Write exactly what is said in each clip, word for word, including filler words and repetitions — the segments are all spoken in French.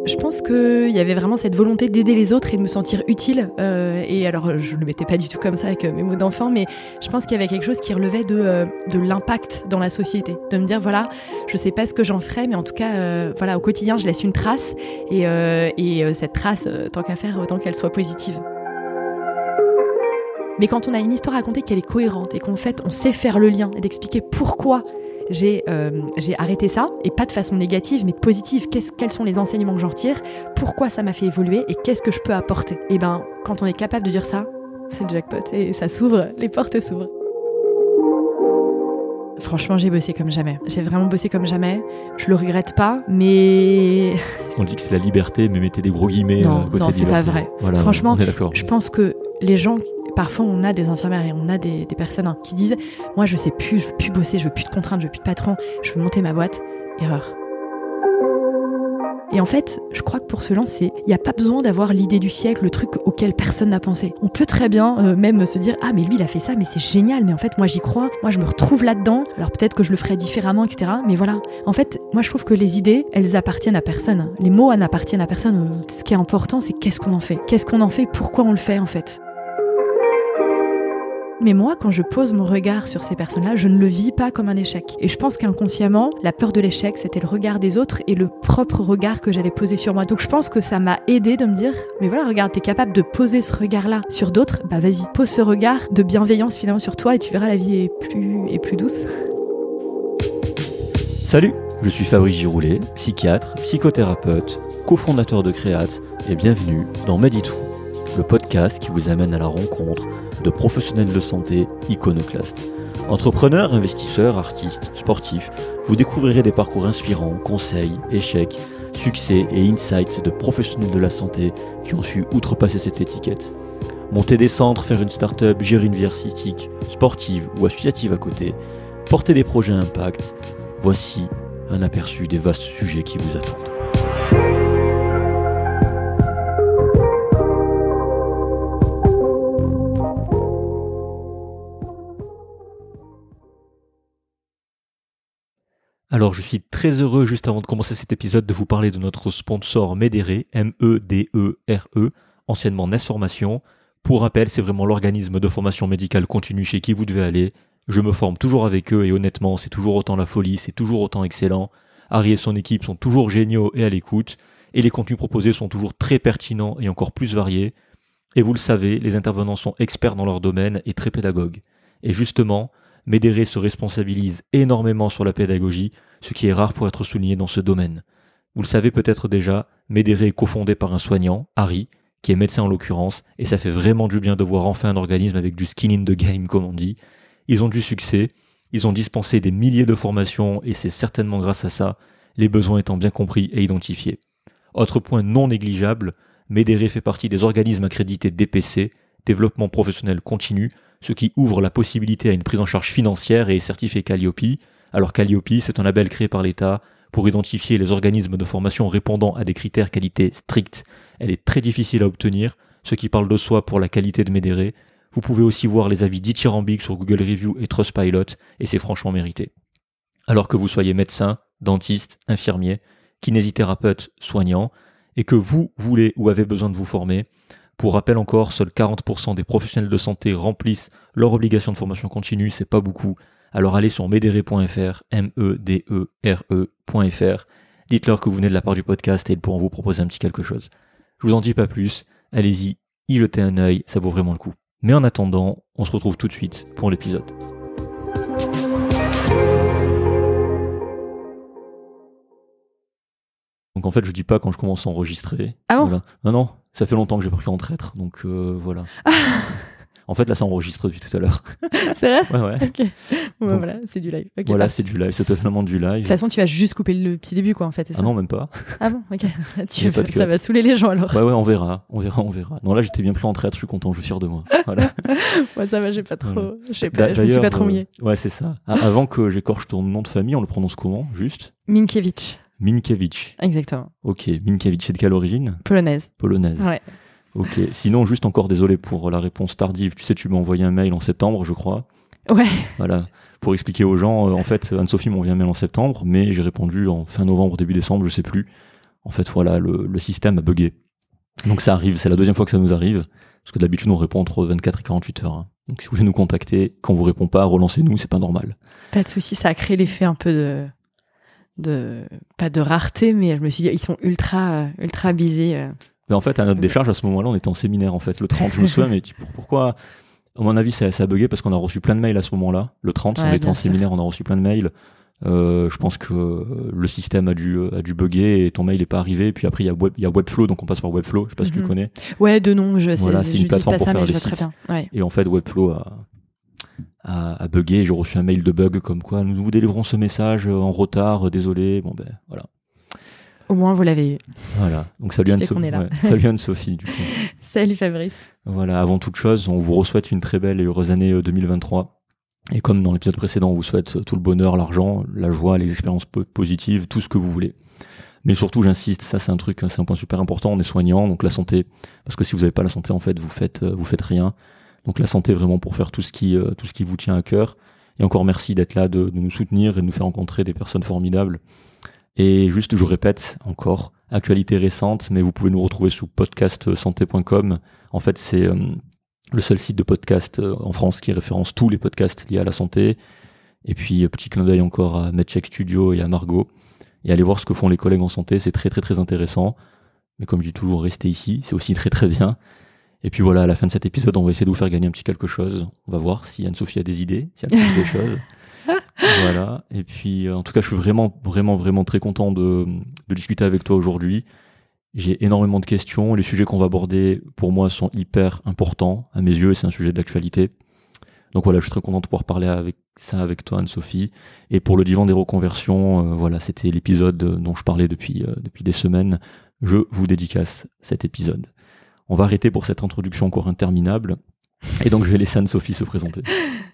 Je pense qu'il y avait vraiment cette volonté d'aider les autres et de me sentir utile. Euh, et alors, je ne le mettais pas du tout comme ça avec mes mots d'enfant, mais je pense qu'il y avait quelque chose qui relevait de, euh, de l'impact dans la société. De me dire, voilà, je ne sais pas ce que j'en ferai, mais en tout cas, euh, voilà, au quotidien, je laisse une trace. Et, euh, et euh, cette trace, euh, tant qu'à faire, autant qu'elle soit positive. Mais quand on a une histoire à raconter, qu'elle est cohérente et qu'en fait, on sait faire le lien et d'expliquer pourquoi J'ai, euh, j'ai arrêté ça, et pas de façon négative, mais positive. Qu'est-ce, quels sont les enseignements que j'en retire ? Pourquoi ça m'a fait évoluer ? Et qu'est-ce que je peux apporter ? Et ben, quand on est capable de dire ça, c'est le jackpot. Et ça s'ouvre, les portes s'ouvrent. Franchement, j'ai bossé comme jamais. J'ai vraiment bossé comme jamais. Je le regrette pas, mais... On dit que c'est la liberté, mais mettez des gros guillemets non, à côté non, de c'est liberté. pas vrai. Voilà, franchement, on est d'accord. Je pense que les gens... Parfois, on a des infirmières et on a des, des personnes hein, qui disent « Moi, je sais plus, je veux plus bosser, je veux plus de contraintes, je veux plus de patron, je veux monter ma boîte. » Erreur. Et en fait, je crois que pour se lancer, il n'y a pas besoin d'avoir l'idée du siècle, le truc auquel personne n'a pensé. On peut très bien euh, même se dire « Ah, mais lui, il a fait ça, mais c'est génial, mais en fait, moi, j'y crois, moi, je me retrouve là-dedans, alors peut-être que je le ferai différemment, et cetera » Mais voilà. En fait, moi, je trouve que les idées, elles appartiennent à personne. Les mots, elles n'appartiennent à personne. Ce qui est important, c'est qu'est-ce qu'on en fait. Qu'est-ce qu'on en fait, pourquoi on le fait, en fait. Mais moi, quand je pose mon regard sur ces personnes-là, je ne le vis pas comme un échec. Et je pense qu'inconsciemment, la peur de l'échec, c'était le regard des autres et le propre regard que j'allais poser sur moi. Donc je pense que ça m'a aidé de me dire, mais voilà, regarde, t'es capable de poser ce regard-là sur d'autres, bah vas-y, pose ce regard de bienveillance finalement sur toi et tu verras, la vie est plus, est plus douce. Salut, je suis Fabrice Giroulet, psychiatre, psychothérapeute, cofondateur de Créate, et bienvenue dans Made It True, le podcast qui vous amène à la rencontre de professionnels de santé iconoclastes. Entrepreneurs, investisseurs, artistes, sportifs, vous découvrirez des parcours inspirants, conseils, échecs, succès et insights de professionnels de la santé qui ont su outrepasser cette étiquette. Monter des centres, faire une start-up, gérer une vie artistique, sportive ou associative à côté, porter des projets à impact, voici un aperçu des vastes sujets qui vous attendent. Alors, je suis très heureux, juste avant de commencer cet épisode, de vous parler de notre sponsor Medere, M E D E R E, anciennement N E S Formation. Pour rappel, c'est vraiment l'organisme de formation médicale continue chez qui vous devez aller. Je me forme toujours avec eux et honnêtement, c'est toujours autant la folie, c'est toujours autant excellent. Harry et son équipe sont toujours géniaux et à l'écoute, et les contenus proposés sont toujours très pertinents et encore plus variés. Et vous le savez, les intervenants sont experts dans leur domaine et très pédagogues. Et justement, Medere se responsabilise énormément sur la pédagogie, ce qui est rare pour être souligné dans ce domaine. Vous le savez peut-être déjà, Medere est cofondé par un soignant, Harry, qui est médecin en l'occurrence, et ça fait vraiment du bien de voir enfin un organisme avec du skin in the game, comme on dit. Ils ont du succès, ils ont dispensé des milliers de formations, et c'est certainement grâce à ça, les besoins étant bien compris et identifiés. Autre point non négligeable, Medere fait partie des organismes accrédités D P C, développement professionnel continu, ce qui ouvre la possibilité à une prise en charge financière et est certifié Calliope. Alors Calliope, c'est un label créé par l'État pour identifier les organismes de formation répondant à des critères qualité stricts. Elle est très difficile à obtenir, ce qui parle de soi pour la qualité de Medere. Vous pouvez aussi voir les avis dithyrambiques sur Google Review et Trustpilot, et c'est franchement mérité. Alors que vous soyez médecin, dentiste, infirmier, kinésithérapeute, soignant, et que vous voulez ou avez besoin de vous former, pour rappel encore, seuls quarante pour cent des professionnels de santé remplissent leur obligation de formation continue, c'est pas beaucoup. Alors allez sur medere point f r, M E D E R E point f r, dites-leur que vous venez de la part du podcast et ils pourront vous proposer un petit quelque chose. Je vous en dis pas plus, allez-y, y jetez un œil, ça vaut vraiment le coup. Mais en attendant, on se retrouve tout de suite pour l'épisode. Donc en fait, je dis pas quand je commence à enregistrer. Ah bon ? Voilà. Non, non, ça fait longtemps que j'ai pas pris en traître, donc euh, voilà. En fait, là, ça enregistre depuis tout à l'heure. C'est vrai ? Ouais, ouais. Ok. Bon, Donc, voilà, c'est du live. Okay, voilà, parfait. c'est du live, c'est totalement du live. De toute façon, tu vas juste couper le petit début, quoi, en fait, c'est ça ? Ah non, même pas. Ah bon, ok. Tu Y a veux, pas de ça cut. va saouler les gens, alors. Ouais, ouais, on verra, on verra, on verra. Non, là, j'étais bien pris en traître, je suis content, je suis fier de moi. Voilà. Moi, ça va, j'ai pas trop... Voilà. J'ai pas, je me suis pas trop mouillée. Euh, ouais, c'est ça. Ah, avant que j'écorche ton nom de famille, on le prononce comment, juste ? Minkiewicz. Minkiewicz. Exactement. Ok, Minkiewicz, c'est de quelle origine ? Polonaise. Polonaise. Ouais. Ok, sinon, juste encore désolé pour la réponse tardive. Tu sais, tu m'as envoyé un mail en septembre, je crois. Ouais. Voilà. Pour expliquer aux gens, euh, en fait, Anne-Sophie m'a envoyé un mail en septembre, mais j'ai répondu en fin novembre, début décembre, je sais plus. en fait, voilà, le, le système a bugué. Donc ça arrive, c'est la deuxième fois que ça nous arrive, parce que d'habitude on répond entre vingt-quatre et quarante-huit heures. Hein. Donc si vous voulez nous contacter, quand on vous répond pas, relancez-nous, c'est pas normal. Pas de souci, ça a créé l'effet un peu de, de pas de rareté, mais je me suis dit ils sont ultra, ultra busy. Euh. Mais en fait, à notre décharge, à ce moment-là, on était en séminaire en fait, le trente. Je me souviens, mais pourquoi? À mon avis, ça, ça a bugué parce qu'on a reçu plein de mails à ce moment-là. Le trente, ouais, on était en sûr. séminaire, on a reçu plein de mails. Euh, je pense que le système a dû, a dû bugger et ton mail n'est pas arrivé. Et puis après, il y a, Web, il y a Webflow, donc on passe par Webflow. Je sais pas mm-hmm. si tu connais. Ouais, de nom, je sais. Voilà, c'est une plateforme pas pour ça, faire mais des je vois sites. Très bien. Ouais. Et en fait, Webflow a, a, a bugué. J'ai reçu un mail de bug comme quoi nous vous délivrons ce message en retard, désolé. Bon, ben voilà. Au moins, vous l'avez eu. Voilà. Donc, salut Anne-Sophie. Ouais. Salut Anne-Sophie, du coup. Salut Fabrice. Voilà. Avant toute chose, on vous souhaite une très belle et heureuse année deux mille vingt-trois. Et comme dans l'épisode précédent, on vous souhaite tout le bonheur, l'argent, la joie, les expériences positives, tout ce que vous voulez. Mais surtout, j'insiste, ça c'est un truc, c'est un point super important, on est soignant, donc la santé, parce que si vous n'avez pas la santé, en fait, vous faites, vous faites rien. Donc la santé vraiment pour faire tout ce qui, tout ce qui vous tient à cœur. Et encore merci d'être là, de, de nous soutenir et de nous faire rencontrer des personnes formidables. Et juste, je répète encore, actualité récente, mais vous pouvez nous retrouver sous podcast santé point com. En fait, c'est euh, le seul site de podcast euh, en France qui référence tous les podcasts liés à la santé. Et puis, euh, petit clin d'œil encore à MedCheck Studio et à Margot. Et allez voir ce que font les collègues en santé, c'est très très très intéressant. Mais comme je dis toujours, restez ici, c'est aussi très très bien. Et puis voilà, à la fin de cet épisode, on va essayer de vous faire gagner un petit quelque chose. On va voir si Anne-Sophie a des idées, si elle a des choses. Voilà, et puis en tout cas je suis vraiment vraiment vraiment très content de, de discuter avec toi aujourd'hui. J'ai énormément de questions, les sujets qu'on va aborder pour moi sont hyper importants à mes yeux et c'est un sujet d'actualité. Donc voilà, je suis très content de pouvoir parler avec ça avec toi Anne-Sophie. Et pour le divan des reconversions, euh, voilà, c'était l'épisode dont je parlais depuis, euh, depuis des semaines. Je vous dédicace cet épisode. On va arrêter pour cette introduction encore interminable et donc je vais laisser Anne-Sophie se présenter.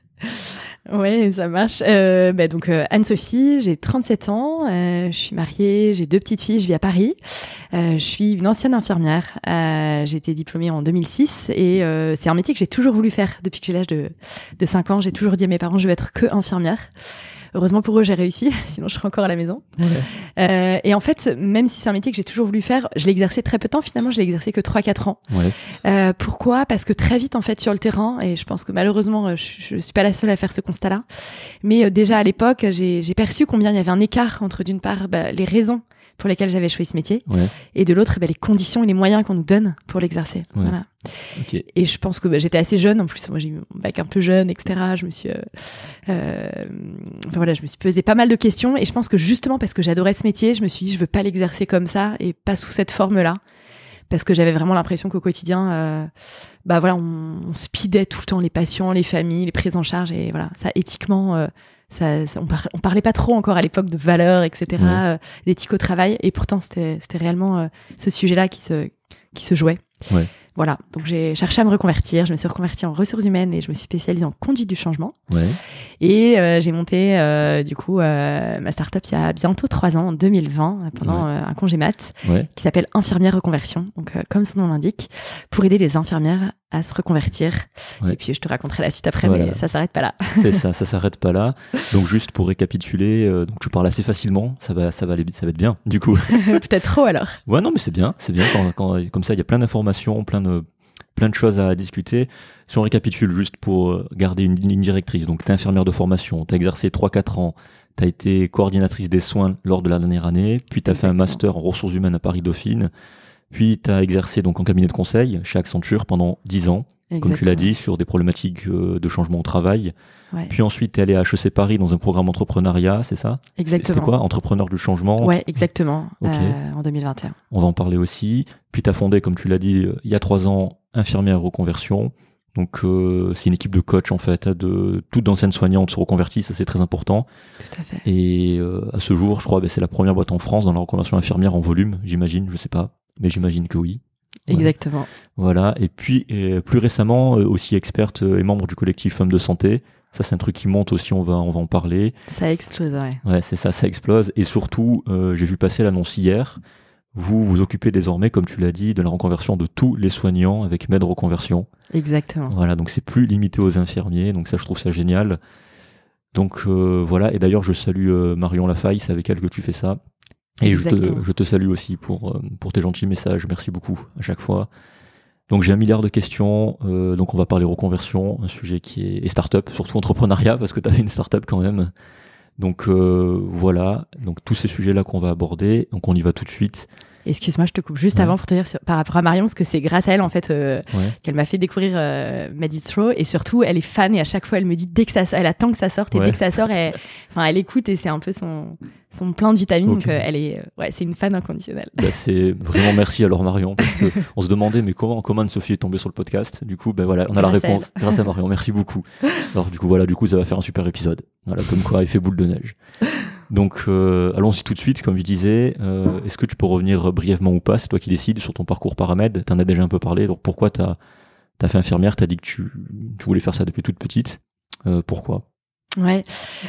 Oui, ça marche. Euh, bah donc euh, Anne-Sophie, j'ai trente-sept ans, euh, je suis mariée, j'ai deux petites filles, je vis à Paris. Euh, je suis une ancienne infirmière. Euh, j'ai été diplômée en deux mille six et euh, c'est un métier que j'ai toujours voulu faire depuis que j'ai l'âge de, de cinq ans. J'ai toujours dit à mes parents, je veux être que infirmière. Heureusement pour eux, j'ai réussi, sinon je serais encore à la maison. Ouais. Euh, et en fait, même si c'est un métier que j'ai toujours voulu faire, je l'ai exercé très peu de temps. Finalement, je l'ai exercé que trois à quatre ans. Ouais. Euh, pourquoi ? Parce que très vite, en fait, sur le terrain, et je pense que malheureusement, je ne suis pas la seule à faire ce constat-là, mais euh, déjà à l'époque, j'ai, j'ai perçu combien il y avait un écart entre, d'une part, bah, les raisons pour lesquelles j'avais choisi ce métier, ouais. et de l'autre, bah, les conditions et les moyens qu'on nous donne pour l'exercer. Ouais. Voilà. Okay. Et je pense que bah, j'étais assez jeune, en plus, moi j'ai eu mon bac un peu jeune, et cetera. Je me suis, euh, euh, enfin voilà, je me suis posé pas mal de questions, et je pense que justement parce que j'adorais ce métier, je me suis dit je veux pas l'exercer comme ça et pas sous cette forme-là, parce que j'avais vraiment l'impression qu'au quotidien, euh, bah voilà, on, on speedait tout le temps les patients, les familles, les prises en charge, et voilà, ça éthiquement. Euh, Ça, ça, on, par, on parlait pas trop encore à l'époque de valeurs, et cetera, ouais. euh, d'éthique au travail, et pourtant c'était, c'était réellement euh, ce sujet-là qui se, qui se jouait. Ouais. Voilà, donc j'ai cherché à me reconvertir, je me suis reconvertie en ressources humaines et je me suis spécialisée en conduite du changement. Ouais. Et euh, j'ai monté euh, du coup euh, ma start-up il y a bientôt trois ans, en deux mille vingt, pendant ouais. euh, un congé mat, ouais. qui s'appelle Infirmière Reconversion, donc euh, comme son nom l'indique, pour aider les infirmières à se reconvertir. Ouais. Et puis je te raconterai la suite après, voilà. Mais ça s'arrête pas là. C'est ça, ça s'arrête pas là. Donc juste pour récapituler, euh, donc tu parles assez facilement, ça va, ça va aller, ça va être bien du coup. Peut-être trop alors. Ouais non mais c'est bien, c'est bien quand, quand comme ça il y a plein d'informations, plein de plein de choses à discuter. Si on récapitule juste pour garder une ligne directrice, donc t'es infirmière de formation, t'as exercé trois à quatre ans, t'as été coordinatrice des soins lors de la dernière année, puis t'as Exactement. fait un master en ressources humaines à Paris-Dauphine, puis t'as exercé donc en cabinet de conseil chez Accenture pendant dix ans, Exactement. Comme tu l'as dit, sur des problématiques de changement au travail. Ouais. Puis ensuite, t'es allé à H E C Paris dans un programme entrepreneuriat, c'est ça ? Exactement. C'était quoi ? Entrepreneur du changement ? Ouais, exactement, okay. euh, en deux mille vingt et un. On va en parler aussi. Puis t'as fondé, comme tu l'as dit, il y a trois ans, Infirmière Reconversion. Donc euh, c'est une équipe de coachs en fait, de toutes d'anciennes soignantes se reconvertissent, ça c'est très important. Tout à fait. Et euh, à ce jour, je crois, bah, c'est la première boîte en France dans la reconversion infirmière en volume, j'imagine, je sais pas, mais j'imagine que oui. Voilà. Exactement. Voilà. Et puis euh, plus récemment, euh, aussi experte et membre du collectif Femmes de Santé. Ça c'est un truc qui monte aussi, on va on va en parler. Ça explose, ouais. Ouais, c'est ça, ça explose. Et surtout, euh, j'ai vu passer l'annonce hier. Vous vous occupez désormais, comme tu l'as dit, de la reconversion de tous les soignants avec Med Reconversion. Exactement. Voilà, donc c'est plus limité aux infirmiers, donc ça je trouve ça génial. Donc euh, voilà, et d'ailleurs je salue euh, Marion Lafaille, c'est avec elle que tu fais ça. Et je te, je te salue aussi pour, pour tes gentils messages. Merci beaucoup à chaque fois. Donc j'ai un milliard de questions. Euh, donc on va parler reconversion, un sujet qui est et start-up, surtout entrepreneuriat, parce que tu as fait une start-up quand même. Donc euh, voilà, donc tous ces sujets-là qu'on va aborder. Donc on y va tout de suite. Excuse-moi, je te coupe juste ouais. avant pour te dire sur, par rapport à Marion, parce que c'est grâce à elle en fait euh, ouais. qu'elle m'a fait découvrir euh, Made It Raw, et surtout elle est fan et à chaque fois elle me dit dès que ça sort, elle attend que ça sorte et ouais. dès que ça sort, elle, enfin elle écoute et c'est un peu son son plein de vitamines, okay. donc euh, elle est ouais c'est une fan inconditionnelle. Bah, c'est vraiment merci alors Marion, parce que on se demandait mais comment comment Anne-Sophie est tombée sur le podcast. Du coup ben voilà on a grâce la réponse à grâce à Marion, merci beaucoup. Alors du coup voilà du coup ça va faire un super épisode. Voilà comme quoi il fait boule de neige. Donc euh, allons-y tout de suite, comme je disais. Euh, est-ce que tu peux revenir brièvement ou pas, c'est toi qui décides, sur ton parcours paramed. T'en as déjà un peu parlé, alors pourquoi t'as, t'as fait infirmière, t'as dit que tu, tu voulais faire ça depuis toute petite. Euh, pourquoi ? Ouais,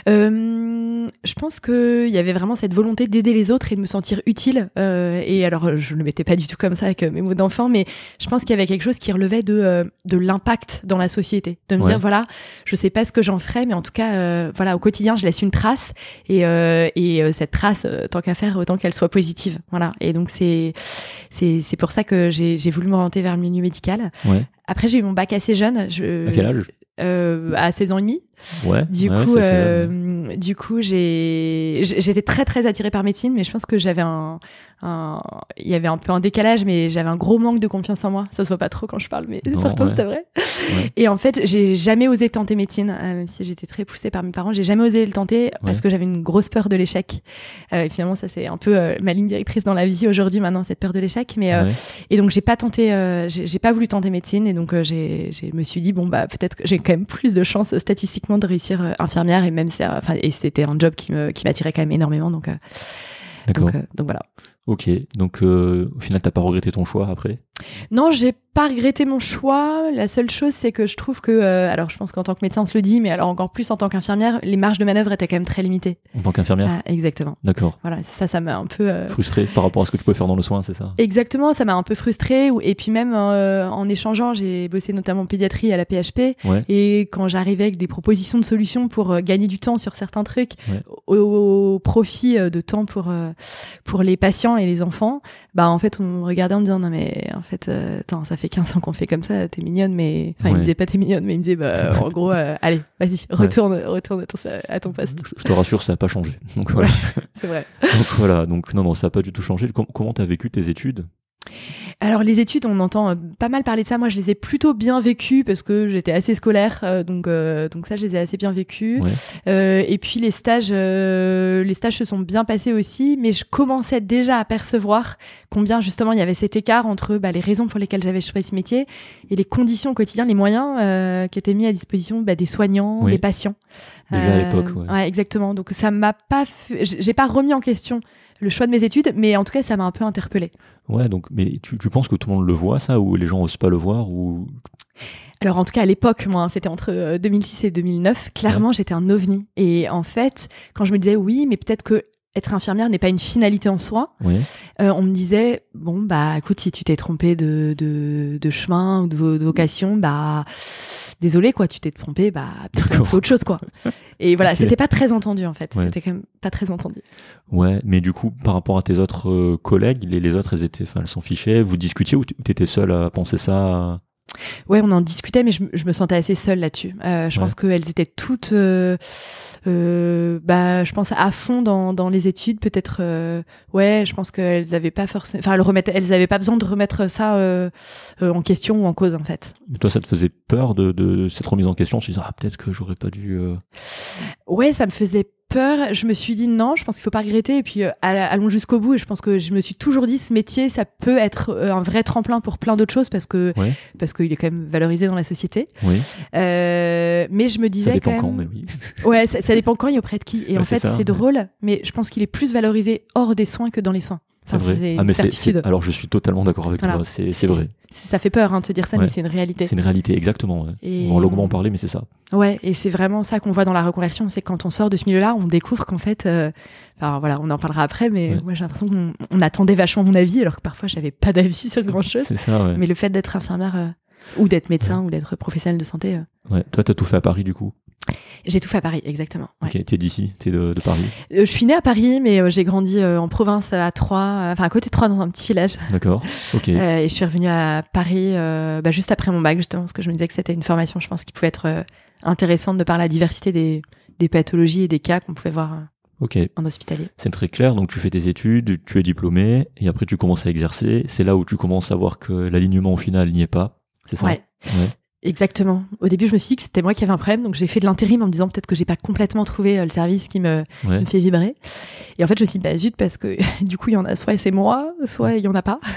euh, je pense qu'il y avait vraiment cette volonté d'aider les autres et de me sentir utile. Euh, et alors, je ne le mettais pas du tout comme ça avec mes mots d'enfant, mais je pense qu'il y avait quelque chose qui relevait de euh, de l'impact dans la société, de me ouais. dire voilà, je sais pas ce que j'en ferai, mais en tout cas, euh, voilà, au quotidien, je laisse une trace et euh, et euh, cette trace, euh, tant qu'à faire, autant qu'elle soit positive. Voilà. Et donc c'est c'est c'est pour ça que j'ai j'ai voulu m'orienter vers le milieu médical. Ouais. Après, j'ai eu mon bac assez jeune. Je, à quel âge ? Euh, à seize ans et demi. Ouais. Du ouais, coup, ouais, euh, du coup, j'ai, j'étais très très attirée par médecine, mais je pense que j'avais un, un, il y avait un peu un décalage, mais j'avais un gros manque de confiance en moi. Ça se voit pas trop quand je parle, mais non, pourtant ouais. c'était vrai. Ouais. Et en fait, j'ai jamais osé tenter médecine, euh, même si j'étais très poussée par mes parents, j'ai jamais osé le tenter ouais. parce que j'avais une grosse peur de l'échec. Euh, et finalement, ça c'est un peu euh, ma ligne directrice dans la vie aujourd'hui maintenant, cette peur de l'échec. Mais euh, ouais. et donc j'ai pas tenté, euh, j'ai, j'ai pas voulu tenter médecine, et donc euh, j'ai, j'ai me suis dit bon bah peut-être que j'ai quand même plus de chances euh, statistiquement de réussir euh, infirmière, et même ça, enfin et c'était un job qui me qui m'attirait quand même énormément, donc euh, D'accord. donc, euh, donc voilà. Ok, donc euh, au final t'as pas regretté ton choix après ? Non, j'ai pas regretté mon choix. La seule chose, c'est que je trouve que, euh, alors je pense qu'en tant que médecin on se le dit, mais alors encore plus en tant qu'infirmière, les marges de manœuvre étaient quand même très limitées. En tant qu'infirmière ? Ah, exactement. D'accord. Voilà, ça, ça m'a un peu euh... frustrée par rapport à ce que tu pouvais faire dans le soin, c'est ça ? Exactement, ça m'a un peu frustrée. Et puis même euh, en échangeant, j'ai bossé notamment en pédiatrie à la P H P, ouais. et quand j'arrivais avec des propositions de solutions pour euh, gagner du temps sur certains trucs, ouais. au, au profit euh, de temps pour euh, pour les patients et les enfants, bah en fait on me regardait en me disant non mais en fait euh, attends, ça fait quinze ans qu'on fait comme ça, t'es mignonne, mais enfin ouais. il me disait pas t'es mignonne, mais il me disait bah en gros euh, allez vas-y retourne ouais. retourne à ton, à ton poste. Je te rassure, ça a pas changé, donc voilà. Ouais, c'est vrai. Donc voilà, donc non non ça a pas du tout changé. Com- comment t'as vécu tes études ? Alors les études, on entend pas mal parler de ça. Moi, je les ai plutôt bien vécues parce que j'étais assez scolaire, euh, donc euh, donc ça, je les ai assez bien vécues. Ouais. Euh, et puis les stages, euh, les stages se sont bien passés aussi, mais je commençais déjà à percevoir combien justement il y avait cet écart entre bah, les raisons pour lesquelles j'avais choisi ce métier et les conditions au quotidien, les moyens euh, qui étaient mis à disposition bah, des soignants, oui. des patients. Déjà euh, à l'époque, ouais. ouais. Exactement. Donc ça m'a pas, fait... j'ai pas remis en question le choix de mes études, mais en tout cas, ça m'a un peu interpellée. Ouais, donc, mais tu, tu penses que tout le monde le voit, ça, ou les gens osent pas le voir, ou... Alors, en tout cas, à l'époque, moi, hein, c'était entre deux mille six et deux mille neuf, clairement, ouais. j'étais un ovni. Et en fait, quand je me disais, oui, mais peut-être que être infirmière n'est pas une finalité en soi, ouais. euh, on me disait, bon, bah, écoute, si tu t'es trompé de, de, de chemin ou de, de vocation, bah, désolé, quoi, tu t'es trompé, bah, peut-être fait autre chose, quoi. Et voilà, okay. c'était pas très entendu, en fait. Ouais. C'était quand même pas très entendu. Ouais, mais du coup, par rapport à tes autres euh, collègues, les, les autres, elles étaient, enfin, elles s'en fichaient, vous discutiez ou t'étais seule à penser ça? Ouais, on en discutait, mais je, je me sentais assez seule là-dessus. Euh, je ouais. pense qu'elles étaient toutes, euh, euh, bah, je pense à fond dans, dans les études. Peut-être, euh, ouais, je pense qu'elles avaient pas forcément, enfin, elles remettaient, elles avaient pas besoin de remettre ça euh, euh, en question ou en cause, en fait. Mais toi, ça te faisait peur de, de cette remise en question? Tu te disais, ah, peut-être que j'aurais pas dû. Euh... Ouais, ça me faisait peur. Je me suis dit non, je pense qu'il faut pas regretter, et puis euh, allons jusqu'au bout. Et je pense que je me suis toujours dit, ce métier, ça peut être euh, un vrai tremplin pour plein d'autres choses, parce que ouais. parce qu'il est quand même valorisé dans la société. Oui. Euh, mais je me disais ça dépend quand même. Quand, mais oui. Ouais, ça, ça dépend quand et auprès de qui. Et ouais, en fait, c'est, ça, c'est ouais. drôle, mais je pense qu'il est plus valorisé hors des soins que dans les soins. Enfin, c'est vrai. C'est ah, une mais certitude. C'est, c'est... Alors, je suis totalement d'accord avec voilà. toi. C'est, c'est, c'est vrai. C'est, ça fait peur hein, de te dire ça, ouais. mais c'est une réalité. C'est une réalité, exactement. Ouais. Et... On va longuement en parler, mais c'est ça. Ouais, et c'est vraiment ça qu'on voit dans la reconversion. C'est quand on sort de ce milieu-là, on découvre qu'en fait, euh... alors voilà, on en parlera après, mais ouais. moi j'ai l'impression qu'on on attendait vachement mon avis, alors que parfois j'avais pas d'avis sur grand-chose. C'est ça, ouais. Mais le fait d'être infirmière euh... ou d'être médecin ouais. ou d'être professionnel de santé. Euh... Ouais. Toi, t'as tout fait à Paris, du coup. J'ai tout fait à Paris, exactement. Ouais. Ok, t'es d'ici, t'es de, de Paris. Euh, je suis née à Paris, mais euh, j'ai grandi euh, en province à Troyes, euh, enfin à côté de Troyes, dans un petit village. D'accord, ok. Euh, et je suis revenue à Paris euh, bah, juste après mon bac, justement, parce que je me disais que c'était une formation, je pense, qui pouvait être euh, intéressante de par la diversité des, des pathologies et des cas qu'on pouvait voir euh, Ok. en hospitalier. C'est très clair, donc tu fais tes études, tu es diplômé, et après tu commences à exercer. C'est là où tu commences à voir que l'alignement au final n'y est pas, c'est ça? Ouais. Ouais. Exactement. Au début, je me suis dit que c'était moi qui avais un problème, donc j'ai fait de l'intérim en me disant peut-être que j'ai pas complètement trouvé euh, le service qui me, Ouais. qui me fait vibrer. Et en fait, je me suis dit, bah zut, parce que du coup, il y en a soit c'est moi, soit il y en a pas.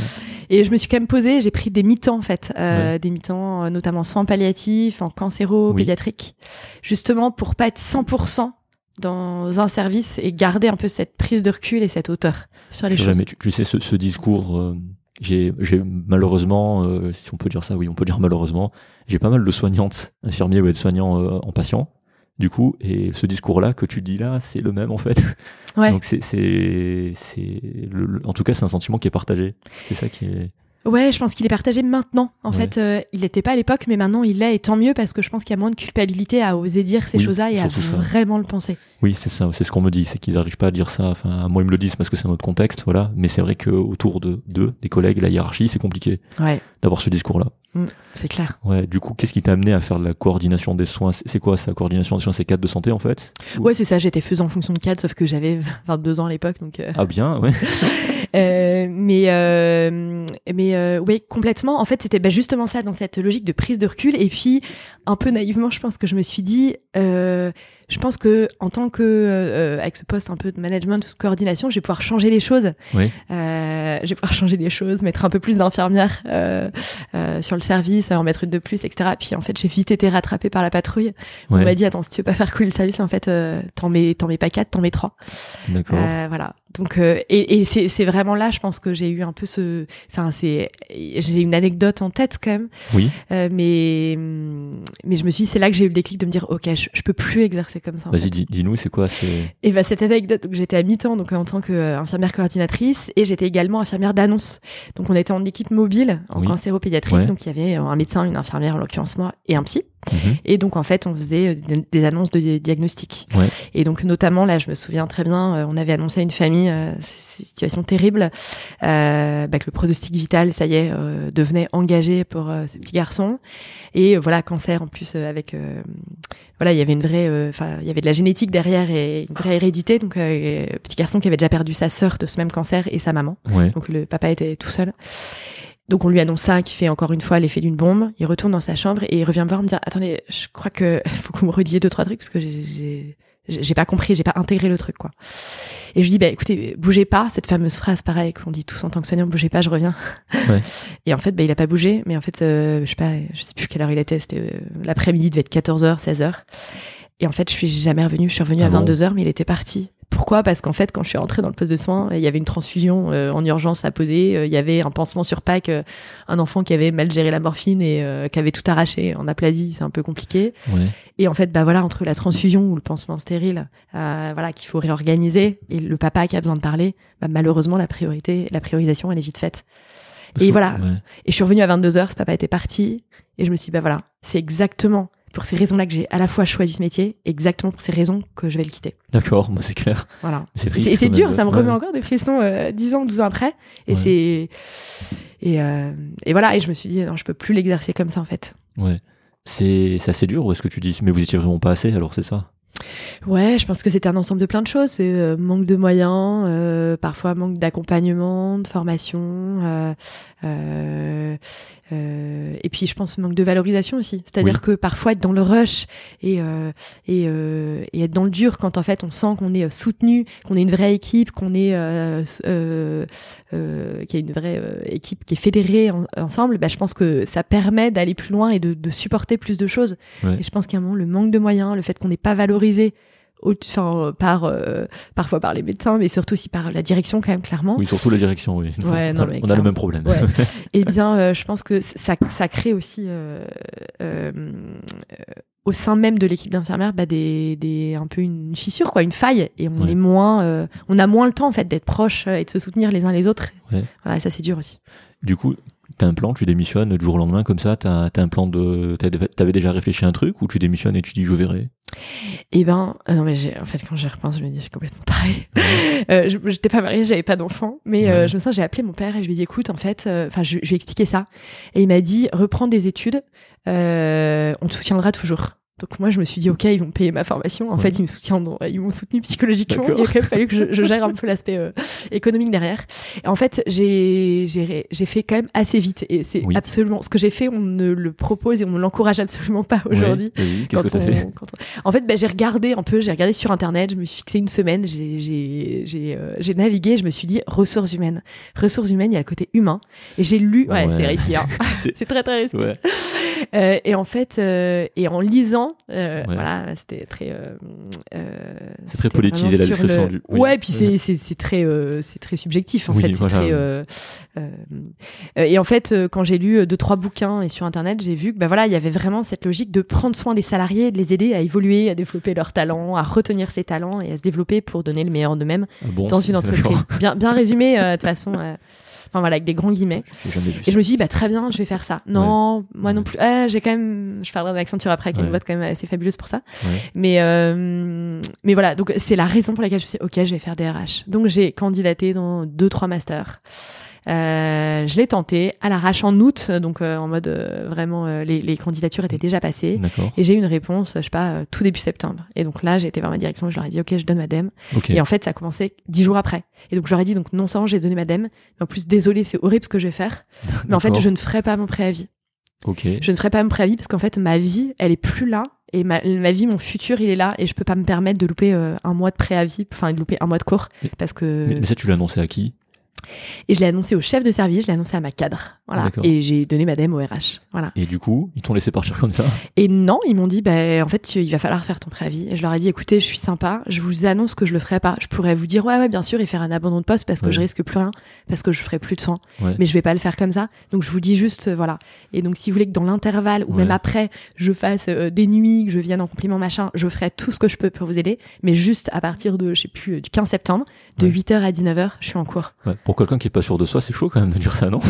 Et je me suis quand même posée, j'ai pris des mi-temps en fait, euh, Ouais. des mi-temps euh, notamment soins palliatifs, en cancéro, Oui. pédiatrique, justement pour pas être cent pour cent dans un service et garder un peu cette prise de recul et cette hauteur sur les Ouais, choses. mais tu, tu sais, ce, ce discours, euh, j'ai, j'ai malheureusement, euh, si on peut dire ça, oui, on peut dire malheureusement, j'ai pas mal de soignantes, infirmiers ou aides-soignants euh, en patient. Du coup, et ce discours-là que tu dis là, c'est le même en fait. Ouais. Donc c'est, c'est, c'est, le- le- en tout cas, c'est un sentiment qui est partagé. C'est ça qui est. Ouais, je pense qu'il est partagé maintenant. En Ouais. fait, euh, il n'était pas à l'époque, mais maintenant il l'est, et tant mieux parce que je pense qu'il y a moins de culpabilité à oser dire ces Oui, choses-là et à surtout ça. vraiment le penser. Oui, c'est ça, c'est ce qu'on me dit, c'est qu'ils n'arrivent pas à dire ça. Enfin, moi, ils me le disent parce que c'est un autre contexte, voilà. Mais c'est vrai qu'autour de d'eux, des collègues, la hiérarchie, c'est compliqué Ouais, d'avoir ce discours-là. mm, c'est clair. Ouais, du coup, qu'est-ce qui t'a amené à faire de la coordination des soins? C'est c'est quoi ça, coordination des soins? C'est cadre de santé en fait? Ou- Ouais, c'est ça, j'étais faisant en fonction de cadre, sauf que j'avais vingt-deux ans à l'époque, donc... euh, Ah bien, ouais. Euh, mais euh, mais euh, ouais, complètement. En fait, c'était bah, justement ça, dans cette logique de prise de recul. Et puis, un peu naïvement, je pense que je me suis dit, euh, je pense que en tant que euh, avec ce poste un peu de management ou de coordination, je vais pouvoir changer les choses. Oui. Euh, je vais pouvoir changer les choses, mettre un peu plus d'infirmières euh, euh, sur le service, en mettre une de plus, et cetera. Puis en fait, j'ai vite été rattrapée par la patrouille. On Ouais. m'a dit, attends, si tu veux pas faire couler le service, en fait, euh, t'en mets t'en mets pas quatre, t'en mets trois. D'accord. Euh, voilà. Donc euh, et, et c'est, c'est vraiment là, je pense que j'ai eu un peu ce, enfin c'est, j'ai une anecdote en tête quand même, Oui. euh, mais mais je me suis dit c'est là que j'ai eu le déclic de me dire ok je, je peux plus exercer comme ça. En Vas-y, fait. dis, dis-nous, c'est quoi? C'est. Et bah cette anecdote, donc j'étais à mi-temps donc en tant qu'infirmière coordinatrice et j'étais également infirmière d'annonce. Donc on était en équipe mobile en Oui. cancéro-pédiatrique, Ouais. donc il y avait un médecin, une infirmière en l'occurrence moi et un psy. Mhm. Et donc en fait on faisait des, des annonces de diagnostic. Ouais. Et donc notamment là je me souviens très bien, euh, on avait annoncé à une famille euh, c'est une situation terrible, euh, bah, que le pronostic vital ça y est euh, devenait engagé pour euh, ce petit garçon. Et euh, voilà, cancer en plus euh, avec euh, voilà, il y avait une vraie enfin euh, il y avait de la génétique derrière et une vraie hérédité. Donc euh, petit garçon qui avait déjà perdu sa sœur de ce même cancer et sa maman. Ouais. Donc le papa était tout seul. Donc on lui annonce ça, qui fait encore une fois l'effet d'une bombe. Il retourne dans sa chambre et il revient me voir me dire attendez, je crois que faut que vous me redisiez deux trois trucs parce que j'ai, j'ai j'ai pas compris, j'ai pas intégré le truc quoi. Et je dis bah écoutez, bougez pas, cette fameuse phrase pareil qu'on dit tous en tant que soignant, bougez pas, je reviens. Ouais. Et en fait bah il a pas bougé, mais en fait euh, je sais pas, je sais plus quelle heure il était, c'était euh, l'après-midi, il devait être quatorze heures, seize heures. Et en fait je suis jamais revenue, je suis revenue Ah à bon vingt-deux heures, mais il était parti. Pourquoi ? Parce qu'en fait, quand je suis rentrée dans le poste de soins, il y avait une transfusion euh, en urgence à poser. Euh, il y avait un pansement sur Pâques, euh, un enfant qui avait mal géré la morphine et euh, qui avait tout arraché en aplasie. C'est un peu compliqué. Ouais. Et en fait, bah voilà, entre la transfusion ou le pansement stérile, euh, voilà, qu'il faut réorganiser, et le papa qui a besoin de parler, bah, malheureusement, la priorité, la priorisation, elle est vite faite. Parce Et que- voilà. ouais. Et je suis revenue à vingt-deux heures, ce papa était parti, et je me suis dit, bah voilà, c'est exactement pour ces raisons-là que j'ai à la fois choisi ce métier, exactement pour ces raisons que je vais le quitter. D'accord, moi c'est clair. Voilà. C'est triste. C'est, c'est comme dur, anecdote. ça me Ouais. remet encore des frissons euh, dix ans, douze ans après. Et Ouais. c'est et euh, et voilà. Et je me suis dit non, je peux plus l'exercer comme ça en fait. Ouais. C'est, c'est assez dur, ou est-ce que tu dis, mais vous étiez vraiment pas assez, alors c'est ça? Ouais, je pense que c'était un ensemble de plein de choses. C'est, euh, manque de moyens, euh, parfois manque d'accompagnement, de formation, euh, euh, euh, et puis je pense manque de valorisation aussi. C'est-à-dire Oui. que parfois être dans le rush et euh, et, euh, et être dans le dur quand en fait on sent qu'on est soutenu, qu'on est une vraie équipe, qu'on est euh, euh, euh, qu'il y a une vraie euh, équipe qui est fédérée en- ensemble. Bah, je pense que ça permet d'aller plus loin et de, de supporter plus de choses. Ouais. Et je pense qu'à un moment, le manque de moyens, le fait qu'on n'est pas valorisé, au- enfin, par, euh, parfois par les médecins, mais surtout aussi par la direction quand même, clairement. Oui, surtout la direction, oui. Ouais, non, on, mais on a le clairement. même problème. Ouais. Eh bien, euh, je pense que ça, ça crée aussi euh, euh, euh, au sein même de l'équipe d'infirmières bah, des, des, un peu une fissure, quoi, une faille, et on Ouais. est moins, euh, on a moins le temps en fait d'être proches euh, et de se soutenir les uns les autres. Ouais. Voilà, et ça c'est dur aussi. Du coup, T'as un plan, tu démissionnes du jour au lendemain comme ça, t'as, t'as un plan de, t'avais déjà réfléchi à un truc ou tu démissionnes et tu dis je verrai? Eh ben, euh, non mais j'ai, en fait quand j'y repense, je me dis je suis complètement tarée. Ouais. Euh, je, j'étais pas mariée, j'avais pas d'enfant, mais ouais. euh, je me sens, j'ai appelé mon père et je lui ai dit écoute, en fait, enfin, euh, je, je lui ai expliqué ça et il m'a dit reprends des études, euh, on te soutiendra toujours. Donc moi je me suis dit ok, ils vont payer ma formation. En ouais. fait ils me soutiennent, ils m'ont soutenu psychologiquement. D'accord. Il a quand même fallu que je, je gère un peu l'aspect euh, économique derrière. Et en fait j'ai j'ai j'ai fait quand même assez vite et c'est oui. absolument ce que j'ai fait. On ne le propose et on ne l'encourage absolument pas aujourd'hui. Ouais. Oui. Qu'est-ce que t'as fait quand on... En fait bah, j'ai regardé un peu, j'ai regardé sur internet. Je me suis fixé une semaine. J'ai j'ai j'ai euh, j'ai navigué. Je me suis dit ressources humaines. Ressources humaines, il y a le côté humain. Et j'ai lu. Ouais, ouais. c'est risqué. Hein. c'est... c'est très très risqué. Ouais. Euh, et en fait euh, et en lisant. Euh, ouais. Voilà, c'était très. Euh, euh, c'est très politisé la description le... du. Oui. Ouais, puis c'est c'est c'est très euh, c'est très subjectif en oui, fait. C'est voilà. très. Euh, euh, et en fait, quand j'ai lu deux trois bouquins et sur internet, j'ai vu que bah voilà, il y avait vraiment cette logique de prendre soin des salariés, de les aider à évoluer, à développer leurs talents, à retenir ses talents et à se développer pour donner le meilleur d'eux-mêmes ah bon, dans une entreprise. Bien bien résumé euh, de toute façon. Euh, Enfin voilà, avec des grands guillemets. Et je me suis dit, bah très bien, je vais faire ça. Non, ouais. moi ouais. non plus. Ah, j'ai quand même, je parlerai de l'Accenture après, qui est ouais. une boîte quand même assez fabuleuse pour ça. Ouais. Mais, euh, mais voilà, donc c'est la raison pour laquelle je me suis dit, ok, je vais faire D R H. Donc j'ai candidaté dans deux, trois masters. Euh, je l'ai tenté à l'arrache en août, donc euh, en mode euh, vraiment euh, les, les candidatures étaient déjà passées. D'accord. Et j'ai eu une réponse, je sais pas, euh, tout début septembre. Et donc là, j'ai été vers ma direction, je leur ai dit ok, je donne ma D E M. Okay. Et en fait, ça a commencé dix jours après. Et donc je leur ai dit donc non seulement j'ai donné ma D E M, mais en plus désolé, c'est horrible ce que je vais faire, mais en fait je ne ferai pas mon préavis. Okay. Je ne ferai pas mon préavis parce qu'en fait ma vie, elle est plus là. Et ma, ma vie, mon futur, il est là et je peux pas me permettre de louper euh, un mois de préavis, enfin de louper un mois de cours mais, parce que. Mais, mais ça, tu l'as annoncé à qui? Et je l'ai annoncé au chef de service, je l'ai annoncé à ma cadre. Voilà. D'accord. Et j'ai donné ma D E M au R H. Voilà. Et du coup, ils t'ont laissé partir comme ça? Et non, ils m'ont dit, bah, en fait, il va falloir faire ton préavis. Et je leur ai dit, écoutez, je suis sympa, je vous annonce que je le ferai pas. Je pourrais vous dire, ouais, ouais, bien sûr, et faire un abandon de poste parce que ouais. je risque plus rien, parce que je ferai plus de soins. Ouais. Mais je vais pas le faire comme ça. Donc, je vous dis juste, euh, voilà. Et donc, si vous voulez que dans l'intervalle ou ouais. même après, je fasse euh, des nuits, que je vienne en compliment, machin, je ferai tout ce que je peux pour vous aider. Mais juste à partir de, je sais plus, du quinze septembre, de ouais. huit heures à dix-neuf heures, je suis en cours. Ouais. Pour quelqu'un qui est pas sûr de soi, c'est chaud quand même de dire ça, non?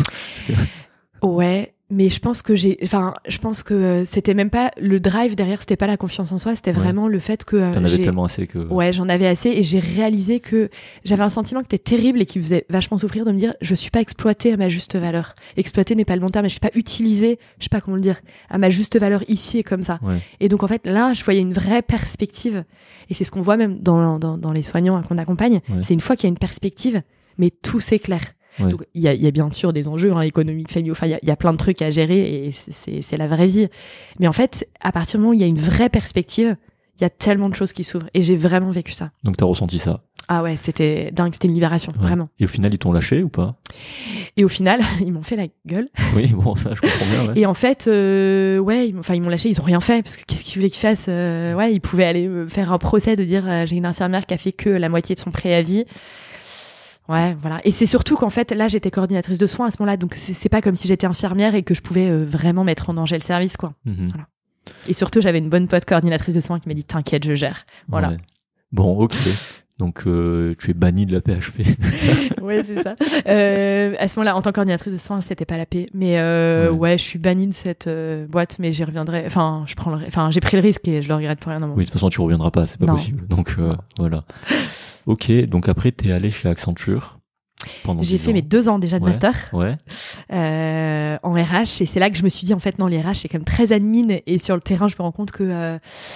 Ouais, mais je pense que j'ai, enfin, je pense que euh, c'était même pas le drive derrière, c'était pas la confiance en soi, c'était ouais. vraiment le fait que euh, t'en avais j'ai... tellement assez que. Ouais, j'en avais assez et j'ai réalisé que j'avais un sentiment qui était terrible et qui me faisait vachement souffrir de me dire, je suis pas exploitée à ma juste valeur. Exploitée n'est pas le bon terme, mais je suis pas utilisée, je sais pas comment le dire, à ma juste valeur ici et comme ça. Ouais. Et donc en fait là, je voyais une vraie perspective et c'est ce qu'on voit même dans dans, dans les soignants qu'on accompagne. Ouais. C'est une fois qu'il y a une perspective, mais tout s'éclaire. Ouais. Donc il y a, y a bien sûr des enjeux hein, économiques, familiaux, enfin il y, y a plein de trucs à gérer et c'est, c'est, c'est la vraie vie. Mais en fait, à partir du moment où il y a une vraie perspective, il y a tellement de choses qui s'ouvrent et j'ai vraiment vécu ça. Donc t'as ressenti ça? Ah ouais, c'était dingue, c'était une libération, ouais. vraiment. Et au final, ils t'ont lâché ou pas? Et au final, ils m'ont fait la gueule. Oui, bon, ça, je comprends bien. Ouais. Et en fait, euh, ouais, ils m'ont, enfin, ils m'ont lâché, ils ont rien fait parce que qu'est-ce qu'ils voulaient qu'ils fassent euh, Ouais, ils pouvaient aller me faire un procès de dire euh, j'ai une infirmière qui a fait que la moitié de son préavis. Ouais, voilà. Et c'est surtout qu'en fait, là, j'étais coordinatrice de soins à ce moment-là, donc c'est, c'est pas comme si j'étais infirmière et que je pouvais euh, vraiment mettre en danger le service, quoi. Mm-hmm. Voilà. Et surtout, j'avais une bonne pote coordinatrice de soins qui m'a dit t'inquiète, je gère. Voilà. Ouais. Bon, ok. Donc, euh, tu es bannie de la P H P. Ouais, c'est ça. Euh, à ce moment-là, en tant que coordinatrice de soins, c'était pas la paix. Mais euh, ouais. ouais, je suis bannie de cette euh, boîte, mais j'y reviendrai. Enfin, je prends le... enfin, j'ai pris le risque et je le regrette pour rien. Non, oui, de toute façon, tu reviendras pas, c'est pas non. possible. Donc, euh, voilà. Ok, donc après, t'es allé chez Accenture. Pendant j'ai fait ans. mes deux ans déjà de ouais, master ouais. Euh, en R H et c'est là que je me suis dit en fait non, les R H c'est quand même très admin et sur le terrain je me rends compte que euh,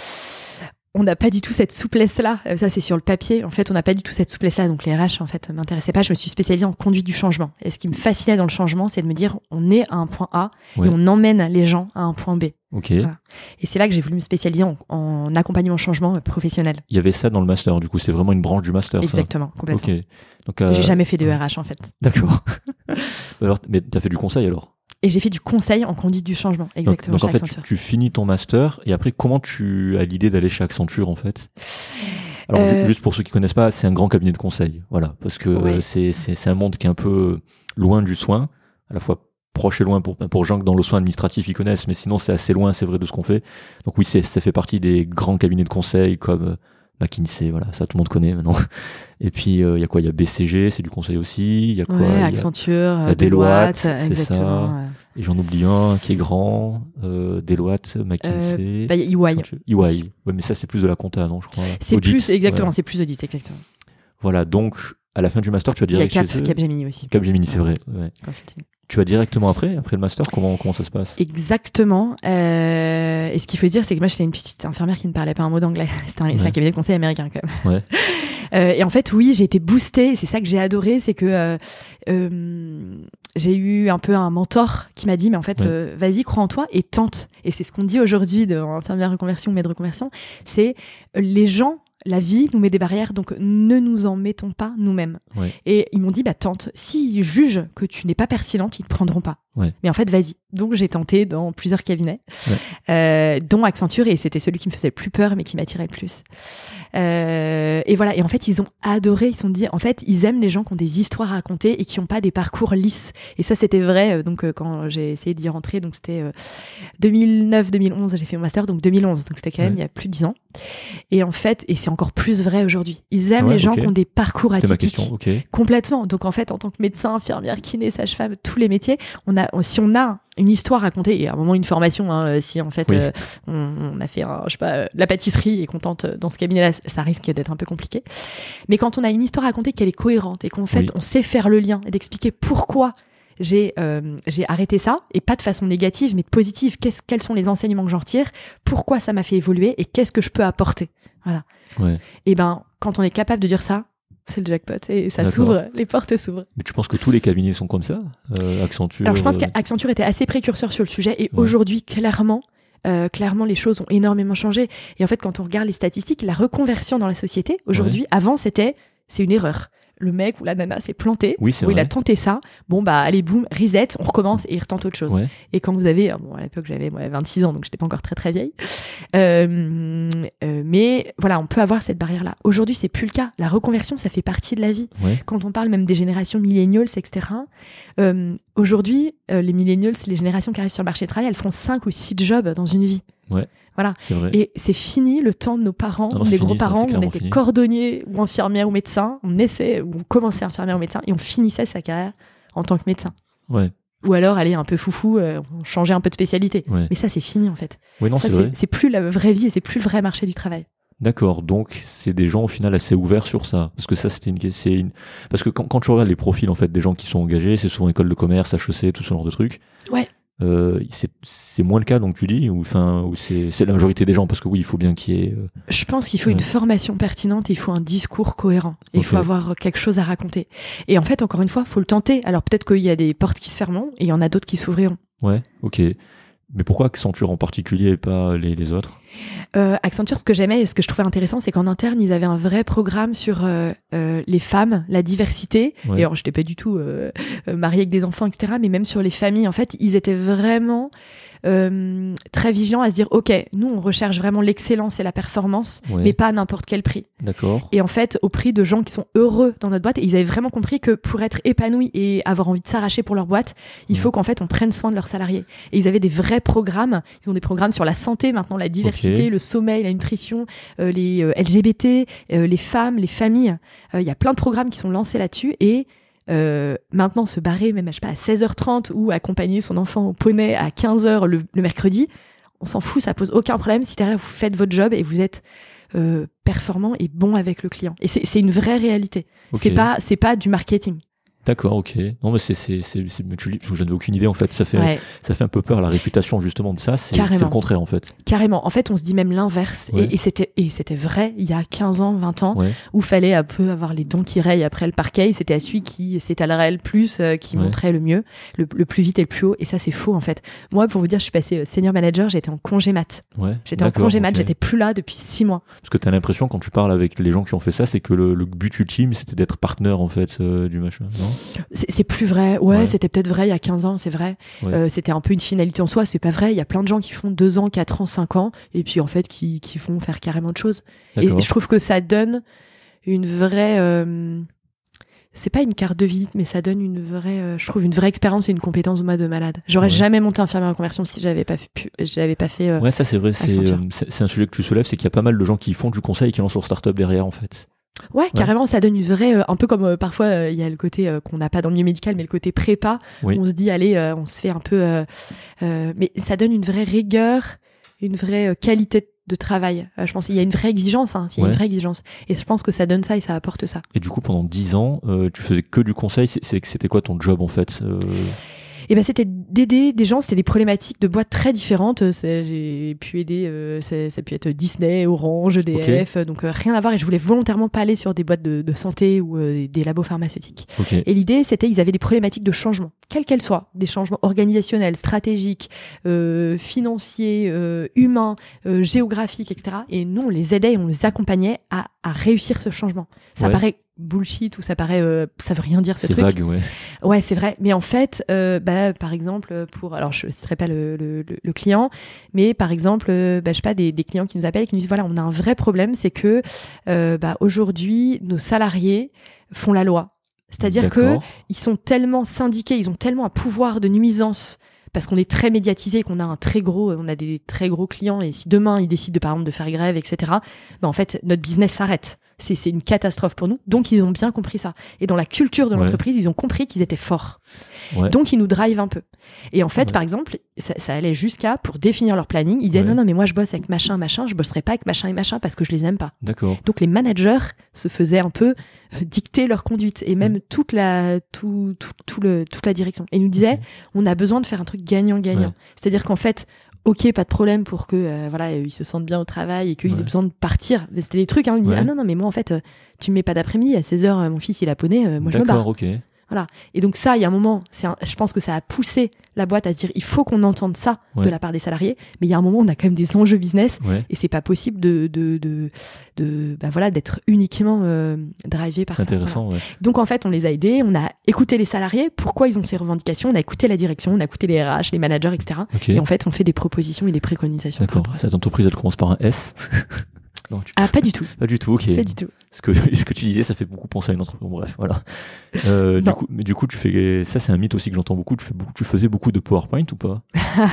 on n'a pas du tout cette souplesse là, ça c'est sur le papier, en fait on n'a pas du tout cette souplesse là, donc les R H en fait m'intéressaient pas. Je me suis spécialisée en conduite du changement et ce qui me fascinait dans le changement c'est de me dire on est à un point A ouais. et on emmène les gens à un point B. Okay. Voilà. Et c'est là que j'ai voulu me spécialiser en, en accompagnement au changement professionnel. Il y avait ça dans le master, du coup, c'est vraiment une branche du master. Exactement, ça. Complètement. Okay. Donc, euh... j'ai jamais fait de R H en fait. D'accord. Alors, mais t'as fait du conseil alors? Et j'ai fait du conseil en conduite du changement, exactement. Donc, donc en fait, tu, tu finis ton master et après, comment tu as l'idée d'aller chez Accenture en fait? Alors, euh... juste pour ceux qui connaissent pas, c'est un grand cabinet de conseil, voilà, parce que oui. euh, c'est, c'est, c'est un monde qui est un peu loin du soin, à la fois proche et loin pour, pour gens que dans le soin administratif ils connaissent, mais sinon c'est assez loin, c'est vrai, de ce qu'on fait. Donc oui, c'est, ça fait partie des grands cabinets de conseil comme McKinsey, voilà, ça tout le monde connaît maintenant. Et puis, il euh, y a quoi? Il y a B C G, c'est du conseil aussi. Il y a quoi? Ouais, y a, Accenture, y a Deloitte, Deloitte, exactement. ça. Et j'en oublie un qui est grand, euh, Deloitte, McKinsey. Euh, bah, y a E Y. E Y. Ouais, mais ça, c'est plus de la compta, non, je crois. C'est audit, plus, exactement, ouais. c'est plus audit, exactement. Voilà, donc, à la fin du master, tu vas Il y a direct Cap, chez eux. Capgemini aussi. Capgemini, c'est vrai. Ouais. Consulting. Tu vas directement après, après le master, comment, comment ça se passe? Exactement. Euh, et ce qu'il faut dire, c'est que moi, j'étais une petite infirmière qui ne parlait pas un mot d'anglais. C'était un, ouais. C'est un cabinet de conseil américain, quand même. Ouais. euh, et en fait, oui, j'ai été boostée. Et c'est ça que j'ai adoré, c'est que euh, euh, j'ai eu un peu un mentor qui m'a dit, mais en fait, ouais. euh, vas-y, crois en toi et tente. Et c'est ce qu'on dit aujourd'hui de infirmière reconversion ou maître de reconversion, c'est euh, les gens. La vie nous met des barrières, donc ne nous en mettons pas nous-mêmes. Ouais. Et ils m'ont dit, bah tente. S'ils jugent que tu n'es pas pertinente, ils te prendront pas. Ouais. Mais en fait, vas-y. Donc j'ai tenté dans plusieurs cabinets, ouais. euh, dont Accenture, et c'était celui qui me faisait le plus peur, mais qui m'attirait le plus. Euh, et voilà. Et en fait, ils ont adoré. Ils se sont dit, en fait, ils aiment les gens qui ont des histoires à raconter et qui n'ont pas des parcours lisses. Et ça, c'était vrai. Euh, donc euh, quand j'ai essayé d'y rentrer, donc c'était euh, deux mille neuf deux mille onze, j'ai fait mon master, donc deux mille onze. Donc c'était quand même ouais. il y a plus de dix ans. Et en fait, et c'est encore plus vrai aujourd'hui. Ils aiment ouais, les gens okay. qui ont des parcours C'était atypiques. Ma question. Okay. Complètement. Donc en fait, en tant que médecin, infirmière, kiné, sage-femme, tous les métiers, on a, si on a une histoire à raconter, et à un moment une formation, hein, si en fait oui. euh, on, on a fait un, je sais pas, euh, la pâtisserie et qu'on tente dans ce cabinet-là, ça risque d'être un peu compliqué. Mais quand on a une histoire à raconter, qu'elle est cohérente et qu'en fait oui. on sait faire le lien et d'expliquer pourquoi j'ai euh, j'ai arrêté ça, et pas de façon négative mais de positive, qu'est-ce, quels sont les enseignements que j'en retire, pourquoi ça m'a fait évoluer et qu'est-ce que je peux apporter, voilà. Ouais. Et ben quand on est capable de dire ça, c'est le jackpot et ça D'accord. s'ouvre, les portes s'ouvrent. Mais tu penses que tous les cabinets sont comme ça, euh, Accenture? Alors je pense qu'Accenture était assez précurseur sur le sujet et ouais. aujourd'hui clairement Euh, clairement, les choses ont énormément changé. Et en fait, quand on regarde les statistiques, la reconversion dans la société, aujourd'hui, ouais. avant, c'était, c'est une erreur. Le mec ou la nana s'est planté, oui, c'est ou vrai. il a tenté ça. Bon, bah, allez, boum, reset, on recommence et il retente autre chose. Ouais. Et quand vous avez, bon, à l'époque, j'avais moi, vingt-six ans, donc j'étais pas encore très, très vieille. Euh, euh, mais voilà, on peut avoir cette barrière-là. Aujourd'hui, c'est plus le cas. La reconversion, ça fait partie de la vie. Ouais. Quand on parle même des générations millennials, et cetera, euh, aujourd'hui, euh, les millennials, les générations qui arrivent sur le marché du travail, elles font cinq ou six jobs dans une vie. Ouais. Voilà. C'est vrai. Et c'est fini le temps de nos parents, non, non, des fini, grands-parents, ça, on était fini. cordonniers ou infirmières ou médecins, on essaie ou on commençait infirmière ou médecin et on finissait sa carrière en tant que médecin. Ouais. Ou alors aller un peu foufou, euh, on changeait un peu de spécialité. Ouais. Mais ça, c'est fini en fait. Oui, non, ça, c'est, c'est, vrai. c'est plus la vraie vie et c'est plus le vrai marché du travail. D'accord, donc c'est des gens au final assez ouverts sur ça, parce que ça c'était une, c'est une... parce que quand, quand tu regardes les profils en fait des gens qui sont engagés, c'est souvent école de commerce, H E C, tout ce genre de trucs. Ouais. Euh, c'est, c'est moins le cas, donc tu dis, ou enfin, ou c'est, c'est la majorité des gens, parce que oui, il faut bien qu'il y ait. Euh... Je pense qu'il faut ouais. une formation pertinente et il faut un discours cohérent. Et okay. Il faut avoir quelque chose à raconter. Et en fait, encore une fois, il faut le tenter. Alors peut-être qu'il y a des portes qui se fermeront et il y en a d'autres qui s'ouvriront. Ouais, ok. Mais pourquoi Accenture en particulier et pas les, les autres ? euh, Accenture, ce que j'aimais et ce que je trouvais intéressant, c'est qu'en interne, ils avaient un vrai programme sur euh, euh, les femmes, la diversité. Ouais. Et alors, je n'étais pas du tout euh, mariée avec des enfants, et cetera. Mais même sur les familles, en fait, ils étaient vraiment euh, très vigilants à se dire, OK, nous, on recherche vraiment l'excellence et la performance, ouais. mais pas à n'importe quel prix. D'accord. Et en fait, au prix de gens qui sont heureux dans notre boîte. Et ils avaient vraiment compris que pour être épanouis et avoir envie de s'arracher pour leur boîte, il ouais. faut qu'en fait, on prenne soin de leurs salariés. Et ils avaient des vrais programmes. Ils ont des programmes sur la santé, maintenant, la diversité, okay. le sommeil, la nutrition, euh, les euh, L G B T, euh, les femmes, les familles. Il euh, y a plein de programmes qui sont lancés là-dessus. Et euh, maintenant, se barrer, même je sais pas, à seize heures trente ou accompagner son enfant au poney à quinze heures le, le mercredi, on s'en fout, ça pose aucun problème si derrière vous faites votre job et vous êtes euh, performant et bon avec le client. Et c'est, c'est une vraie réalité. Okay. C'est pas, c'est pas du marketing. D'accord, ok. Non, mais c'est, c'est, c'est, c'est, je n'avais aucune idée en fait. Ça fait, ouais. ça fait un peu peur la réputation justement de ça. C'est, c'est le contraire en fait. Carrément. En fait, on se dit même l'inverse. Ouais. Et, et c'était, et c'était vrai il y a quinze ans, vingt ans, ouais. où fallait un peu avoir les dents qui rayent après le parquet. C'était à celui qui s'étalerait le plus, euh, qui ouais. montrait le mieux, le, le plus vite et le plus haut. Et ça, c'est faux en fait. Moi, pour vous dire, je suis passée senior manager, j'étais en congé mat. Ouais. J'étais D'accord, en congé mat, okay. j'étais plus là depuis six mois. Parce que t'as l'impression quand tu parles avec les gens qui ont fait ça, c'est que le, le but ultime, c'était d'être partenaire en fait euh, du machin, non ? C'est, c'est plus vrai. Ouais, ouais, c'était peut-être vrai il y a quinze ans, c'est vrai. Ouais. Euh, c'était un peu une finalité en soi, c'est pas vrai. Il y a plein de gens qui font deux ans, quatre ans, cinq ans, et puis en fait qui, qui vont faire carrément autre chose. D'accord. Et je trouve que ça donne une vraie, euh, c'est pas une carte de visite, mais ça donne une vraie, euh, je trouve, une vraie expérience et une compétence moi de malade. J'aurais Ouais. jamais monté infirmière en conversion si j'avais pas pu, j'avais pas fait. Euh, Ouais, ça c'est vrai, c'est, Accenture. euh, c'est, c'est un sujet que tu soulèves, c'est qu'il y a pas mal de gens qui font du conseil et qui lancent leur start-up derrière en fait. Ouais, carrément, ça donne une vraie, euh, un peu comme euh, parfois il euh, y a le côté euh, qu'on n'a pas dans le milieu médical, mais le côté prépa. Oui. On se dit, allez, euh, on se fait un peu, euh, euh, mais ça donne une vraie rigueur, une vraie euh, qualité de travail. Euh, je pense qu'il y a une vraie exigence, hein, il y a Ouais. une vraie exigence, et je pense que ça donne ça et ça apporte ça. Et du coup, pendant dix ans, euh, tu faisais que du conseil. C'est, c'est, c'était quoi ton job en fait euh... Et ben c'était d'aider des gens, c'était des problématiques de boîtes très différentes. C'est, j'ai pu aider, euh, ça, ça a pu être Disney, Orange, E D F, okay. donc euh, rien à voir. Et je voulais volontairement pas aller sur des boîtes de, de santé ou euh, des labos pharmaceutiques. Okay. Et l'idée, c'était ils avaient des problématiques de changement, quelles qu'elles soient, des changements organisationnels, stratégiques, euh, financiers, euh, humains, euh, géographiques, et cetera. Et nous, on les aidait et on les accompagnait à, à réussir ce changement. Ça ouais. paraît bullshit ou ça paraît euh, ça veut rien dire ce c'est truc. C'est vague, ouais. Ouais, c'est vrai. Mais en fait, euh, bah, par exemple, pour alors je ne citerai pas le, le, le, le client, mais par exemple, euh, bah, je sais pas des, des clients qui nous appellent et qui nous disent voilà, on a un vrai problème, c'est que euh, bah, aujourd'hui nos salariés font la loi. C'est-à-dire que ils sont tellement syndiqués, ils ont tellement un pouvoir de nuisance. Parce qu'on est très médiatisé, qu'on a un très gros, on a des très gros clients, et si demain ils décident de, par exemple de faire grève, et cetera, bah en fait notre business s'arrête. C'est, c'est une catastrophe pour nous. Donc ils ont bien compris ça. Et dans la culture de l'entreprise, ouais. ils ont compris qu'ils étaient forts. Ouais. Donc ils nous drivent un peu. Et en fait, ouais. par exemple, ça, ça allait jusqu'à, pour définir leur planning, ils disaient ouais. non, non, mais moi je bosse avec machin, machin, je bosserai pas avec machin et machin parce que je les aime pas. D'accord. Donc les managers se faisaient un peu dicter leur conduite et même mmh. toute la, tout, tout, tout le, toute la direction. Et ils nous disaient, mmh. on a besoin de faire un truc gagnant-gagnant. Ouais. C'est-à-dire qu'en fait, ok, pas de problème pour que euh, voilà, ils se sentent bien au travail et qu'ils ouais. aient besoin de partir. Mais c'était des trucs, hein, on me dit, ouais. ah non, non, mais moi en fait, euh, tu me mets pas d'après-midi, à seize heures, euh, mon fils il a poney, euh, moi je me barre. D'accord, ok. Voilà. Et donc ça, il y a un moment, c'est un, je pense que ça a poussé la boîte à se dire, il faut qu'on entende ça ouais. de la part des salariés, mais il y a un moment, on a quand même des enjeux business ouais. et c'est pas possible de, de, de, de bah voilà, d'être uniquement euh, drivé par c'est ça. Intéressant, voilà. ouais. Donc en fait, on les a aidés, on a écouté les salariés, pourquoi ils ont ces revendications, on a écouté la direction, on a écouté les R H, les managers, et cetera. Okay. Et en fait, on fait des propositions et des préconisations. D'accord. Cette entreprise, elle commence par un S. Non, tu... Ah, pas du tout. Pas du tout, ok. Pas du tout. Ce que, ce que tu disais, ça fait beaucoup penser à une entreprise. Bon, bref, voilà. Euh, du coup, mais du coup, tu fais. Ça, c'est un mythe aussi que j'entends beaucoup. Tu, fais beaucoup, tu faisais beaucoup de PowerPoint ou pas?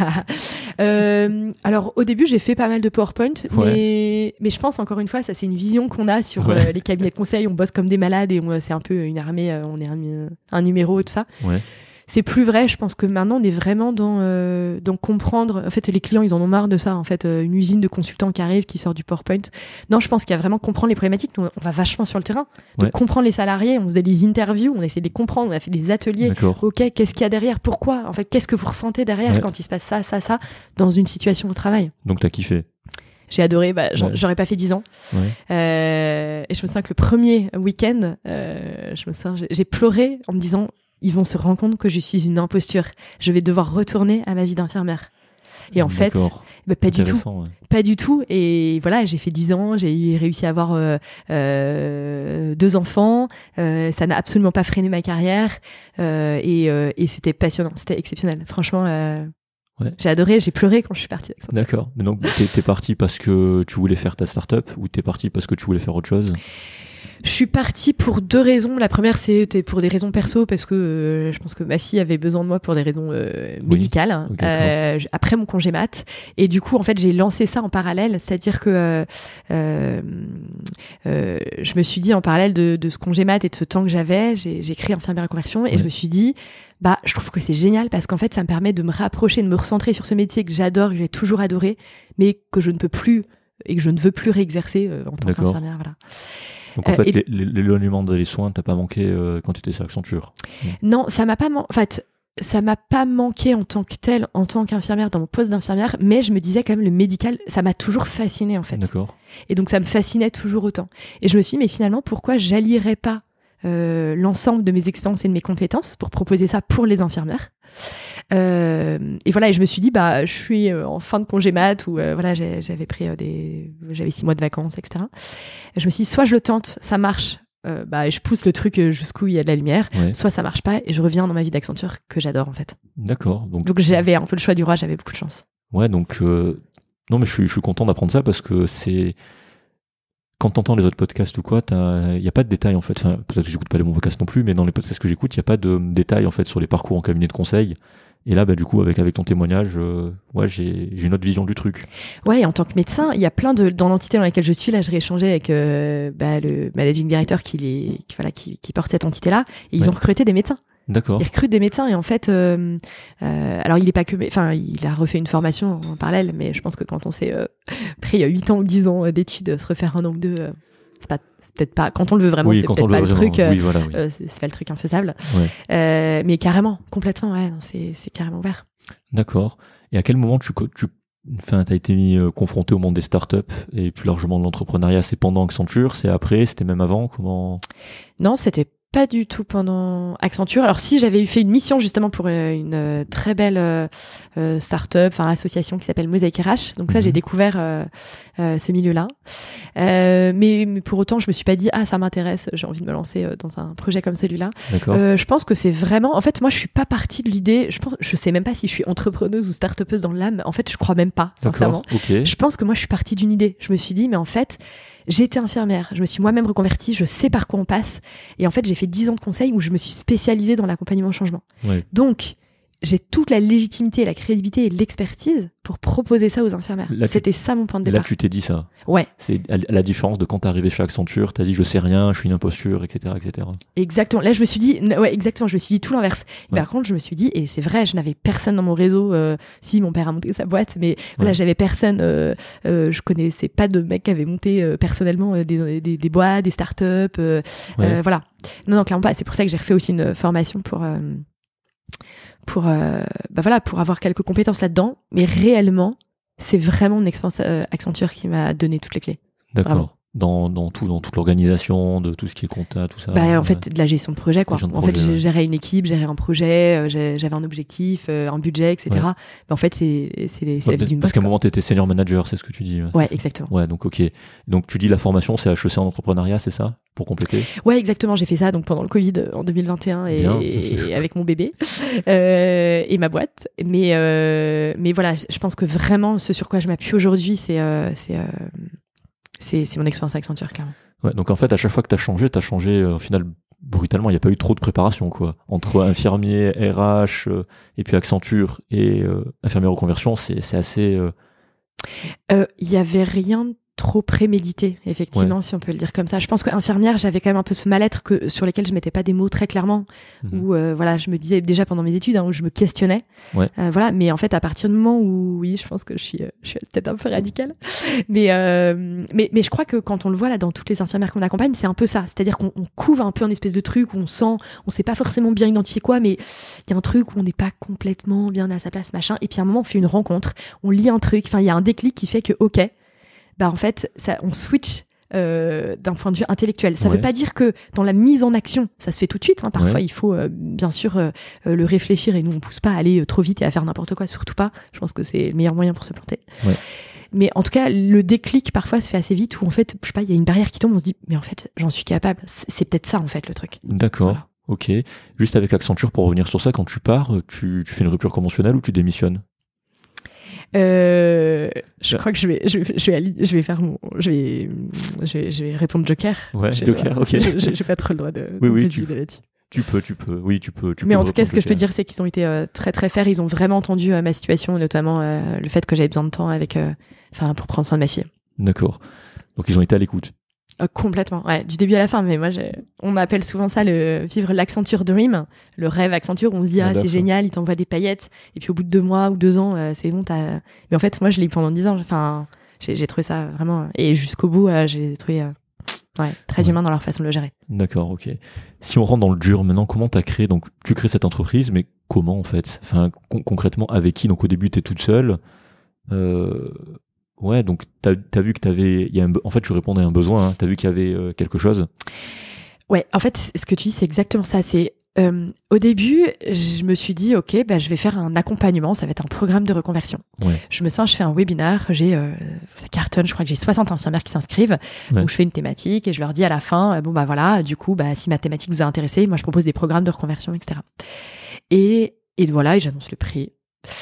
euh, Alors, au début, j'ai fait pas mal de PowerPoint, ouais. mais, mais je pense, encore une fois, ça, c'est une vision qu'on a sur ouais. euh, les cabinets de conseil. On bosse comme des malades et on, c'est un peu une armée, euh, on est un, un numéro et tout ça. Ouais. C'est plus vrai, je pense que maintenant on est vraiment dans, euh, dans comprendre. En fait, les clients, ils en ont marre de ça. En fait, euh, une usine de consultants qui arrive, qui sort du PowerPoint. Non, je pense qu'il y a vraiment comprendre les problématiques. Nous, on va vachement sur le terrain. Donc, ouais. comprendre les salariés. On faisait des interviews, on essaie de les comprendre. On a fait des ateliers. D'accord. Ok, qu'est-ce qu'il y a derrière? Pourquoi? En fait, qu'est-ce que vous ressentez derrière ouais. quand il se passe ça, ça, ça, dans une situation au travail? Donc, t'as kiffé? J'ai adoré. Bah, ouais. J'aurais pas fait dix ans. Ouais. Euh, et je me souviens que le premier week-end, euh, je me souviens, j'ai, j'ai pleuré en me disant. Ils vont se rendre compte que je suis une imposture. Je vais devoir retourner à ma vie d'infirmière. Et en D'accord. fait, bah, pas du tout. Ouais. Pas du tout. Et voilà, j'ai fait dix ans, j'ai réussi à avoir euh, euh, deux enfants. Euh, ça n'a absolument pas freiné ma carrière. Euh, et, euh, et c'était passionnant, c'était exceptionnel. Franchement, euh, ouais. j'ai adoré, j'ai pleuré quand je suis partie. D'accord. Mais donc, t'es, t'es partie parce que tu voulais faire ta start-up ou t'es partie parce que tu voulais faire autre chose? Je suis partie pour deux raisons. La première, c'était pour des raisons perso, parce que euh, je pense que ma fille avait besoin de moi pour des raisons euh, médicales, oui. okay, euh, après mon congé mat. Et du coup, en fait, j'ai lancé ça en parallèle. C'est-à-dire que euh, euh, je me suis dit, en parallèle de, de ce congé mat et de ce temps que j'avais, j'ai, j'ai créé Infirmière Reconversion et oui. je me suis dit, bah, je trouve que c'est génial parce qu'en fait, ça me permet de me rapprocher, de me recentrer sur ce métier que j'adore, que j'ai toujours adoré, mais que je ne peux plus et que je ne veux plus réexercer euh, en tant D'accord. qu'infirmière. Voilà. Donc en euh, fait, et... l'éloignement des soins, t'as pas manqué euh, quand tu étais sur Accenture? Non, ça m'a pas man... en fait, ça m'a pas manqué en tant que telle, en tant qu'infirmière, dans mon poste d'infirmière, mais je me disais quand même le médical, ça m'a toujours fascinée en fait. D'accord. Et donc ça me fascinait toujours autant. Et je me suis dit, mais finalement, pourquoi j'allierais pas euh, l'ensemble de mes expériences et de mes compétences pour proposer ça pour les infirmières? Euh, et voilà, et je me suis dit, bah, je suis euh, en fin de congé mat où euh, voilà, j'ai, j'avais pris euh, des, j'avais six mois de vacances, et cetera. Et je me suis dit, soit je le tente, ça marche, euh, bah, et je pousse le truc jusqu'où il y a de la lumière, ouais. soit ça marche pas et je reviens dans ma vie d'Accenture que j'adore en fait. D'accord. Donc, donc j'avais un peu le choix du roi, j'avais beaucoup de chance. Ouais, donc euh, non, mais je suis, je suis content d'apprendre ça parce que c'est quand t'entends les autres podcasts ou quoi, il n'y a pas de détails en fait. Enfin, peut-être que j'écoute pas les bons podcasts non plus, mais dans les podcasts que j'écoute, il n'y a pas de détails en fait sur les parcours en cabinet de conseil. Et là, bah, du coup, avec, avec ton témoignage, euh, ouais, j'ai, j'ai une autre vision du truc. Ouais, en tant que médecin, il y a plein de, dans l'entité dans laquelle je suis, là, je rééchangeais avec euh, bah, le managing director qui, les, qui, voilà, qui, qui porte cette entité-là, et ils ouais. ont recruté des médecins. D'accord. Ils recrutent des médecins et en fait, euh, euh, alors il est pas que, enfin, il a refait une formation en parallèle, mais je pense que quand on s'est euh, pris il y a huit ans ou dix ans d'études, se refaire un an ou deux, euh, c'est pas, c'est peut-être pas, quand on le veut vraiment, oui, c'est peut-être pas le vraiment. truc, euh, oui, voilà, oui. euh, c'est, c'est pas le truc infaisable. Ouais. Euh, mais carrément, complètement, ouais, non, c'est, c'est carrément ouvert. D'accord. Et à quel moment tu, tu enfin, t'as été mis, euh, confronté au monde des startups et plus largement de l'entrepreneuriat? C'est pendant Accenture, c'est après, c'était même avant? Comment? Non, c'était pas du tout pendant Accenture. Alors si, j'avais fait une mission justement pour une euh, très belle euh, euh, start-up, enfin association qui s'appelle Mosaic R H. Donc ça, mmh. j'ai découvert euh, euh, ce milieu-là. Euh, mais, mais pour autant, je me suis pas dit ah ça m'intéresse, j'ai envie de me lancer euh, dans un projet comme celui-là. D'accord. Euh, je pense que c'est vraiment, en fait, moi je suis pas partie de l'idée. Je pense, je sais même pas si je suis entrepreneuse ou start-upeuse dans l'âme. En fait, je crois même pas, sincèrement. Okay. Je pense que moi je suis partie d'une idée. Je me suis dit mais en fait. J'ai été infirmière, je me suis moi-même reconvertie, je sais par quoi on passe. Et en fait, j'ai fait dix ans de conseil où je me suis spécialisée dans l'accompagnement au changement. Ouais. Donc, j'ai toute la légitimité, la crédibilité et l'expertise pour proposer ça aux infirmières. Là, C'était tu... ça mon point de départ. Là, tu t'es dit ça. Ouais. C'est à la différence de quand t'es arrivé chez Accenture, t'as dit je sais rien, je suis une imposture, et cetera, et cetera. Exactement. Là, je me suis dit, ouais, exactement. Je me suis dit tout l'inverse. Ouais. Par contre, je me suis dit, et c'est vrai, je n'avais personne dans mon réseau. Euh, si, mon père a monté sa boîte, mais voilà, ouais. j'avais personne. Euh, euh, je connaissais pas de mec qui avait monté euh, personnellement euh, des, des, des boîtes, des startups. Euh, ouais. euh, voilà. Non, non, clairement pas. C'est pour ça que j'ai refait aussi une formation pour. Euh, pour euh, bah voilà pour avoir quelques compétences là-dedans, mais réellement c'est vraiment une expérience euh, Accenture qui m'a donné toutes les clés. D'accord. Vraiment. Dans, dans tout, dans toute l'organisation, de tout ce qui est compta, tout ça. Bah, en ouais. fait, de la gestion de projet, quoi. De en projet, fait, ouais. gérer une équipe, gérer un projet, euh, j'avais un objectif, euh, un budget, et cetera. Ouais. Mais en fait, c'est, c'est, les, c'est ouais, la vie d'une boîte. Parce qu'à un moment, tu étais senior manager, c'est ce que tu dis. Ouais, exactement. Ouais, donc, ok. Donc, tu dis la formation, c'est H E C en entrepreneuriat, c'est ça? Pour compléter? Ouais, exactement. J'ai fait ça donc pendant le Covid en deux mille vingt et un et, et avec mon bébé euh, et ma boîte. Mais, euh, mais voilà, je pense que vraiment, ce sur quoi je m'appuie aujourd'hui, c'est, euh, c'est, euh, C'est, c'est mon expérience Accenture, clairement. Ouais, donc en fait, à chaque fois que tu as changé, tu as changé, euh, au final, brutalement. Il n'y a pas eu trop de préparation, quoi. Entre infirmier, R H, euh, et puis Accenture et euh, infirmière reconversion, c'est, c'est assez... Il euh... euh, y avait rien trop prémédité, effectivement, ouais. si on peut le dire comme ça. Je pense qu'infirmière, j'avais quand même un peu ce mal-être que, sur lesquels je mettais pas des mots très clairement, mmh. où euh, voilà, je me disais déjà pendant mes études, hein, où je me questionnais. Ouais. Euh, voilà, mais en fait, à partir du moment où, oui, je pense que je suis, euh, je suis peut-être un peu radicale, mais, euh, mais, mais je crois que quand on le voit là dans toutes les infirmières qu'on accompagne, c'est un peu ça. C'est-à-dire qu'on on couvre un peu un espèce de truc où on sent, on sait pas forcément bien identifier quoi, mais il y a un truc où on n'est pas complètement bien à sa place, machin. Et puis à un moment, on fait une rencontre, on lit un truc, enfin, il y a un déclic qui fait que, ok, bah en fait, ça, on switch euh, d'un point de vue intellectuel. Ça ne ouais. veut pas dire que dans la mise en action, ça se fait tout de suite. Hein. Parfois, ouais. il faut euh, bien sûr euh, le réfléchir et nous, on ne pousse pas à aller trop vite et à faire n'importe quoi, surtout pas. Je pense que c'est le meilleur moyen pour se planter. Ouais. Mais en tout cas, le déclic, parfois, se fait assez vite où, en fait, je sais pas, il y a une barrière qui tombe, on se dit, mais en fait, j'en suis capable. C'est, c'est peut-être ça, en fait, le truc. D'accord. Voilà. Ok. Juste avec Accenture, pour revenir sur ça, quand tu pars, tu, tu fais une rupture conventionnelle ou tu démissionnes? Euh, je crois que je vais, je vais, je vais, je vais faire mon, je vais, je vais, je vais répondre Joker. Ouais, j'ai Joker, pas, ok. Je, je, j'ai pas trop le droit de. Oui, de oui, tu, là-dessus. tu peux, tu peux, oui, tu peux. Tu Mais peux en tout cas, ce que je peux Joker. dire, c'est qu'ils ont été euh, très, très fairs. Ils ont vraiment entendu euh, ma situation, notamment euh, le fait que j'avais besoin de temps avec, enfin, euh, pour prendre soin de ma fille. D'accord. Donc ils ont été à l'écoute. Euh, complètement, ouais, du début à la fin. Mais moi, j'ai... on m'appelle souvent ça le vivre l'Accenture Dream, le rêve Accenture. On se dit ah, ah c'est génial, il t'envoie des paillettes. Et puis au bout de deux mois ou deux ans, euh, c'est bon. T'as... Mais en fait, moi, je l'ai eu pendant dix ans. Enfin, j'ai, j'ai trouvé ça vraiment. Et jusqu'au bout, euh, j'ai trouvé euh, ouais, très ouais. humain dans leur façon de le gérer. D'accord, ok. Si on rentre dans le dur maintenant, comment t'as créé? Donc, tu crées cette entreprise, mais comment en fait? Enfin, con- concrètement, avec qui? Donc au début, t'es toute seule. Euh... Ouais, donc t'as, t'as vu que t'avais, il y a un, en fait, tu répondais à un besoin. Hein, t'as vu qu'il y avait euh, quelque chose. Ouais, en fait, ce que tu dis, c'est exactement ça. C'est euh, au début, je me suis dit, ok, bah, je vais faire un accompagnement. Ça va être un programme de reconversion. Ouais. Je me sens, je fais un webinaire. J'ai, euh, ça cartonne. Je crois que j'ai soixante infirmières qui s'inscrivent. Ouais. Donc je fais une thématique et je leur dis à la fin, euh, bon bah voilà, du coup, bah si ma thématique vous a intéressé, moi je propose des programmes de reconversion, et cetera. Et et voilà, et j'annonce le prix.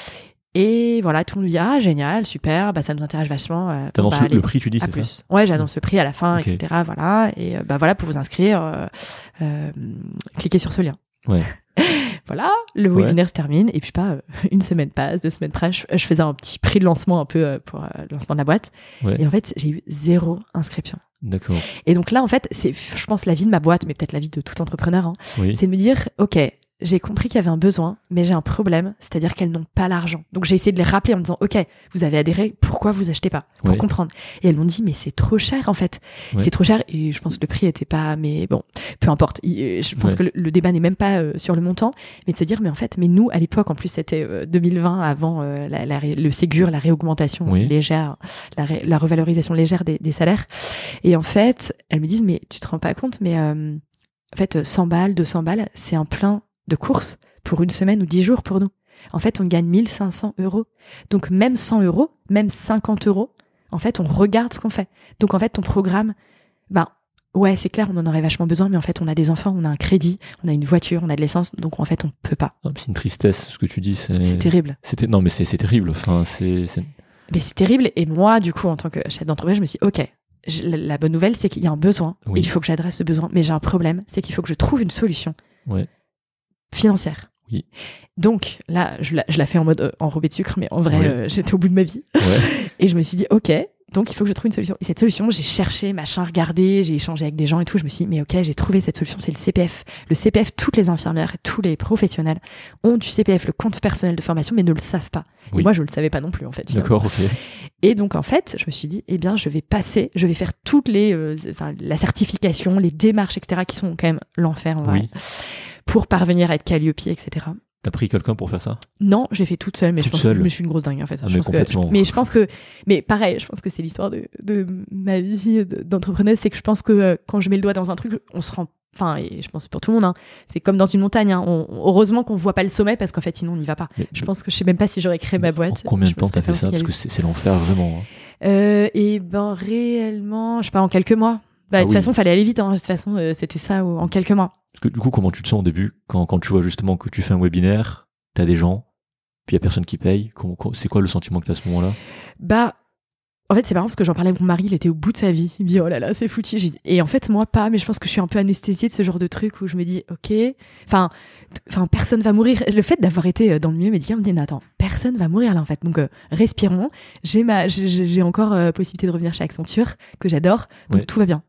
Et voilà, tout le monde me dit ah génial, super, bah ça nous intéresse vachement. Euh, T'annonces bah, le, allez, le prix, tu dis, à c'est plus. ça? Ouais, j'annonce le prix à la fin, Okay. et cetera. Voilà, et euh, bah voilà pour vous inscrire, euh, euh, cliquez sur ce lien. Ouais. Voilà, le Ouais. webinaire se termine et puis pas euh, une semaine passe, deux semaines passe, je, je faisais un petit prix de lancement un peu euh, pour euh, le lancement de la boîte. Ouais. Et en fait, j'ai eu zéro inscription. D'accord. Et donc là, en fait, c'est, je pense, la vie de ma boîte, mais peut-être la vie de tout entrepreneur, hein, Oui. c'est de me dire, ok, j'ai compris qu'il y avait un besoin, mais j'ai un problème, c'est-à-dire qu'elles n'ont pas l'argent. Donc j'ai essayé de les rappeler en me disant, ok, vous avez adhéré, pourquoi vous achetez pas, pour Ouais. comprendre. Et elles m'ont dit, mais c'est trop cher en fait, Ouais. c'est trop cher. Et je pense que le prix était pas, mais bon, peu importe. Il- Je pense Ouais. que le, le débat n'est même pas euh, sur le montant, mais de se dire, mais en fait, mais nous à l'époque, en plus c'était euh, deux mille vingt, avant euh, la, la ré- le Ségur, la réaugmentation Oui. légère, la, ré- la revalorisation légère des, des salaires. Et en fait, elles me disent, mais tu te rends pas compte, mais euh, en fait, cent balles, deux cents balles, c'est un plein de courses pour une semaine ou dix jours pour nous. En fait, on gagne mille cinq cents euros. Donc, même cent euros, même cinquante euros, en fait, on regarde ce qu'on fait. Donc, en fait, ton programme, ben, ouais, c'est clair, on en aurait vachement besoin, mais en fait, on a des enfants, on a un crédit, on a une voiture, on a de l'essence, donc en fait, on peut pas. Ah, c'est une tristesse, ce que tu dis. C'est, C'est terrible. C'était... Non, mais c'est, c'est terrible. Enfin, c'est, c'est... Mais c'est terrible. Et moi, du coup, en tant que chef d'entreprise, je me suis dit, OK, je- la, la bonne nouvelle, c'est qu'il y a un besoin. Oui. Et il faut que j'adresse ce besoin. Mais j'ai un problème, c'est qu'il faut que je trouve une solution Ouais. financière. Oui. Donc là, je la, je la fais en mode euh, enrobé de sucre, mais en vrai, Oui. euh, j'étais au bout de ma vie. Ouais. Et je me suis dit, OK, donc il faut que je trouve une solution. Et cette solution, j'ai cherché, machin, regardé, j'ai échangé avec des gens et tout. Je me suis dit, mais OK, j'ai trouvé cette solution, c'est le C P F. Le C P F, toutes les infirmières, tous les professionnels ont du C P F, le compte personnel de formation, mais ne le savent pas. Oui. Et moi, je le savais pas non plus, en fait. finalement. D'accord, ok. Et donc, en fait, je me suis dit, eh bien, je vais passer, je vais faire toutes les, euh, enfin, la certification, les démarches, et cetera, qui sont quand même l'enfer, en vrai, Oui. pour parvenir à être Calliope, et cetera. T'as pris quelqu'un pour faire ça? Non, je l'ai fait toute seule, mais Toute je pense seule que mais je suis une grosse dingue en fait. Ah, je mais pense que, complètement. je- mais je pense que, mais pareil, je pense que c'est l'histoire de, de ma vie de- d'entrepreneuse, c'est que je pense que euh, quand je mets le doigt dans un truc, on se rend, enfin, et je pense que pour tout le monde, hein, c'est comme dans une montagne. Hein, on, on- heureusement qu'on voit pas le sommet parce qu'en fait, sinon on n'y va pas. Mais- Je pense que je sais même pas si j'aurais créé ma En boîte. combien de Je me temps t'as serais fait ça? pas Parce que c'est, c'est l'enfer, vraiment. hein. Euh, et ben réellement, je sais pas, en quelques mois. Bah, Ah de toute oui. façon, il fallait aller vite. Hein. De toute façon, euh, c'était ça euh, en quelques mois. Parce que du coup, comment tu te sens au début quand, quand tu vois justement que tu fais un webinaire, t'as des gens, puis il n'y a personne qui paye? Comment- comment- C'est quoi le sentiment que t'as à ce moment-là? Bah, en fait, c'est marrant parce que j'en parlais avec mon mari, il était au bout de sa vie. Il me dit, oh là là, c'est foutu. J'ai dit- Et en fait, moi, pas, mais je pense que je suis un peu anesthésiée de ce genre de truc où je me dis, ok, enfin, t- enfin, personne va mourir. Le fait d'avoir été euh, dans le milieu médical, on me dit, non, attends, personne va mourir là, en fait. Donc, euh, respirons. J'ai ma, j'ai- j'ai j'ai encore euh, possibilité de revenir chez Accenture, que j'adore. Donc, Ouais. tout va bien.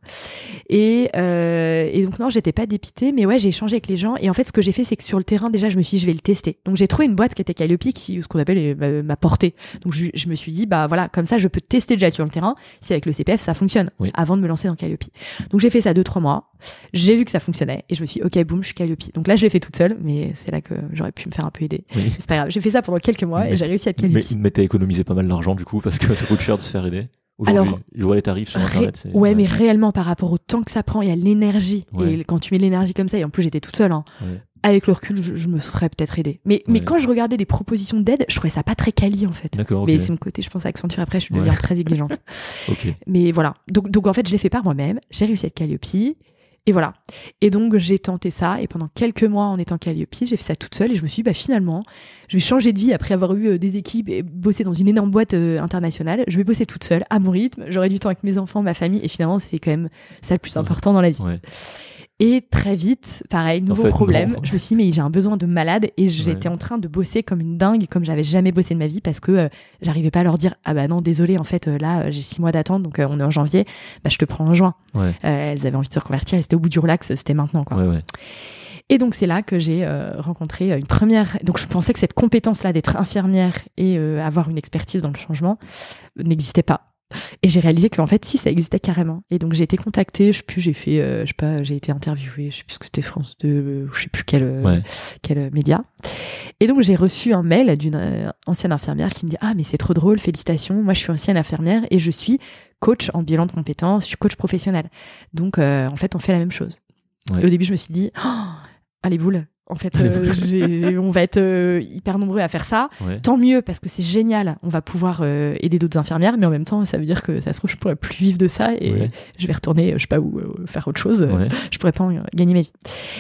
Et, euh, et donc, non, j'étais pas dépitée, mais ouais, j'ai échangé avec les gens. Et en fait, ce que j'ai fait, c'est que sur le terrain, déjà, je me suis dit, je vais le tester. Donc, j'ai trouvé une boîte qui était Calliope, qui, ce qu'on appelle euh, ma, ma portée. Donc, je, je me suis dit, bah voilà, comme ça, je peux tester déjà sur le terrain si avec le C P F ça fonctionne Oui. avant de me lancer dans Calliope. Donc, j'ai fait ça deux, trois mois. J'ai vu que ça fonctionnait et je me suis dit, ok, boum, je suis Calliope. Donc là, je l'ai fait toute seule, mais c'est là que j'aurais pu me faire un peu aider. Oui. Mais c'est pas grave. J'ai fait ça pendant quelques mois Mais- et j'ai réussi à être Mais, Calliope. mais t'as économisé pas mal d'argent du coup, parce que ça coûte cher de se faire aider. Aujourd'hui, Alors, je vois les tarifs sur Ré- internet. C'est... ouais, mais réellement, par rapport au temps que ça prend et à l'énergie, Ouais. et quand tu mets de l'énergie comme ça, et en plus j'étais toute seule, hein, Ouais. avec le recul, je, je me serais peut-être aidée. Mais, mais Ouais. quand je regardais des propositions d'aide, je trouvais ça pas très quali en fait. D'accord, ok. Mais c'est mon côté, je pense, Accenture après, je Ouais. deviens très exigeante. Ok. Mais voilà. Donc, donc en fait, je l'ai fait par moi-même. J'ai réussi à être Calliope. Et voilà. Et donc, j'ai tenté ça. Et pendant quelques mois, en étant Calliope, j'ai fait ça toute seule. Et je me suis dit, bah, finalement, je vais changer de vie après avoir eu euh, des équipes et bossé dans une énorme boîte euh, internationale. Je vais bosser toute seule, à mon rythme. J'aurai du temps avec mes enfants, ma famille. Et finalement, c'est quand même ça le plus Ouais. important dans la vie. Ouais. Et très vite, pareil, nouveau fait, problème. non. Je me suis dit, mais j'ai un besoin de malade. Et j'étais Ouais. en train de bosser comme une dingue, comme j'avais jamais bossé de ma vie, parce que euh, j'arrivais pas à leur dire, ah bah non, désolé, en fait, euh, là, euh, j'ai six mois d'attente, donc euh, on est en janvier, bah je te prends en juin. Ouais. Euh, elles avaient envie de se reconvertir, elles étaient au bout du relax, c'était maintenant, quoi. Ouais, ouais. Et donc, c'est là que j'ai euh, rencontré une première. Donc, je pensais que cette compétence-là d'être infirmière et euh, avoir une expertise dans le changement euh, n'existait pas. Et j'ai réalisé qu'en fait, si, ça existait carrément. Et donc, j'ai été contactée, je sais plus, j'ai fait, euh, je sais pas, j'ai été interviewée, je sais plus ce que c'était, France deux, euh, je sais plus quel, euh, Ouais. quel euh, média. Et donc, j'ai reçu un mail d'une euh, ancienne infirmière qui me dit, ah, mais c'est trop drôle, félicitations, moi, je suis ancienne infirmière et je suis coach en bilan de compétences, je suis coach professionnel. Donc, euh, en fait, on fait la même chose. Ouais. Et au début, je me suis dit, oh, allez, boule. En fait, euh, j'ai- on va être euh, hyper nombreux à faire ça. Ouais. Tant mieux, parce que c'est génial. On va pouvoir euh, aider d'autres infirmières, mais en même temps, ça veut dire que ça se trouve, je pourrais plus vivre de ça et Ouais. je vais retourner, je sais pas où, euh, faire autre chose. Ouais. Je pourrais pas en gagner ma vie.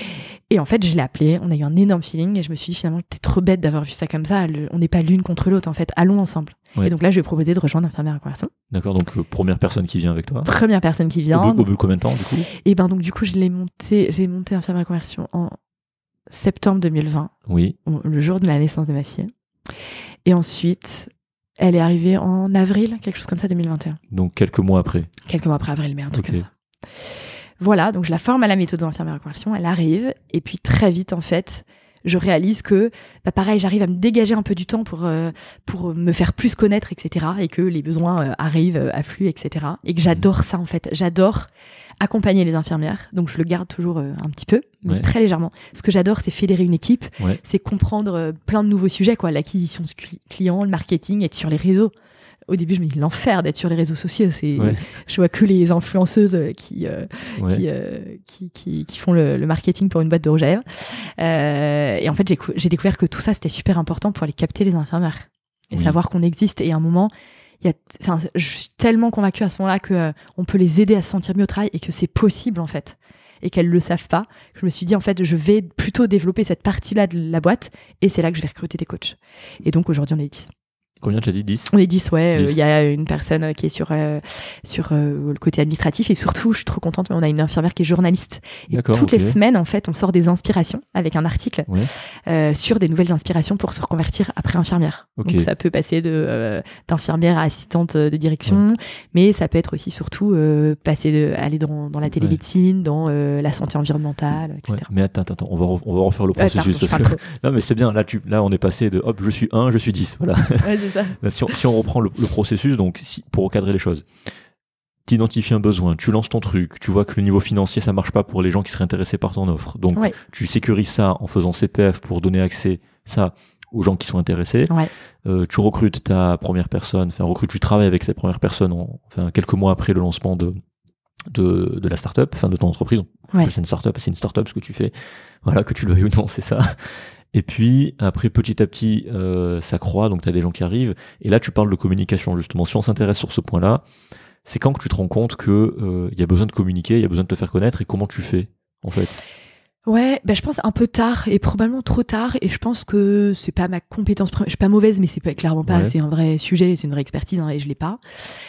Et en fait, je l'ai appelé, on a eu un énorme feeling et je me suis dit finalement, t'es trop bête d'avoir vu ça comme ça, le, on n'est pas l'une contre l'autre en fait, allons ensemble. Ouais. Et donc là, je lui ai proposé de rejoindre Infirmière Reconversion. D'accord, donc euh, première personne qui vient avec toi. Première personne qui vient. Au bout, au bout de combien de temps du coup? Et ben donc du coup, je l'ai monté, j'ai monté Infirmière Reconversion en septembre deux mille vingt, oui. le jour de la naissance de ma fille. Et ensuite, elle est arrivée en avril, quelque chose comme ça, deux mille vingt et un. Donc quelques mois après. Quelques mois après avril, mais un truc okay. comme ça. Voilà, donc je la forme à la méthode d'infirmière reconversion, elle arrive, et puis très vite, en fait, je réalise que, bah pareil, j'arrive à me dégager un peu du temps pour, euh, pour me faire plus connaître, et cetera, et que les besoins euh, arrivent, euh, affluent, et cetera, et que j'adore ça, en fait. J'adore accompagner les infirmières, donc je le garde toujours euh, un petit peu, mais ouais. très légèrement. Ce que j'adore, c'est fédérer une équipe, ouais. c'est comprendre euh, plein de nouveaux sujets, quoi, l'acquisition client, le marketing, être sur les réseaux. Au début, je me dis l'enfer d'être sur les réseaux sociaux. C'est, ouais. je vois que les influenceuses qui euh, ouais. qui, euh, qui, qui qui font le, le marketing pour une boîte de rouge à lèvres. Euh, et en fait, j'ai, j'ai découvert que tout ça c'était super important pour aller capter les infirmières et oui. savoir qu'on existe. Et à un moment, il y a, enfin, je suis tellement convaincue à ce moment-là que euh, on peut les aider à se sentir mieux au travail et que c'est possible en fait. Et qu'elles le savent pas. Je me suis dit en fait, je vais plutôt développer cette partie-là de la boîte et c'est là que je vais recruter des coachs. Et donc aujourd'hui, on est dix. Combien tu as dit? dix? On est dix, ouais. Il euh, y a une personne qui est sur, euh, sur euh, le côté administratif et surtout, je suis trop contente, mais on a une infirmière qui est journaliste. Et D'accord, toutes okay. les semaines, en fait, on sort des inspirations avec un article ouais. euh, sur des nouvelles inspirations pour se reconvertir après infirmière. Okay. Donc ça peut passer de, euh, d'infirmière à assistante de direction, ouais. mais ça peut être aussi surtout euh, passer de, aller dans, dans la télémédecine, ouais. dans euh, la santé environnementale, et cetera. Ouais. Mais attends, attends, on va, re, on va refaire le processus. Ouais, pardon, parce que... Non, mais c'est bien, là, tu, là, on est passé de hop, je suis un, je suis dix. Voilà. Ouais, c'est ça. Si on, si on reprend le, le processus, donc si, pour recadrer les choses, tu identifies un besoin, tu lances ton truc, tu vois que le niveau financier ça marche pas pour les gens qui seraient intéressés par ton offre, donc ouais. tu sécurises ça en faisant C P F pour donner accès ça aux gens qui sont intéressés. Ouais. Euh, tu recrutes ta première personne, enfin recrutes, tu travailles avec cette première personne, en, enfin quelques mois après le lancement de de, de la startup, enfin de ton entreprise. Ouais. C'est une startup, c'est une startup ce que tu fais, voilà, que tu le veuilles ou non, c'est ça. Et puis, après, petit à petit, euh, ça croît, donc tu as des gens qui arrivent. Et là, tu parles de communication, justement. Si on s'intéresse sur ce point-là, c'est quand que tu te rends compte qu'il euh, y a besoin de communiquer, il y a besoin de te faire connaître, et comment tu fais, en fait? Ouais, ben je pense un peu tard, et probablement trop tard, et je pense que c'est pas ma compétence première. Je suis pas mauvaise, mais c'est pas, clairement pas, ouais. c'est un vrai sujet, c'est une vraie expertise, hein, et je l'ai pas.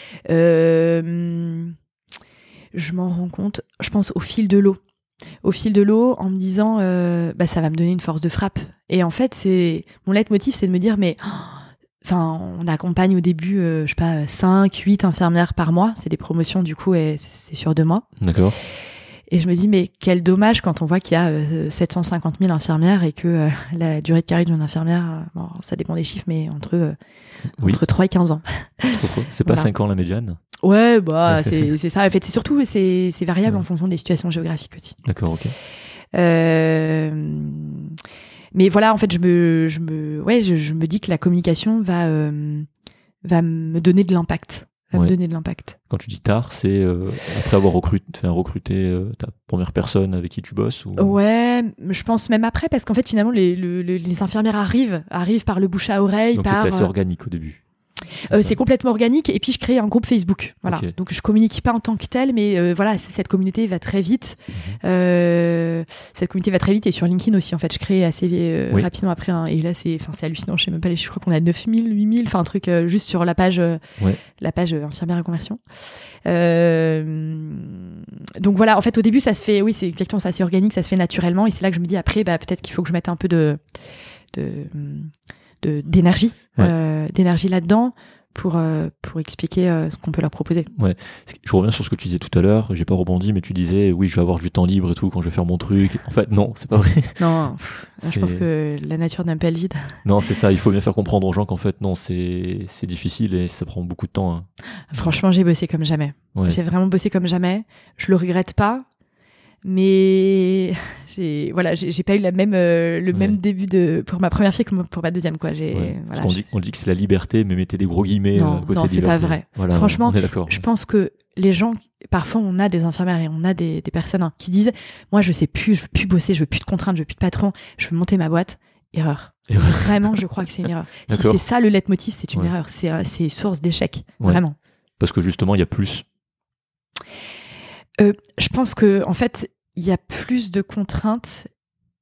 Euh, je m'en rends compte, je pense au fil de l'eau. au fil de l'eau en me disant euh, bah ça va me donner une force de frappe. Et en fait, c'est mon leitmotiv, c'est de me dire mais enfin, oh, on accompagne au début euh, je sais pas cinq, huit infirmières par mois, c'est des promotions du coup et c'est, c'est sur deux mois. D'accord. Et je me dis mais quel dommage quand on voit qu'il y a euh, sept cent cinquante mille infirmières et que euh, la durée de carrière d'une infirmière, euh, bon, ça dépend des chiffres mais entre euh, oui. entre trois et quinze ans. C'est pas voilà. cinq ans la médiane? Ouais, bah c'est c'est ça. En fait, c'est surtout c'est c'est variable ouais. en fonction des situations géographiques aussi. D'accord, ok. Euh, mais voilà, en fait, je me je me ouais, je, je me dis que la communication va euh, va me donner de l'impact. Va ouais. me donner de l'impact. Quand tu dis tard, c'est euh, après avoir recruté, enfin, recruté euh, ta première personne avec qui tu bosses ou... Ouais, je pense même après parce qu'en fait finalement les le, le, les infirmières arrivent arrivent par le bouche à oreille. Donc par, c'est assez organique au début. Euh, c'est complètement organique et puis je crée un groupe Facebook, voilà. Okay. Donc je communique pas en tant que tel, mais euh, voilà, cette communauté va très vite. Mmh. Euh, cette communauté va très vite et sur LinkedIn aussi en fait, je crée assez euh, oui. rapidement après. Hein, et là c'est, enfin c'est hallucinant, je sais même pas les chiffres, je crois qu'on a neuf mille, huit mille, enfin un truc euh, juste sur la page, euh, ouais. la page euh, infirmière reconversion. Euh, donc voilà, en fait au début ça se fait, oui c'est exactement ça, c'est organique, ça se fait naturellement et c'est là que je me dis après, bah peut-être qu'il faut que je mette un peu de, de De, d'énergie, ouais. euh, d'énergie là-dedans pour, euh, pour expliquer euh, ce qu'on peut leur proposer. Ouais. Je reviens sur ce que tu disais tout à l'heure, j'ai pas rebondi, mais tu disais oui, je vais avoir du temps libre et tout quand je vais faire mon truc. En fait, non, c'est pas vrai. Non, je pense que la nature n'aime pas le vide. Non, c'est ça, il faut bien faire comprendre aux gens qu'en fait, non, c'est, c'est difficile et ça prend beaucoup de temps. Hein. Franchement, j'ai bossé comme jamais. Ouais. J'ai vraiment bossé comme jamais. Je le regrette pas. Mais j'ai voilà j'ai, j'ai pas eu la même euh, le ouais. même début de pour ma première fille que pour ma deuxième quoi j'ai ouais. voilà, on dit on dit que c'est la liberté mais mettez des gros guillemets non à côté non c'est liberté. Pas vrai voilà, franchement je pense que les gens parfois on a des infirmières et on a des des personnes hein, qui disent moi je sais plus je veux plus bosser je veux plus de contraintes je veux plus de patron je veux monter ma boîte. Erreur. erreur. Vraiment je crois que c'est une erreur. D'accord. Si c'est ça le leitmotiv c'est une ouais. erreur c'est euh, c'est source d'échec ouais. vraiment parce que justement il y a plus. Euh, je pense que en fait, il y a plus de contraintes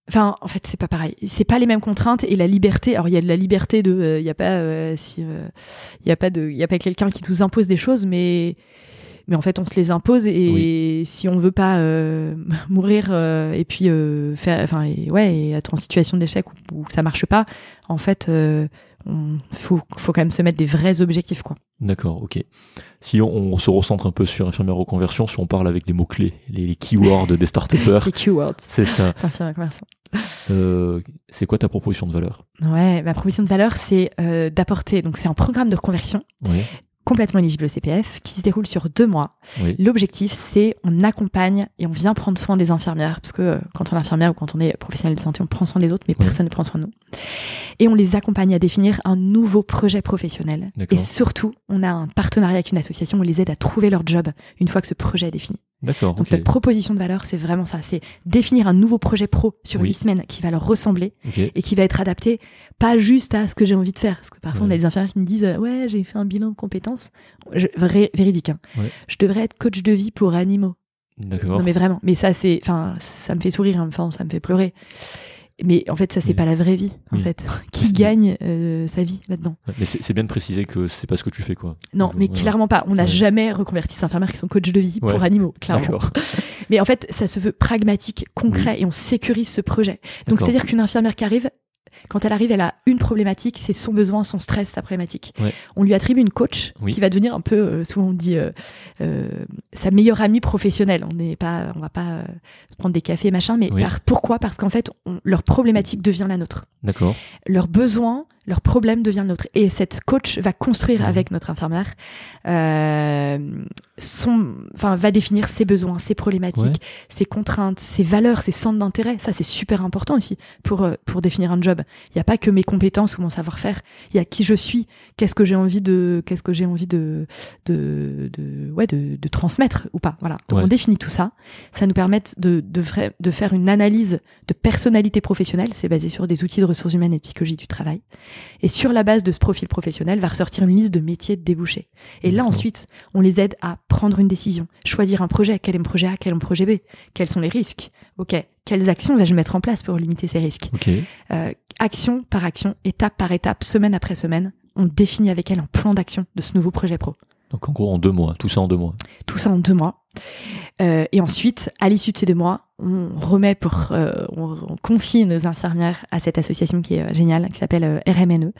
Enfin, en fait, c'est pas pareil. C'est pas les mêmes contraintes et la liberté. Alors, il y a de la liberté de, il euh, y a pas, euh, si, il euh, y a pas de, il y a pas quelqu'un qui nous impose des choses, mais, mais en fait, on se les impose et oui. si on veut pas euh, mourir euh, et puis euh, faire, enfin, et, ouais, et être en situation d'échec où, où ça marche pas, en fait, euh, on faut, faut quand même se mettre des vrais objectifs, quoi. D'accord, ok. Si on, on se recentre un peu sur infirmière reconversion, si on parle avec des mots-clés, les, les keywords des start-upers. Les keywords. C'est ça. Infirmière reconversion. Euh, c'est quoi ta proposition de valeur ? Ouais, ma proposition de valeur, c'est euh, d'apporter, donc c'est un programme de reconversion. Oui. Complètement éligible au C P F, qui se déroule sur deux mois. Oui. L'objectif, c'est on accompagne et on vient prendre soin des infirmières, parce que euh, quand on est infirmière ou quand on est professionnel de santé, on prend soin des autres, mais oui. personne ne prend soin de nous. Et on les accompagne à définir un nouveau projet professionnel. D'accord. Et surtout, on a un partenariat avec une association où on les aide à trouver leur job une fois que ce projet est défini. D'accord. Donc okay. notre proposition de valeur, c'est vraiment ça, c'est définir un nouveau projet pro sur huit oui. semaines qui va leur ressembler okay. et qui va être adapté pas juste à ce que j'ai envie de faire, parce que parfois ouais. on a des infirmières qui me disent ouais j'ai fait un bilan de compétences, je, vrai, véridique, hein. ouais. je devrais être coach de vie pour animaux. D'accord. Non mais vraiment, mais ça c'est, enfin ça me fait sourire, enfin ça me fait pleurer. Mais en fait, ça, c'est oui. pas la vraie vie, en oui. fait. Qui c'est... gagne euh, sa vie là-dedans ? Mais c'est, c'est bien de préciser que c'est pas ce que tu fais, quoi. Non, Donc, mais ouais. clairement pas. On n'a ouais. jamais reconverti ces infirmières qui sont coachs de vie ouais. pour animaux, clairement. D'accord. Mais en fait, ça se veut pragmatique, concret, oui. et on sécurise ce projet. Donc, D'accord. c'est-à-dire qu'une infirmière qui arrive, quand elle arrive, elle a une problématique, c'est son besoin, son stress, sa problématique. Ouais. On lui attribue une coach oui. qui va devenir un peu, euh, souvent on dit, euh, euh, sa meilleure amie professionnelle. On n'est pas, on va pas euh, se prendre des cafés, machin, mais oui. par, pourquoi ? Parce qu'en fait, on, leur problématique devient la nôtre. D'accord. Leur besoin, leur problème devient le nôtre. Et cette coach va construire mmh. avec notre infirmière, euh, son, enfin, va définir ses besoins, ses problématiques, ouais. ses contraintes, ses valeurs, ses centres d'intérêt. Ça, c'est super important aussi pour, euh, pour définir un job. Il n'y a pas que mes compétences ou mon savoir-faire. Il y a qui je suis, qu'est-ce que j'ai envie de, qu'est-ce que j'ai envie de, de, de, ouais, de, de transmettre ou pas. Voilà. Donc, ouais. on définit tout ça. Ça nous permet de, de, vrai, de faire une analyse de personnalité professionnelle. C'est basé sur des outils de ressources humaines et de psychologie du travail. Et sur la base de ce profil professionnel, va ressortir une liste de métiers de débouchés. Et là, ensuite, on les aide à prendre une décision, choisir un projet. Quel est mon projet A, quel est mon projet B ? Quels sont les risques ? Ok. Quelles actions vais-je mettre en place pour limiter ces risques ? okay. euh, Action par action, étape par étape, semaine après semaine, on définit avec elle un plan d'action de ce nouveau projet pro. Donc en gros, en deux mois, tout ça en deux mois. Tout ça en deux mois. Euh, et ensuite, à l'issue de ces deux mois, on remet pour, euh, on, on confie nos infirmières à cette association qui est euh, géniale, qui s'appelle euh, R M N E,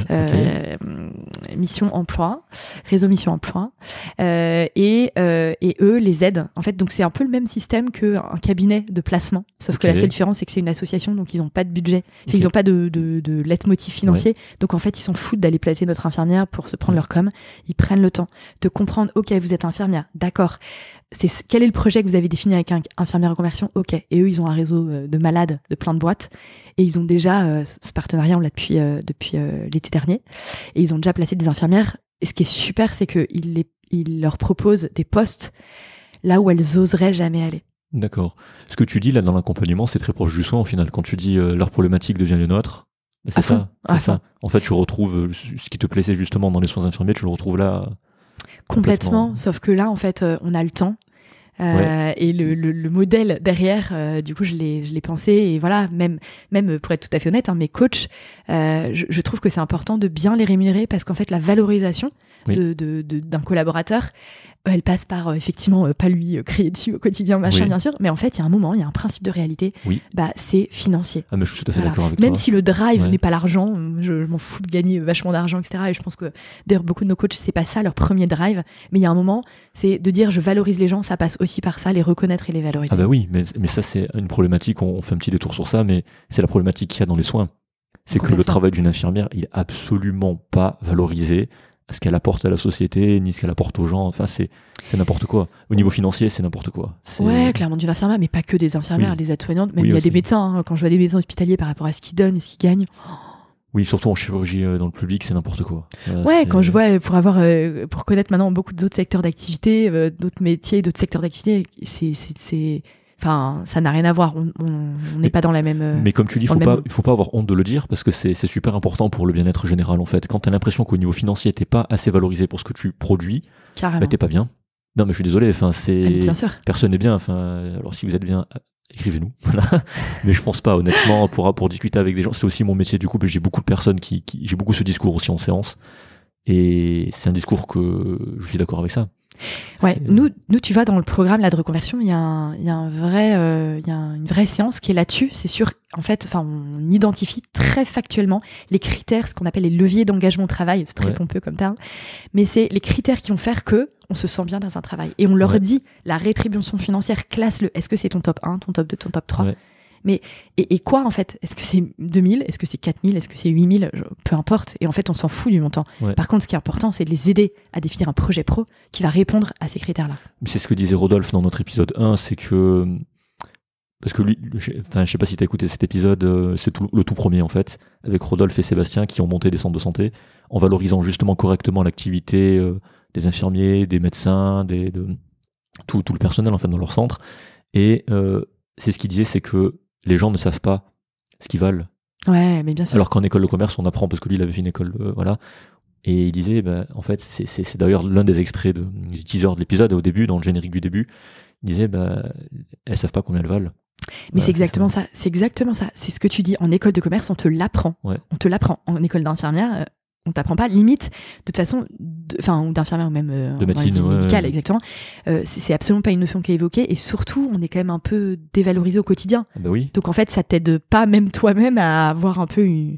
euh, okay. Mission Emploi, Réseau Mission Emploi, euh, et, euh, et eux les aident. En fait, donc c'est un peu le même système qu'un cabinet de placement, sauf okay. que la seule différence c'est que c'est une association, donc ils n'ont pas de budget, okay. ils n'ont pas de, de, de leitmotiv financier, ouais. donc en fait ils s'en foutent d'aller placer notre infirmière pour se prendre ouais. leur com. Ils prennent le temps de comprendre. Ok, vous êtes infirmière, d'accord. C'est, quel est le projet que vous avez défini avec un infirmière reconversion ? Ok. Et eux, ils ont un réseau de malades, de plein de boîtes. Et ils ont déjà, euh, ce partenariat, on l'a depuis, euh, depuis euh, l'été dernier. Et ils ont déjà placé des infirmières. Et ce qui est super, c'est qu'ils les, ils leur proposent des postes là où elles oseraient jamais aller. D'accord. Ce que tu dis là dans l'accompagnement, c'est très proche du soin au final. Quand tu dis euh, leur problématique devient les nôtres, c'est à ça. Fond, c'est ça. Fond. En fait, tu retrouves ce qui te plaisait justement dans les soins infirmiers, tu le retrouves là. Complètement, complètement. Sauf que là, en fait, euh, on a le temps. Euh, ouais. Et le, le, le modèle derrière, euh, du coup, je l'ai, je l'ai pensé. Et voilà, même, même pour être tout à fait honnête, hein, mes coachs, euh, je, je trouve que c'est important de bien les rémunérer parce qu'en fait, la valorisation oui. de, de, de, d'un collaborateur, elle passe par euh, effectivement euh, pas lui euh, crier dessus au quotidien, machin, oui. bien sûr. Mais en fait, il y a un moment, il y a un principe de réalité. Oui. Bah, c'est financier. Ah, mais je suis tout à fait voilà. d'accord avec Même toi. si le drive ouais. n'est pas l'argent, je, je m'en fous de gagner vachement d'argent, et cetera. Et je pense que d'ailleurs, beaucoup de nos coachs, c'est pas ça leur premier drive. Mais il y a un moment, c'est de dire je valorise les gens, ça passe aussi par ça, les reconnaître et les valoriser. Ah bah oui, mais, mais ça, c'est une problématique. On, on fait un petit détour sur ça, mais c'est la problématique qu'il y a dans les soins. C'est que le travail d'une infirmière, il est absolument pas valorisé à ce qu'elle apporte à la société, ni ce qu'elle apporte aux gens. Enfin, c'est, c'est n'importe quoi. Au niveau financier, c'est n'importe quoi. C'est... Ouais, clairement, d'une infirmière, mais pas que des infirmières, oui. des aides-soignantes. Même oui, il y a aussi. Des médecins. Hein, quand je vois des médecins hospitaliers par rapport à ce qu'ils donnent et ce qu'ils gagnent. Oh. Oui, surtout en chirurgie euh, dans le public, c'est n'importe quoi. Euh, ouais, c'est... quand je vois, pour avoir, euh, pour connaître maintenant beaucoup d'autres secteurs d'activité, euh, d'autres métiers, d'autres secteurs d'activité, c'est, c'est, c'est... Enfin, ça n'a rien à voir. On n'est pas dans la même. Euh, mais comme tu dis, il ne faut pas avoir honte de le dire parce que c'est, c'est super important pour le bien-être général en fait. Quand tu as l'impression qu'au niveau financier, tu n'es pas assez valorisé pour ce que tu produis, bah, tu n'es pas bien. Non, mais je suis désolé. Enfin, c'est... Bien sûr. Personne n'est bien. Enfin, alors si vous êtes bien, écrivez-nous. Voilà. Mais je pense pas, honnêtement, pour, pour discuter avec des gens, c'est aussi mon métier du coup, j'ai beaucoup de personnes qui, qui, j'ai beaucoup ce discours aussi en séance. Et c'est un discours que je suis d'accord avec ça. Ouais, nous, nous, tu vois, dans le programme là, de reconversion, il y a, un, il y a, un vrai, euh, il y a une vraie séance qui est là-dessus. C'est sûr, en fait, enfin, on identifie très factuellement les critères, ce qu'on appelle les leviers d'engagement au travail. C'est très ouais. pompeux comme terme, mais c'est les critères qui vont faire que on se sent bien dans un travail. Et on leur ouais. dit, la rétribution financière, classe-le. Est-ce que c'est ton top un, ton top deux, ton top trois ouais. Mais, et, et quoi, en fait? Est-ce que c'est deux mille? Est-ce que c'est quatre mille? Est-ce que c'est huit mille? Peu importe. Et en fait, on s'en fout du montant. Ouais. Par contre, ce qui est important, c'est de les aider à définir un projet pro qui va répondre à ces critères-là. C'est ce que disait Rodolphe dans notre épisode un, c'est que, parce que lui, je, enfin, je sais pas si t'as écouté cet épisode, c'est tout, le tout premier, en fait, avec Rodolphe et Sébastien qui ont monté des centres de santé en valorisant justement correctement l'activité euh, des infirmiers, des médecins, des, de, tout, tout le personnel, en fait, dans leur centre. Et, euh, c'est ce qu'il disait, c'est que les gens ne savent pas ce qu'ils valent. Ouais, mais bien sûr. Alors qu'en école de commerce, on apprend, parce que lui, il avait fait une école, euh, voilà. Et il disait, bah, en fait, c'est, c'est, c'est d'ailleurs l'un des extraits de, du teaser de l'épisode, au début, dans le générique du début, il disait, bah, elles savent pas combien elles valent. Mais ouais, c'est exactement ça. ça. C'est exactement ça. C'est ce que tu dis. En école de commerce, on te l'apprend. Ouais. On te l'apprend. En école d'infirmière, euh, on t'apprend pas. Limite, de toute façon, enfin, ou d'infirmière ou même euh, de médecine ouais, médicale, ouais. exactement. Euh, c'est, c'est absolument pas une notion qui est évoquée. Et surtout, on est quand même un peu dévalorisé au quotidien. Ah bah oui. Donc en fait, ça t'aide pas même toi-même à avoir un peu une,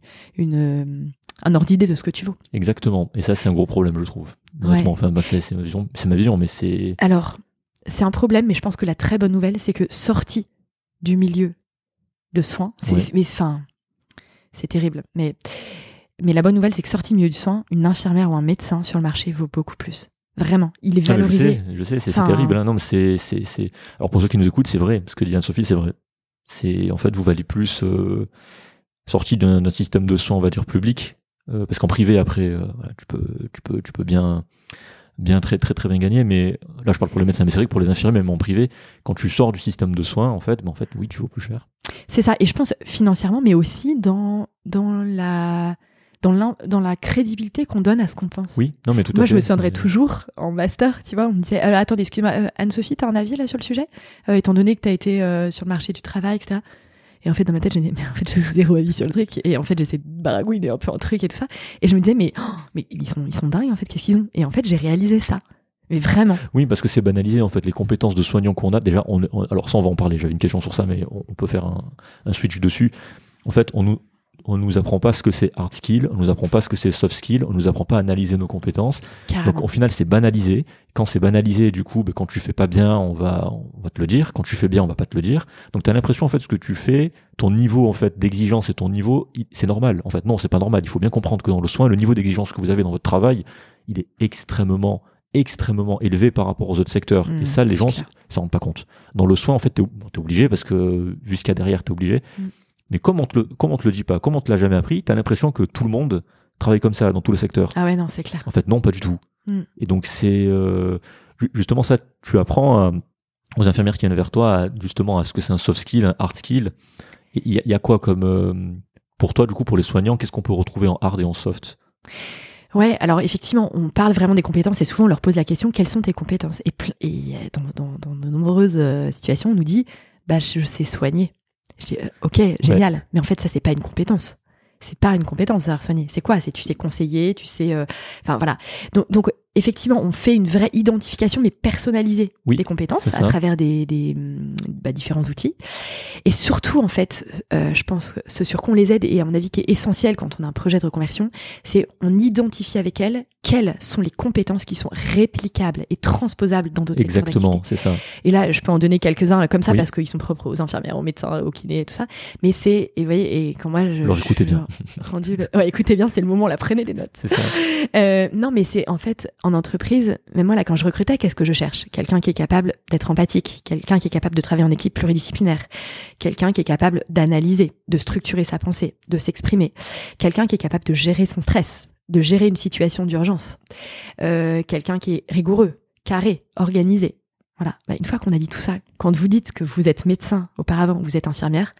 une un ordre d'idée de ce que tu vaux. Exactement. Et ça, c'est un gros problème, je trouve. Honnêtement, ouais. enfin, bah, c'est, c'est ma vision, c'est ma vision, mais c'est. Alors, c'est un problème, mais je pense que la très bonne nouvelle, c'est que sorti du milieu de soins, c'est, ouais. c'est, mais enfin, c'est terrible, mais. Mais la bonne nouvelle, c'est que sorti du milieu du soin, une infirmière ou un médecin sur le marché vaut beaucoup plus. Vraiment, il est valorisé. Ah, je sais, je sais, c'est, enfin, c'est terrible. Hein. Non, mais c'est, c'est, c'est. Alors pour ceux qui nous écoutent, c'est vrai. Ce que dit Anne-Sophie, c'est vrai. C'est en fait, vous valez plus euh, sorti d'un, d'un système de soins, on va dire public, euh, parce qu'en privé, après, euh, voilà, tu peux, tu peux, tu peux bien, bien très, très, très bien gagner. Mais là, je parle pour les médecins, mais c'est vrai que pour les infirmiers, même en privé, quand tu sors du système de soins, en fait, ben, en fait, oui, tu vaux plus cher. C'est ça. Et je pense financièrement, mais aussi dans dans la Dans, dans la crédibilité qu'on donne à ce qu'on pense. Oui, non, mais tout à Moi, fait. je me souviendrai mais... toujours en master, tu vois, on me disait euh, attendez, excuse-moi, euh, Anne-Sophie, t'as un avis là sur le sujet euh, étant donné que t'as été euh, sur le marché du travail, et cetera. Et en fait, dans ma tête, je me disais, mais en fait, j'ai zéro avis sur le truc. Et en fait, j'essaie de baragouiner un peu un truc et tout ça. Et je me disais, mais, oh, mais ils sont, ils sont dingues, en fait, qu'est-ce qu'ils ont? Et en fait, j'ai réalisé ça. Mais vraiment. Oui, parce que c'est banalisé, en fait, les compétences de soignants qu'on a. Déjà, on, on, alors ça, on va en parler. J'avais une question sur ça, mais on, on peut faire un, un switch dessus. En fait, on nous. On nous apprend pas ce que c'est hard skill, on nous apprend pas ce que c'est soft skill, on nous apprend pas à analyser nos compétences. Carrément. Donc au final c'est banalisé. Quand c'est banalisé, du coup, ben, quand tu fais pas bien, on va, on va te le dire. Quand tu fais bien, on va pas te le dire. Donc t'as l'impression en fait ce que tu fais, ton niveau en fait d'exigence et ton niveau, c'est normal. En fait non, c'est pas normal. Il faut bien comprendre que dans le soin, le niveau d'exigence que vous avez dans votre travail, il est extrêmement extrêmement élevé par rapport aux autres secteurs. Mmh, et ça, les gens clair. s'en rendent pas compte. Dans le soin, en fait, t'es, t'es obligé parce que vu ce qu'il y a derrière, t'es obligé. Mmh. Mais comme on te le, comme on te le dit pas, comme on te l'a jamais appris, t'as l'impression que tout le monde travaille comme ça dans tous les secteurs. Ah ouais, non, c'est clair. En fait, non, pas du tout. Mm. Et donc, c'est euh, justement ça, tu apprends à, aux infirmières qui viennent vers toi, à, justement, à ce que c'est un soft skill, un hard skill. Il y, y a quoi comme, euh, pour toi, du coup, pour les soignants, qu'est-ce qu'on peut retrouver en hard et en soft? Ouais, alors effectivement, on parle vraiment des compétences et souvent on leur pose la question, quelles sont tes compétences? Et, pl- et dans, dans, dans de nombreuses euh, situations, on nous dit, bah, je sais soigner. Je dis, euh, ok, génial, ouais. Mais en fait, ça, c'est pas une compétence. C'est pas une compétence, savoir soigner. C'est quoi? C'est tu sais conseiller, tu sais... Enfin, euh, voilà. Donc, donc, effectivement, on fait une vraie identification, mais personnalisée oui, des compétences à travers des, des bah, différents outils. Et surtout, en fait, euh, je pense que ce sur quoi on les aide, et à mon avis qui est essentiel quand on a un projet de reconversion, c'est on identifie avec elles quelles sont les compétences qui sont réplicables et transposables dans d'autres secteurs d'activité. Exactement, c'est ça. Et là, je peux en donner quelques-uns comme ça, oui. Parce qu'ils sont propres aux infirmières, aux médecins, aux kinés et tout ça. Mais c'est... Et vous voyez, et quand moi... Je, Alors écoutez bien. Rendu le... Ouais, écoutez bien, c'est le moment, là, prenez des notes. C'est ça. Euh, non, mais c'est en fait... En entreprise, même moi là quand je recrutais, qu'est-ce que je cherche? Quelqu'un qui est capable d'être empathique, quelqu'un qui est capable de travailler en équipe pluridisciplinaire, quelqu'un qui est capable d'analyser, de structurer sa pensée, de s'exprimer, quelqu'un qui est capable de gérer son stress, de gérer une situation d'urgence, euh, quelqu'un qui est rigoureux, carré, organisé. Voilà. Bah, une fois qu'on a dit tout ça, quand vous dites que vous êtes médecin auparavant, vous êtes infirmière,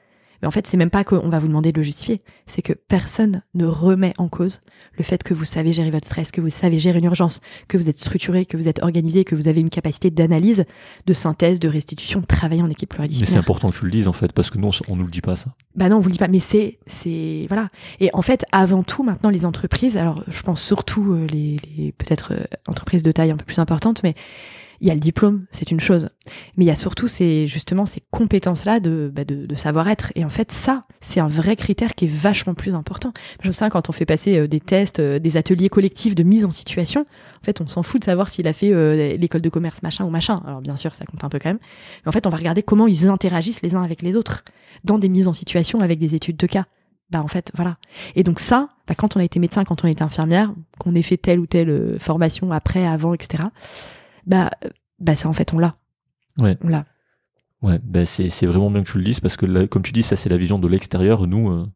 Mais en fait, c'est même pas qu'on va vous demander de le justifier. C'est que personne ne remet en cause le fait que vous savez gérer votre stress, que vous savez gérer une urgence, que vous êtes structuré, que vous êtes organisé, que vous avez une capacité d'analyse, de synthèse, de restitution, de travailler en équipe pluridisciplinaire. Mais c'est important que tu le dises, en fait, parce que nous, on nous le dit pas, ça. Bah non, on vous le dit pas, mais c'est, c'est, voilà. Et en fait, avant tout, maintenant, les entreprises, alors, je pense surtout euh, les, les, peut-être, euh, entreprises de taille un peu plus importante, mais il y a le diplôme, c'est une chose. Mais il y a surtout ces, justement, ces compétences-là de, bah de, de savoir-être. Et en fait, ça, c'est un vrai critère qui est vachement plus important. Je me souviens, quand on fait passer euh, des tests, euh, des ateliers collectifs de mise en situation, en fait, on s'en fout de savoir s'il a fait euh, l'école de commerce, machin ou machin. Alors, bien sûr, ça compte un peu quand même. Mais en fait, on va regarder comment ils interagissent les uns avec les autres dans des mises en situation avec des études de cas. Bah, en fait, voilà. Et donc ça, bah, quand on a été médecin, quand on a été infirmière, qu'on ait fait telle ou telle euh, formation après, avant, et cetera, bah, bah ça, en fait, on l'a. Ouais. On l'a. Ouais, bah c'est, c'est vraiment bien que tu le dises, parce que là, comme tu dis, ça, c'est la vision de l'extérieur. Nous, euh,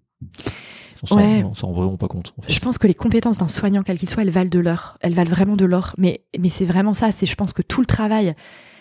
on s'en, ouais. on s'en rend vraiment pas compte. En fait. Je pense que les compétences d'un soignant, quel qu'il soit, elles valent de l'or. Elles valent vraiment de l'or. Mais, mais c'est vraiment ça. C'est, je pense que tout le travail,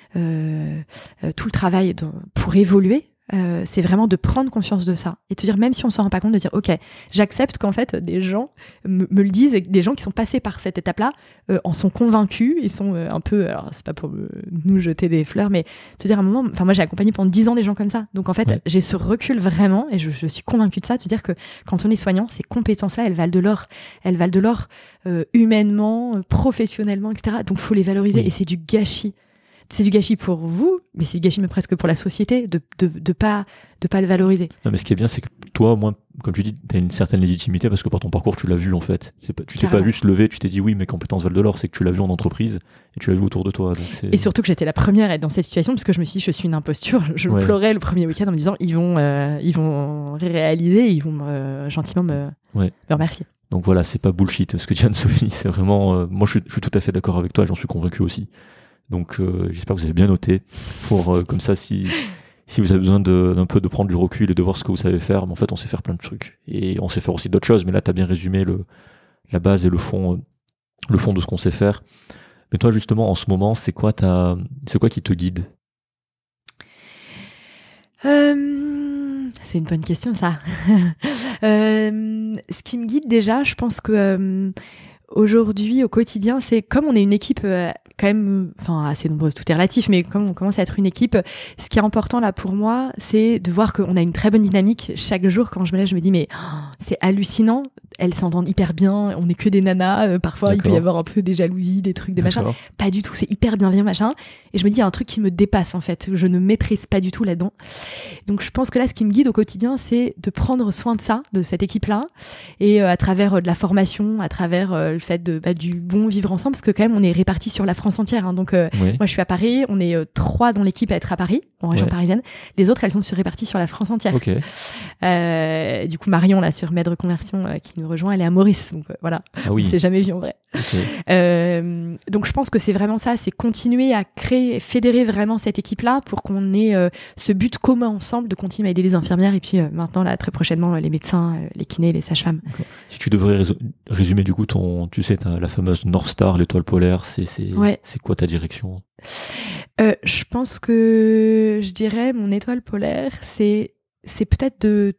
euh, euh, tout le travail de, pour évoluer, Euh, c'est vraiment de prendre conscience de ça et de se dire, même si on s'en rend pas compte, de dire ok, j'accepte qu'en fait des gens me, me le disent, et des gens qui sont passés par cette étape-là euh, en sont convaincus, ils sont euh, un peu, alors c'est pas pour euh, nous jeter des fleurs, mais se dire à un moment, enfin moi j'ai accompagné pendant dix ans des gens comme ça, donc en fait ouais. j'ai ce recul vraiment et je, je suis convaincue de ça, de se dire que quand on est soignant, ces compétences-là, elles valent de l'or, elles valent de l'or euh, humainement, euh, professionnellement, et cetera. Donc faut les valoriser oui. et c'est du gâchis. C'est du gâchis pour vous, mais c'est du gâchis même presque pour la société de de de pas de pas le valoriser. Non, mais ce qui est bien, c'est que toi, au moins, comme tu dis, t'as une certaine légitimité parce que par ton parcours, tu l'as vu en fait. C'est pas, tu t'es pas juste levé, tu t'es dit oui, mes compétences valent de l'or. C'est que tu l'as vu en entreprise et tu l'as vu autour de toi. Donc c'est... Et surtout que j'étais la première à être dans cette situation parce que je me suis dit je suis une imposture. Je ouais. pleurais le premier week-end en me disant ils vont euh, ils vont réaliser, ils vont euh, gentiment me, ouais. me remercier. Donc voilà, c'est pas bullshit ce que dit Anne-Sophie. C'est vraiment, euh, moi je suis, je suis tout à fait d'accord avec toi. J'en suis convaincu aussi. Donc euh, j'espère que vous avez bien noté pour euh, comme ça si si vous avez besoin de, d'un peu de prendre du recul et de voir ce que vous savez faire, mais en fait on sait faire plein de trucs et on sait faire aussi d'autres choses, mais là t'as bien résumé le la base et le fond euh, le fond de ce qu'on sait faire. Mais toi justement en ce moment c'est quoi ta c'est quoi qui te guide? euh, c'est une bonne question ça. euh, ce qui me guide déjà, je pense que euh, aujourd'hui au quotidien, c'est comme on est une équipe euh, quand même, enfin assez nombreuse, tout est relatif, mais comme on commence à être une équipe, ce qui est important là pour moi, c'est de voir qu'on a une très bonne dynamique. Chaque jour, quand je me lève, je me dis mais oh, c'est hallucinant. Elles s'entendent hyper bien. On n'est que des nanas. Euh, parfois, D'accord. il peut y avoir un peu des jalousies, des trucs, des D'accord. machins. Pas du tout. C'est hyper bienveillant, machin. Et je me dis, il y a un truc qui me dépasse, en fait. Je ne maîtrise pas du tout là-dedans. Donc, je pense que là, ce qui me guide au quotidien, c'est de prendre soin de ça, de cette équipe-là. Et euh, à travers euh, de la formation, à travers euh, le fait de, bah, du bon vivre ensemble, parce que quand même, on est répartis sur la France entière. Hein. Donc, euh, oui. moi, je suis à Paris. On est euh, trois dans l'équipe à être à Paris, en région ouais. parisienne. Les autres, elles sont sur réparties sur la France entière. Okay. Euh, du coup, Marion, là, sur Med Reconversion, euh, qui nous rejoint, elle est à Maurice. Donc euh, voilà, ah oui. on s'est jamais vu en vrai. Okay. Euh, donc je pense que c'est vraiment ça, c'est continuer à créer, fédérer vraiment cette équipe-là pour qu'on ait euh, ce but commun ensemble de continuer à aider les infirmières et puis euh, maintenant là très prochainement les médecins, euh, les kinés, les sages-femmes. Okay. Si tu devrais rés- résumer du coup ton, tu sais, la fameuse North Star, l'étoile polaire, c'est c'est ouais. c'est quoi ta direction? euh, Je pense que je dirais mon étoile polaire, c'est c'est peut-être de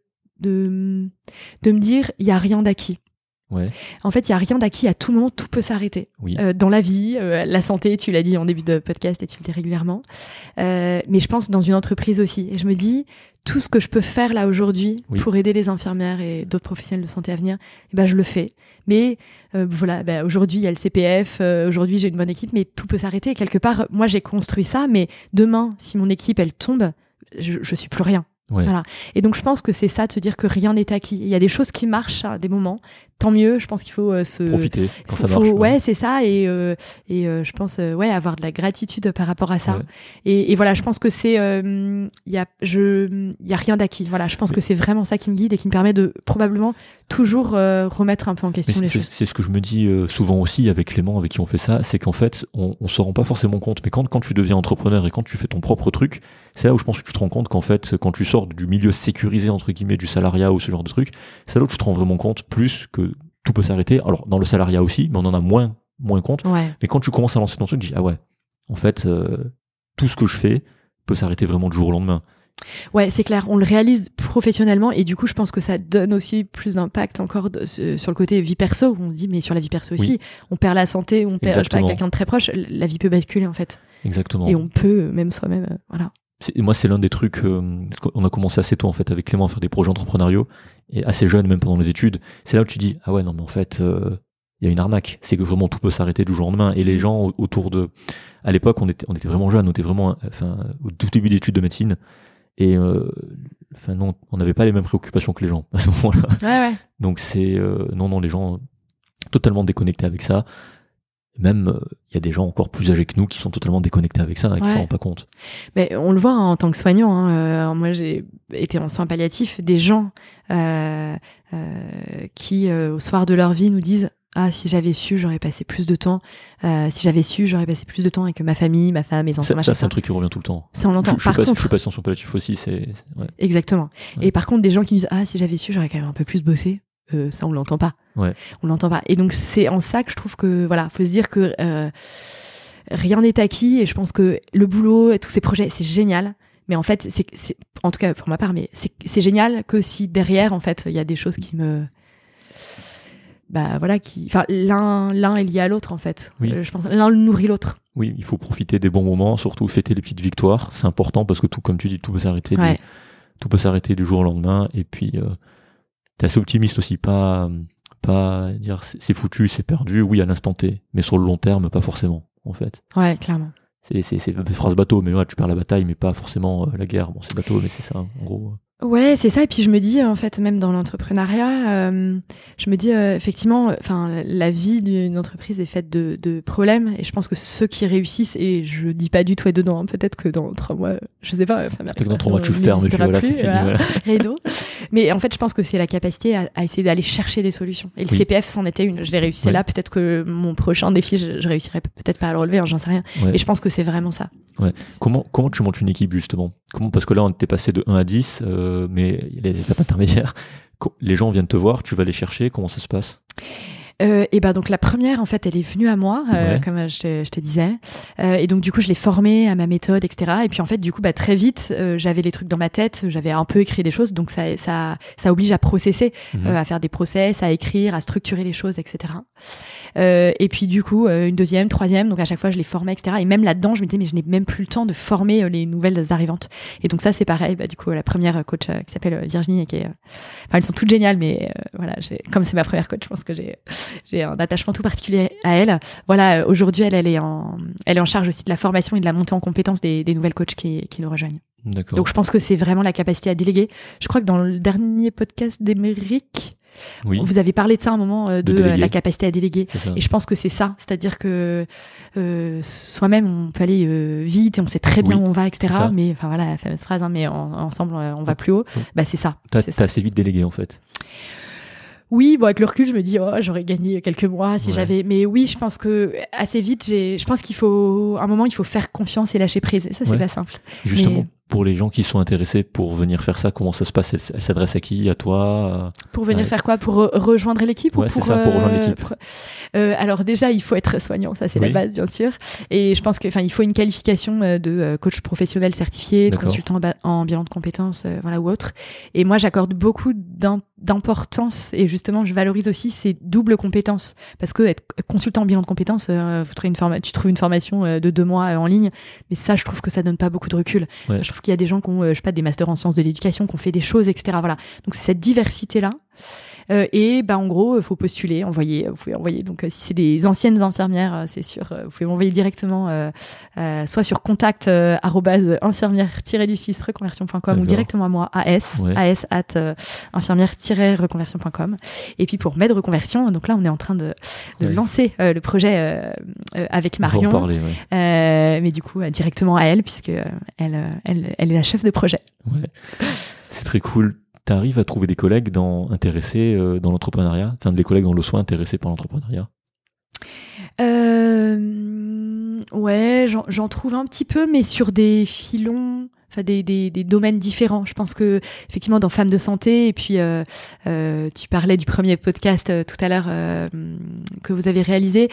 de de me dire il y a rien d'acquis. Ouais. En fait, il y a rien d'acquis, à tout moment, tout peut s'arrêter. Oui. Euh, dans la vie, euh, la santé, tu l'as dit en début de podcast et tu le dis régulièrement. Euh, mais je pense dans une entreprise aussi. Et je me dis, tout ce que je peux faire là aujourd'hui oui. pour aider les infirmières et d'autres professionnels de santé à venir, eh ben, je le fais. Mais euh, voilà, ben, aujourd'hui, il y a le C P F, euh, aujourd'hui, j'ai une bonne équipe, mais tout peut s'arrêter. Et quelque part, moi, j'ai construit ça, mais demain, si mon équipe, elle tombe, je, je suis plus rien. Ouais. Voilà. Et donc je pense que c'est ça, de se dire que rien n'est acquis. Il y a des choses qui marchent à des moments, tant mieux. Je pense qu'il faut euh, se profiter quand faut, ça marche. Faut, ouais. ouais, c'est ça. Et euh, et euh, je pense euh, ouais avoir de la gratitude par rapport à ça. Ouais. Et, et voilà, je pense que c'est il euh, y a je il y a rien d'acquis. Voilà, je pense Mais... que c'est vraiment ça qui me guide et qui me permet de probablement toujours euh, remettre un peu en question mais les c'est, choses. C'est ce que je me dis euh, souvent aussi avec Clément, avec qui on fait ça, c'est qu'en fait on, on se rend pas forcément compte. Mais quand quand tu deviens entrepreneur et quand tu fais ton propre truc, c'est là où je pense que tu te rends compte qu'en fait quand tu sors du milieu sécurisé entre guillemets du salariat ou ce genre de truc, c'est là où tu te rends vraiment compte plus que tout peut s'arrêter. Alors dans le salariat aussi, mais on en a moins moins compte. Ouais. Mais quand tu commences à lancer ton truc, tu dis ah ouais, en fait euh, tout ce que je fais peut s'arrêter vraiment du jour au lendemain. Ouais, c'est clair, on le réalise professionnellement et du coup je pense que ça donne aussi plus d'impact encore de, sur le côté vie perso, où on se dit mais sur la vie perso aussi, oui. on perd la santé, on perd je sais pas, quelqu'un de très proche, la vie peut basculer en fait. Exactement. Et on peut même soi-même, euh, voilà. C'est, moi c'est l'un des trucs, euh, on a commencé assez tôt en fait avec Clément à faire des projets entrepreneuriaux, et assez jeune même pendant les études, c'est là où tu dis ah ouais non mais en fait... Euh, il y a une arnaque, c'est que vraiment tout peut s'arrêter du jour au lendemain et les gens autour de, à l'époque on était on était vraiment jeunes, on était vraiment enfin au tout début d'études de médecine et euh, enfin non on n'avait pas les mêmes préoccupations que les gens à ce moment-là. Ouais, ouais. Donc c'est euh, non non les gens totalement déconnectés avec ça. Même il euh, y a des gens encore plus âgés que nous qui sont totalement déconnectés avec ça et qui ouais. s'en rendent pas compte. Mais on le voit hein, en tant que soignant. Hein, euh, moi j'ai été en soins palliatifs, des gens euh, euh, qui euh, au soir de leur vie nous disent ah, si j'avais su, j'aurais passé plus de temps. Euh, si j'avais su, j'aurais passé plus de temps avec ma famille, ma femme, mes enfants. Ça, ça c'est un truc qui revient tout le temps. Ça, on l'entend. Je, je, par suis, pas, contre, je suis patient sur palliatif aussi. C'est, c'est, ouais. Exactement. Ouais. Et par contre, des gens qui me disent ah, si j'avais su, j'aurais quand même un peu plus bossé. Euh, ça, on l'entend pas. Ouais. On l'entend pas. Et donc, c'est en ça que je trouve que, voilà, faut se dire que euh, rien n'est acquis. Et je pense que le boulot et tous ces projets, c'est génial. Mais en fait, c'est, c'est en tout cas pour ma part, mais c'est, c'est génial que si derrière, en fait, il y a des choses qui me bah voilà qui enfin l'un l'un est lié à l'autre en fait. Oui. Euh, je pense l'un nourrit l'autre. Oui, il faut profiter des bons moments, surtout fêter les petites victoires, c'est important parce que tout comme tu dis tout peut s'arrêter ouais. du, tout peut s'arrêter du jour au lendemain et puis euh, t'es assez optimiste aussi, pas pas dire c'est, c'est foutu, c'est perdu, oui à l'instant T, mais sur le long terme pas forcément en fait. Ouais, clairement. C'est c'est c'est une phrase bateau, mais ouais, tu perds la bataille mais pas forcément euh, la guerre. Bon, c'est bateau mais c'est ça en gros. Ouais, c'est ça. Et puis je me dis, en fait, même dans l'entrepreneuriat, euh, je me dis, euh, effectivement, enfin, la vie d'une entreprise est faite de, de problèmes. Et je pense que ceux qui réussissent, et je dis pas du tout être dedans, hein, peut-être que dans trois mois, je sais pas. Enfin, peut-être que dans trois mois tu fermes et puis voilà, plus, c'est fini. Voilà. Voilà. Rideau. Mais en fait, je pense que c'est la capacité à, à essayer d'aller chercher des solutions. Et le oui. C P F, c'en était une. Je l'ai réussi ouais. là. Peut-être que mon prochain défi, je, je réussirai peut-être pas à le relever, hein, j'en sais rien. Ouais. Et je pense que c'est vraiment ça. Ouais. Comment, comment tu montes une équipe justement ? Comment, parce que là on était passé de un à dix, euh, mais il y a les étapes intermédiaires. Les gens viennent te voir, tu vas les chercher, comment ça se passe ? Euh, et ben donc la première en fait elle est venue à moi euh, ouais. comme je te, je te disais euh, et donc du coup je l'ai formée à ma méthode etc et puis en fait du coup bah très vite euh, j'avais les trucs dans ma tête, j'avais un peu écrit des choses donc ça ça ça oblige à processer, mmh. euh, à faire des process, à écrire, à structurer les choses etc euh, et puis du coup euh, une deuxième, troisième, donc à chaque fois je les formais etc et même là-dedans je me disais mais je n'ai même plus le temps de former euh, les nouvelles arrivantes et donc ça c'est pareil bah du coup la première coach euh, qui s'appelle Virginie et qui est euh... enfin elles sont toutes géniales mais euh, voilà j'ai comme c'est ma première coach je pense que j'ai j'ai un attachement tout particulier à elle. Voilà, aujourd'hui, elle, elle est en, elle est en charge aussi de la formation et de la montée en compétences des, des nouvelles coachs qui, qui nous rejoignent. D'accord. Donc, je pense que c'est vraiment la capacité à déléguer. Je crois que dans le dernier podcast d'Émeric, oui. vous avez parlé de ça à un moment, euh, de, de la capacité à déléguer. Et je pense que c'est ça. C'est-à-dire que euh, soi-même, on peut aller euh, vite et on sait très bien oui, où on va, et cetera. Mais enfin, voilà, la fameuse phrase, hein, mais en, ensemble, on va plus haut. Oui. Bah, c'est ça. T'as, c'est t'as ça. assez vite délégué, en fait. Oui, bon, avec le recul, je me dis, oh, j'aurais gagné quelques mois si ouais. j'avais. Mais oui, je pense que assez vite, j'ai. Je pense qu'il faut, à un moment, il faut faire confiance et lâcher prise. Et ça, c'est ouais. pas simple. Justement, mais... pour les gens qui sont intéressés pour venir faire ça, comment ça se passe ? Elle, elle s'adresse à qui ? À toi ? Pour venir ouais. faire quoi ? Pour re- rejoindre l'équipe ouais, ou pour c'est ça, pour rejoindre euh, l'équipe. Pour... Euh, alors déjà, il faut être soignant, ça c'est oui. la base, bien sûr. Et je pense que, enfin, il faut une qualification de coach professionnel certifié, de D'accord. consultant en bilan de compétences, euh, voilà ou autre. Et moi, j'accorde beaucoup d'im- d'importance et justement, je valorise aussi ces doubles compétences parce que être consultant en bilan de compétences, euh, vous trouvez une forma- tu trouves une formation euh, de deux mois euh, en ligne, mais ça, je trouve que ça donne pas beaucoup de recul. Ouais. Je trouve qu'il y a des gens qui ont, euh, je sais pas, des masters en sciences de l'éducation, qui ont fait des choses, et cetera. Voilà. Donc c'est cette diversité là. Euh, et bah en gros, il faut postuler, envoyer. Vous pouvez envoyer. Donc euh, si c'est des anciennes infirmières, euh, c'est sûr, euh, vous pouvez m'envoyer directement, euh, euh, soit sur contact euh, arobase infirmière-du-six reconversion point com ou directement à moi, as, ouais. as at euh, infirmière-reconversion point com. Et puis pour Med Reconversion, donc là on est en train de, de ouais. lancer euh, le projet euh, euh, avec Marion. On va en parler, ouais. euh, mais du coup euh, directement à elle puisque euh, elle, euh, elle, elle est la chef de projet. Ouais. C'est très cool. Tu arrives à trouver des collègues dans, intéressés euh, dans l'entrepreneuriat, enfin des collègues dans le soin intéressés par l'entrepreneuriat ? euh, Ouais, j'en, j'en trouve un petit peu, mais sur des filons enfin des, des, des domaines différents. Je pense que effectivement dans Femmes de santé, et puis euh, euh, tu parlais du premier podcast euh, tout à l'heure euh, que vous avez réalisé.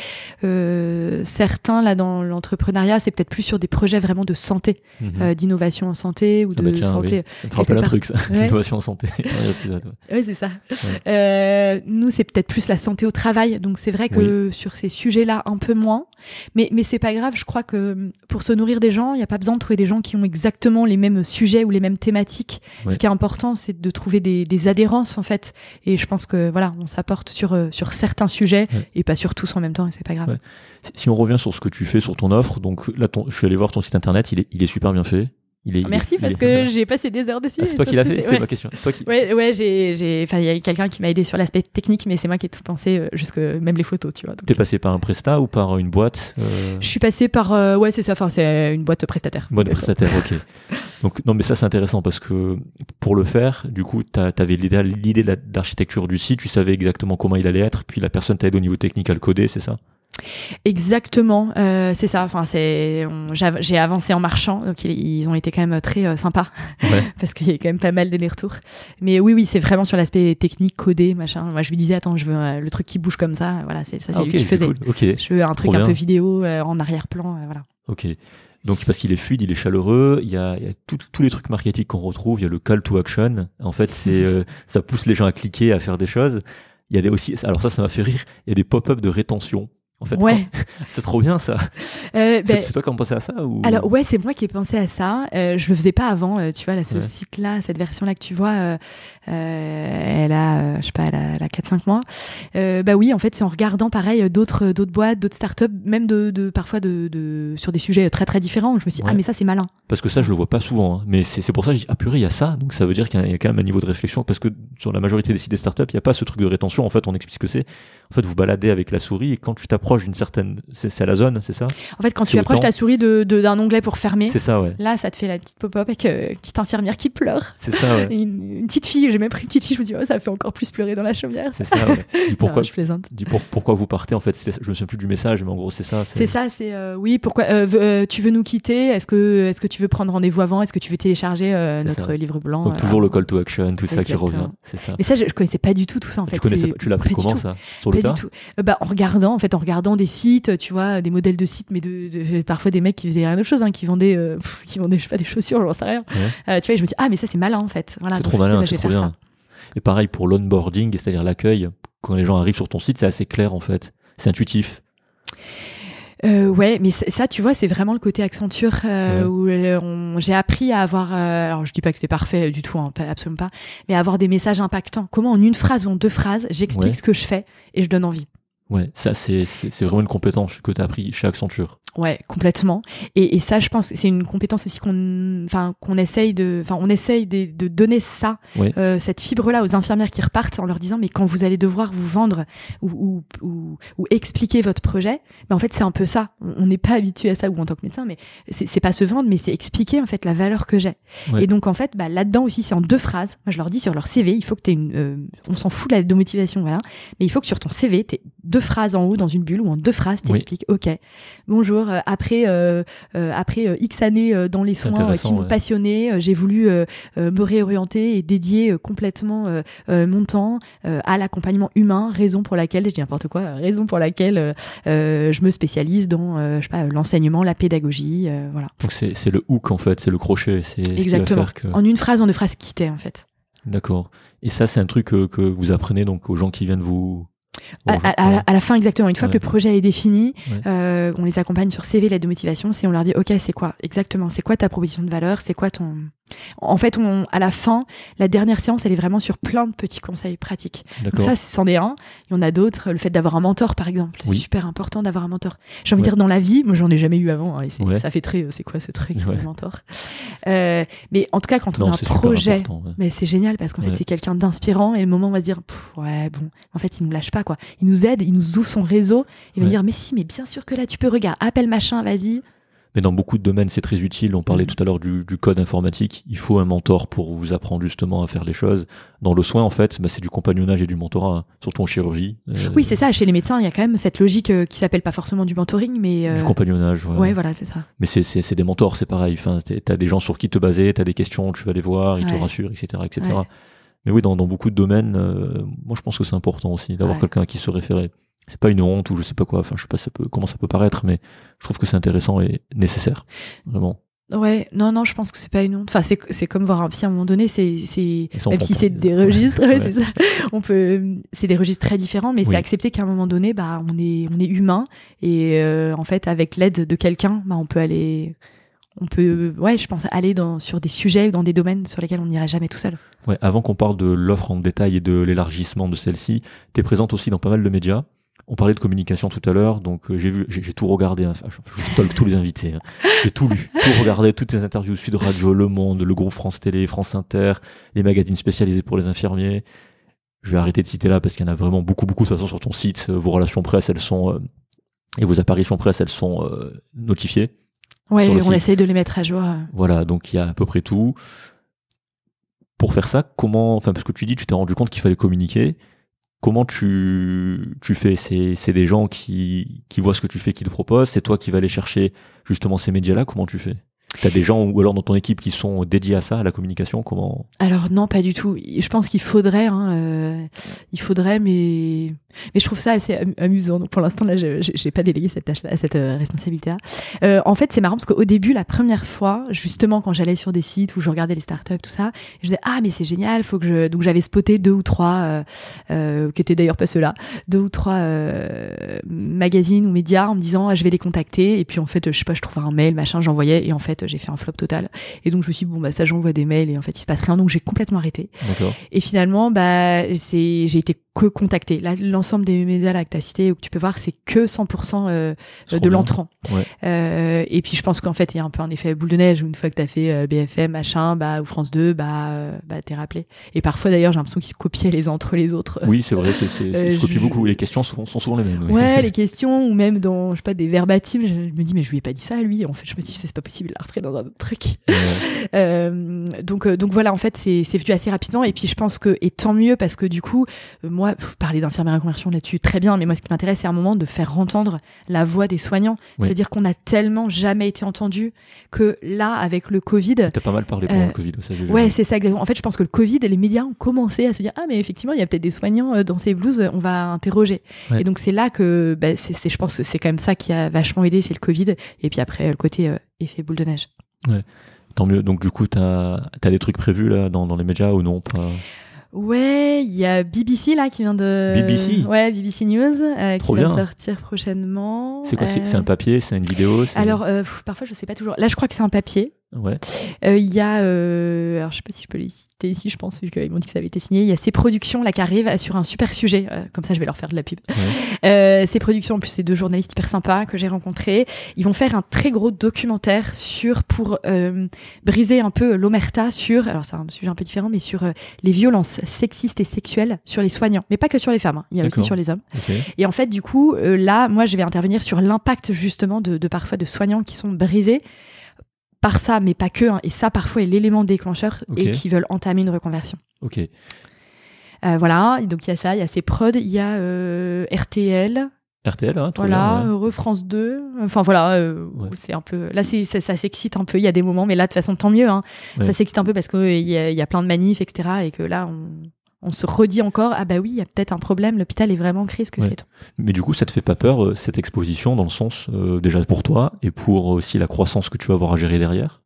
Euh, certains là dans l'entrepreneuriat, c'est peut-être plus sur des projets vraiment de santé, mm-hmm. euh, d'innovation en santé ou ah de bah tiens, santé. Oui. Ça me rappelle un truc, ça. Ouais. Innovation en santé. Oui, ouais, c'est ça. Ouais. Euh, nous, c'est peut-être plus la santé au travail, donc c'est vrai que oui. sur ces sujets-là, un peu moins. Mais mais c'est pas grave. Je crois que pour se nourrir des gens, il y a pas besoin de trouver des gens qui ont exactement les mêmes sujets ou les mêmes thématiques. Ouais. Ce qui est important, c'est de trouver des, des adhérences en fait. Et je pense que voilà, on s'apporte sur euh, sur certains sujets ouais. et pas sur tous en même temps. Et c'est pas grave. Ouais. Si on revient sur ce que tu fais sur ton offre, donc là, ton, je suis allé voir ton site internet. Il est il est super bien fait. Il est, oh, merci il est, parce il que est... j'ai passé des heures dessus. Ah, c'est toi qui l'as fait, c'était ouais. ma question. Toi qui... Ouais, ouais, j'ai, j'ai, enfin, il y a quelqu'un qui m'a aidé sur l'aspect technique, mais c'est moi qui ai tout pensé, jusque même les photos, tu vois. Donc... T'es passé par un prestat ou par une boîte euh... Je suis passé par, euh, ouais, c'est ça, enfin, c'est une boîte prestataire. Boîte prestataire, ok. Donc, non, mais ça, c'est intéressant parce que pour le faire, du coup, t'avais l'idée, l'idée d'architecture du site, tu savais exactement comment il allait être, puis la personne t'a aidé au niveau technique à le coder, c'est ça? Exactement, euh, c'est ça. Enfin, c'est, on, j'ai avancé en marchant, donc ils, ils ont été quand même très euh, sympas, ouais. parce qu'il y a quand même pas mal d'allers-retours. Mais oui, oui, c'est vraiment sur l'aspect technique, codé, machin. Moi, je lui disais, attends, je veux euh, le truc qui bouge comme ça. Voilà, c'est ça, c'est ah, lui okay, qui faisait. Cool. Okay. Je veux un truc Trop un bien. peu vidéo euh, en arrière-plan, euh, voilà. Ok. Donc parce qu'il est fluide, il est chaleureux, il y a, il y a tout, tous les trucs marketing qu'on retrouve, il y a le call to action. En fait, c'est euh, ça pousse les gens à cliquer, à faire des choses. Il y a des aussi, alors ça, ça m'a fait rire. Il y a des pop-up de rétention. En fait, ouais. c'est trop bien ça. Euh, ben, c'est, c'est toi qui as pensé à ça ou... Alors ouais, c'est moi qui ai pensé à ça. Euh, je le faisais pas avant. Euh, tu vois, là, ce ouais. site-là, cette version-là que tu vois, euh, euh, elle a, euh, je sais pas, elle a, elle a quatre cinq mois. Euh, bah oui, en fait, c'est en regardant pareil d'autres, d'autres boîtes, d'autres startups, même de, de parfois de, de sur des sujets très très différents. Je me suis dit ouais. ah mais ça c'est malin. Parce que ça je le vois pas souvent. Hein. Mais c'est, c'est pour ça que je dis ah purée il y a ça. Donc ça veut dire qu'il y a quand même un niveau de réflexion parce que sur la majorité des sites des startups il y a pas ce truc de rétention. En fait, on explique ce que c'est. En fait, vous baladez avec la souris et quand tu t'approches d'une certaine, c'est, c'est à la zone, c'est ça? En fait, quand c'est tu approches ta souris de, de, d'un onglet pour fermer, c'est ça, ouais. Là, ça te fait la petite pop-up avec euh, une petite infirmière qui pleure. C'est ça, ouais. une, une petite fille, j'ai même pris une petite fille, je me dis, oh, ça fait encore plus pleurer dans la chaumière. C'est ça, ouais. Dis pourquoi, non, je plaisante. Dis pour, pourquoi vous partez, en fait. Je me souviens plus du message, mais en gros, c'est ça. C'est, c'est ça, c'est, euh, oui, pourquoi, euh, euh, tu veux nous quitter? Est-ce que, est-ce que tu veux prendre rendez-vous avant? Est-ce que tu veux télécharger euh, notre ça. livre blanc? Donc, toujours euh, le call to action, tout Exactement. Ça qui revient. C'est ça. Mais ça, je, je connaissais pas du tout tout ça, en fait. Tu connaissais pas, tu l'as appris comment, ça? Sur le tas? euh, Bah, en regardant, en fait, en regardant des sites, tu vois, des modèles de sites, mais de, de parfois des mecs qui faisaient rien d'autre chose, hein, qui vendaient, euh, pff, qui vendaient, je sais pas, des chaussures, j'en sais rien. Ouais. Euh, tu vois, et je me dis, ah, mais ça, c'est malin, en fait. Voilà, c'est trop malin, sais, bah, c'est trop bien. Ça. Et pareil pour l'onboarding, c'est-à-dire l'accueil, quand les gens arrivent sur ton site, c'est assez clair, en fait. C'est intuitif. Euh, ouais, mais ça, tu vois, c'est vraiment le côté Accenture euh, ouais. où euh, on, j'ai appris à avoir. Euh, alors, je dis pas que c'est parfait du tout, hein, absolument pas, mais à avoir des messages impactants. Comment en une phrase ou en deux phrases, j'explique ouais. ce que je fais et je donne envie. Ouais, ça c'est, c'est, c'est vraiment une compétence que tu as appris chez Accenture. Ouais, complètement. Et, et ça, je pense que c'est une compétence aussi qu'on, enfin, qu'on essaye de, enfin, on essaye de, de donner ça, ouais. euh, cette fibre-là aux infirmières qui repartent en leur disant, mais quand vous allez devoir vous vendre ou, ou, ou, ou expliquer votre projet, ben en fait, c'est un peu ça. On n'est pas habitué à ça, ou en tant que médecin, mais c'est, c'est pas se vendre, mais c'est expliquer, en fait, la valeur que j'ai. Ouais. Et donc, en fait, bah, là-dedans aussi, c'est en deux phrases. Moi, je leur dis sur leur C V, il faut que t'aies une, euh, on s'en fout de la de motivation, voilà. Mais il faut que sur ton C V, t'aies deux phrases en haut dans une bulle ou en deux phrases, t'expliques, oui. ok, bonjour, euh, après, euh, euh, après euh, X années euh, dans les soins euh, qui m'ont ouais. passionné, euh, j'ai voulu euh, euh, me réorienter et dédier euh, complètement euh, euh, mon temps euh, à l'accompagnement humain, raison pour laquelle, je dis n'importe quoi, euh, raison pour laquelle euh, euh, je me spécialise dans, euh, je sais pas, l'enseignement, la pédagogie, euh, voilà. Donc c'est, c'est le hook en fait, c'est le crochet, c'est exactement. Ce qui va faire que... En une phrase, en deux phrases quittées en fait. D'accord. Et ça, c'est un truc que, que vous apprenez donc aux gens qui viennent vous... À, à, à la fin, exactement. Une fois ouais. que le projet est défini, ouais. euh, on les accompagne sur C V, l'aide de motivation, c'est on leur dit, ok, c'est quoi exactement, c'est quoi ta proposition de valeur, c'est quoi ton... En fait, on, à la fin, la dernière séance, elle est vraiment sur plein de petits conseils pratiques. D'accord. Donc ça, c'en est un. Il y en a d'autres. Le fait d'avoir un mentor, par exemple, c'est oui. super important d'avoir un mentor. J'ai envie ouais. de dire dans la vie, moi, j'en ai jamais eu avant. Hein, et c'est, ouais. ça fait très, c'est quoi ce truc, ouais. le mentor. Euh, mais en tout cas, quand on non, a un projet, ouais. mais c'est génial parce qu'en fait, ouais. c'est quelqu'un d'inspirant et le moment, on va se dire, ouais, bon, en fait, il nous lâche pas, quoi. Il nous aide, il nous ouvre son réseau. Il va ouais. dire, mais si, mais bien sûr que là, tu peux regarder, appelle machin, vas-y. Mais dans beaucoup de domaines, c'est très utile. On parlait Mmh. tout à l'heure du, du code informatique. Il faut un mentor pour vous apprendre justement à faire les choses. Dans le soin, en fait, bah, c'est du compagnonnage et du mentorat, hein, surtout en chirurgie. Euh, Oui, c'est ça. Chez les médecins, il y a quand même cette logique euh, qui s'appelle pas forcément du mentoring, mais euh, Du compagnonnage. Ouais, ouais, voilà, c'est ça. Mais c'est, c'est, c'est des mentors, c'est pareil. Enfin, t'es- t'as des gens sur qui te baser, t'as des questions, tu vas les voir, ils te Ouais. rassurent, et cetera, et cetera. Ouais. Mais oui, dans, dans beaucoup de domaines, euh, moi je pense que c'est important aussi d'avoir Ouais. quelqu'un à qui se référer. C'est pas une honte ou je sais pas quoi. Enfin, je sais pas ça peut, comment ça peut paraître, mais je trouve que c'est intéressant et nécessaire, vraiment. Ouais, non, non, je pense que c'est pas une honte. Enfin, c'est, c'est comme voir un psy à un moment donné, c'est, c'est, ça, on même prend si pas- c'est des Ouais. registres, ouais, Ouais. c'est ça. On peut, c'est des registres très différents, mais Oui. c'est accepter qu'à un moment donné, bah, on est, on est humain et euh, en fait, avec l'aide de quelqu'un, bah, on peut aller, on peut, ouais, je pense aller dans sur des sujets ou dans des domaines sur lesquels on n'irait jamais tout seul. Ouais, avant qu'on parle de l'offre en détail et de l'élargissement de celle-ci, tu es présente aussi dans pas mal de médias. On parlait de communication tout à l'heure, donc euh, j'ai vu, j'ai, j'ai tout regardé, hein. Enfin, je, je vous talk tous les invités, hein. J'ai tout lu, tout regardé, toutes les interviews, Sud Radio, Le Monde, le groupe France Télé, France Inter, les magazines spécialisés pour les infirmiers. Je vais arrêter de citer là parce qu'il y en a vraiment beaucoup, beaucoup de toute façon sur ton site. Euh, Vos relations presse, elles sont euh, et vos apparitions presse, elles sont euh, notifiées. Ouais, Sur le on site. essaye de les mettre à jour. euh. Voilà, donc il y a à peu près tout. Pour faire ça, comment, enfin parce que tu dis, tu t'es rendu compte qu'il fallait communiquer. Comment tu, tu fais c'est, c'est des gens qui, qui voient ce que tu fais, qui te proposent. C'est toi qui vas aller chercher justement ces médias-là. Comment tu fais? T'as des gens ou alors dans ton équipe qui sont dédiés à ça, à la communication. Comment? Alors non, pas du tout. Je pense qu'il faudrait, hein, euh, il faudrait, mais mais je trouve ça assez am- amusant. Donc pour l'instant là, je j'ai j'ai pas délégué cette tâche-là, cette euh, responsabilité-là. Euh, en fait, c'est marrant parce qu'au début, la première fois, justement, quand j'allais sur des sites où je regardais les startups, tout ça, je disais ah mais c'est génial, faut que je. Donc j'avais spoté deux ou trois, euh, euh, qui étaient d'ailleurs pas ceux-là, deux ou trois euh, magazines ou médias en me disant ah, je vais les contacter. Et puis en fait, je sais pas, je trouvais un mail, machin, j'envoyais et en fait j'ai fait un flop total. Et donc je me suis dit bon bah ça j'envoie des mails et en fait il se passe rien, donc j'ai complètement arrêté. D'accord. Et finalement, bah, c'est, j'ai été que contactée. Là, l'ensemble des médias là, que tu as cités ou que tu peux voir, c'est que cent pour cent euh, Trop de bien. l'entrant. Ouais. Euh, et puis, je pense qu'en fait, il y a un peu un effet boule de neige où une fois que tu as fait euh, B F M, machin, bah, ou France deux, bah, euh, bah, t'es rappelé. Et parfois, d'ailleurs, j'ai l'impression qu'ils se copiaient les uns entre les autres. Oui, c'est vrai, c'est, c'est, Euh, ils se copient je- beaucoup. Les questions sont, sont souvent les mêmes. oui. Ouais, les questions, ou même dans, je sais pas, des verbatims, je, je me dis, mais je lui ai pas dit ça à lui. En fait, je me dis, c'est pas possible, il l'a repris dans un autre truc. Ouais. Euh, donc, euh, donc voilà, en fait, c'est, c'est venu assez rapidement. Et puis, je pense que, et tant mieux, parce que du coup, euh, moi, pff, parler d'infirmière en conversion là-dessus, très bien. Mais moi, ce qui m'intéresse, c'est à un moment de faire entendre la voix des soignants. Oui. C'est-à-dire qu'on a tellement jamais été entendu que là, avec le Covid, T'as pas mal parlé pendant Euh, le Covid. Ça, j'ai vu. ouais, c'est ça exactement. En fait, je pense que le Covid, les médias ont commencé à se dire ah mais effectivement, il y a peut-être des soignants euh, dans ces blues, on va interroger. Ouais. Et donc c'est là que, bah, c'est, c'est, je pense que c'est quand même ça qui a vachement aidé, c'est le Covid. Et puis après le côté euh, effet boule de neige. Tant mieux. Donc du coup, t'as, t'as des trucs prévus là dans, dans les médias ou non? Pas... Ouais, il y a B B C là qui vient de. B B C Ouais, B B C News euh, qui Trop va bien. sortir prochainement. C'est quoi? C'est, Euh, c'est un papier? C'est une vidéo? C'est... Alors euh, pff, parfois je sais pas toujours. Là, je crois que c'est un papier. Ouais. Euh, Il y a, euh, alors je sais pas si je peux les citer ici, je pense, vu qu'ils m'ont dit que ça avait été signé. Il y a ces productions là qui arrivent euh, sur un super sujet. Euh, comme ça, je vais leur faire de la pub. Ouais. Euh, ces productions, en plus, c'est deux journalistes hyper sympas que j'ai rencontrés. Ils vont faire un très gros documentaire sur pour euh, briser un peu l'omerta sur, alors c'est un sujet un peu différent, mais sur euh, les violences sexistes et sexuelles sur les soignants, mais pas que sur les femmes. Hein. Il y a D'accord. aussi sur les hommes. Ok. Et en fait, du coup, euh, là, moi, je vais intervenir sur l'impact justement de, de parfois de soignants qui sont brisés par ça, mais pas que. Hein, et ça, parfois, est l'élément déclencheur Ok. et qui veulent entamer une reconversion. Ok. Euh, voilà. Et donc il y a ça, il y a ces prods, il y a euh, R T L. R T L, hein, trop Voilà, bien, ouais. Heureux France deux. Enfin voilà, euh, Ouais. c'est un peu. Là, c'est, ça, ça s'excite un peu. Il y a des moments, mais là, de toute façon, tant mieux. Hein. Ouais. Ça s'excite un peu parce qu'il y, a- il y a plein de manifs, et cetera. Et que là, on, on se redit encore ah bah oui, il y a peut-être un problème. L'hôpital est vraiment en crise. Que Ouais. fait-on? Mais du coup, ça te fait pas peur, euh, cette exposition, dans le sens, euh, déjà pour toi, et pour aussi la croissance que tu vas avoir à gérer derrière?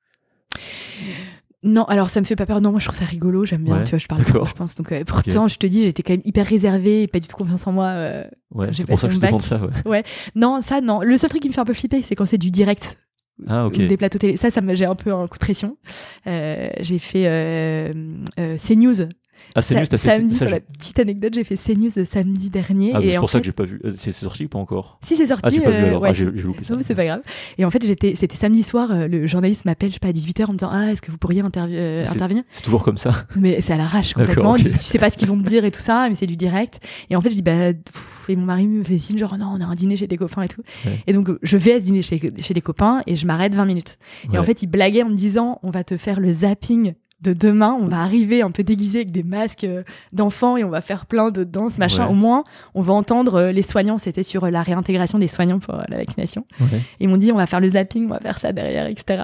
Non, alors ça me fait pas peur. Non, moi je trouve ça rigolo. J'aime bien. Ouais, Tu vois, je parle d'accord. beaucoup, je pense. Donc euh, pourtant, je te dis, j'étais quand même hyper réservée, et pas du tout confiance en moi. euh. Ouais, J'ai c'est pour ça que passé je mon te demande bac. ça, ouais. Non, ça non. Le seul truc qui me fait un peu flipper, c'est quand c'est du direct. Ah, ok. Ou des plateaux télé. Ça, ça me, j'ai un peu un coup de pression. Euh, j'ai fait euh, euh, CNews. Ah, CNews, t'as fait samedi, ça, pour je... la petite anecdote, j'ai fait CNews samedi dernier. Ah, et c'est pour en ça fait... que j'ai pas vu. C'est sorti ou pas encore? Si, c'est sorti. Ah, j'ai pas vu euh, alors. ouais, ah, j'ai, c'est... j'ai loupé ça. Non, c'est pas grave. Et en fait, j'étais... c'était samedi soir, euh, le journaliste m'appelle, je sais pas, à dix-huit heures en me disant « Ah, est-ce que vous pourriez intervi- euh, c'est, intervenir ?» C'est toujours comme ça. Mais c'est à l'arrache complètement. Okay. Tu sais pas ce qu'ils vont me dire et tout ça, mais c'est du direct. Et en fait, je dis « Bah... » Et mon mari me fait signe genre « Non, on a un dîner chez des copains et tout. Ouais. » Et donc, je vais à ce dîner chez, chez des copains et je m'arrête vingt minutes. Ouais. Et en fait, il blaguait en me disant « On va te faire le zapping de demain, on va arriver un peu déguisé avec des masques d'enfants et on va faire plein de danses, machin. Ouais. Au moins, on va entendre les soignants. C'était sur la réintégration des soignants pour la vaccination. Ouais. Ils m'ont dit, on va faire le zapping, on va faire ça derrière, et cetera.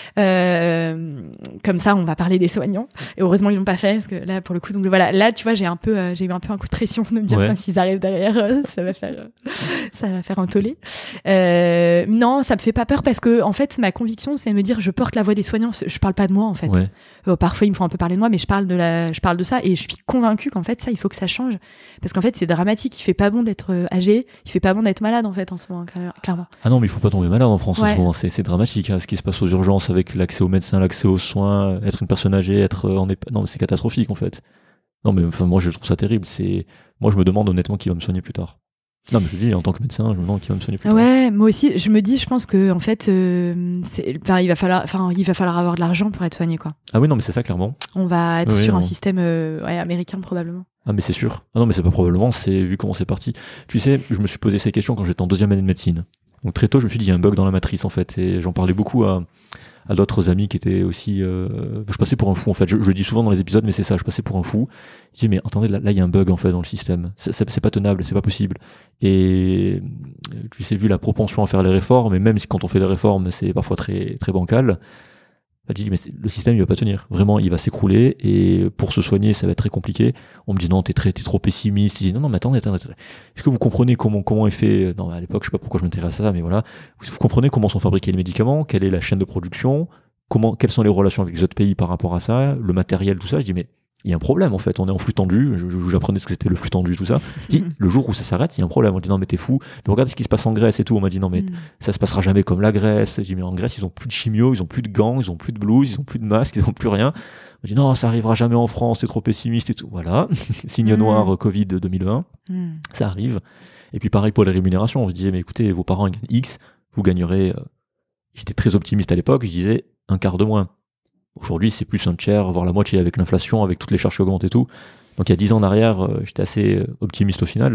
Euh, comme ça, on va parler des soignants. Et heureusement, ils l'ont pas fait, parce que là, pour le coup, donc voilà, là, tu vois, j'ai un peu, euh, j'ai eu un peu un coup de pression de me dire, ouais. S'ils arrivent derrière, euh, ça va faire, euh, ça va faire un tollé. Euh, non, ça me fait pas peur parce que, en fait, ma conviction, c'est de me dire, je porte la voix des soignants. Je parle pas de moi, en fait. Ouais. Euh, parfois, ils me font un peu parler de moi, mais je parle de la, je parle de ça et je suis convaincue qu'en fait, ça, il faut que ça change. Parce qu'en fait, c'est dramatique. Il fait pas bon d'être âgé. Il fait pas bon d'être malade, en fait, en ce moment, clairement. Ah non, mais il faut pas tomber malade en France, ouais. En ce moment. C'est, c'est dramatique, hein, ce qui se passe aux urgences avec l'accès aux médecins, l'accès aux soins, être une personne âgée, être en épa... Non, mais c'est catastrophique, en fait. Non, mais enfin, moi, je trouve ça terrible. C'est, moi, je me demande honnêtement qui va me soigner plus tard. Non, mais je dis, en tant que médecin, je me demande qui va me soigner plus tard. Ouais, moi aussi, je me dis, je pense que en fait, euh, c'est, enfin, il va falloir, enfin, il va falloir avoir de l'argent pour être soigné, quoi. Ah oui, non, mais c'est ça, clairement. On va être oui, sur non. un système euh, ouais, américain, probablement. Ah, mais c'est sûr. Ah non, mais c'est pas probablement, c'est vu comment c'est parti. Tu sais, je me suis posé ces questions quand j'étais en deuxième année de médecine. Donc très tôt, je me suis dit, il y a un bug dans la matrice, en fait. Et j'en parlais beaucoup à, à d'autres amis qui étaient aussi... Euh, je passais pour un fou, en fait. Je, je le dis souvent dans les épisodes, mais c'est ça, je passais pour un fou. Je dis, mais attendez, là, là, il y a un bug, en fait, dans le système. C'est, c'est, c'est pas tenable, c'est pas possible. Et tu sais, vu la propension à faire les réformes, et même si quand on fait les réformes, c'est parfois très, très bancal, bah, je dis, mais le système, il va pas tenir. Vraiment, il va s'écrouler, et pour se soigner, ça va être très compliqué. On me dit, non, t'es très, t'es trop pessimiste. Je dis, non, non, mais attendez, attendez, attendez. Est-ce que vous comprenez comment, comment est fait, non, à l'époque, je sais pas pourquoi je m'intéresse à ça, mais voilà. Vous comprenez comment sont fabriqués les médicaments, quelle est la chaîne de production, comment, quelles sont les relations avec les autres pays par rapport à ça, le matériel, tout ça. Je dis, mais il y a un problème, en fait. On est en flux tendu. Je, je, j'apprenais ce que c'était le flux tendu, tout ça. Je dis, le jour où ça s'arrête, il y a un problème. On dit, non, mais t'es fou. Mais regarde ce qui se passe en Grèce et tout. On m'a dit, non, mais mm. ça se passera jamais comme la Grèce. J'ai dit, mais en Grèce, ils ont plus de chimio, ils ont plus de gants, ils ont plus de blouse, ils ont plus de masques, ils ont plus rien. On dit, non, ça arrivera jamais en France, c'est trop pessimiste et tout. Voilà. Signe mm. noir, Covid deux mille vingt. Mm. Ça arrive. Et puis, pareil pour les rémunérations. Je disais, mais écoutez, vos parents gagnent X, vous gagnerez, euh... j'étais très optimiste à l'époque. Je disais, un quart de moins. Aujourd'hui, c'est plus un tiers, voire la moitié avec l'inflation, avec toutes les charges qui augmentent et tout. Donc, il y a dix ans en arrière, euh, j'étais assez euh, optimiste au final.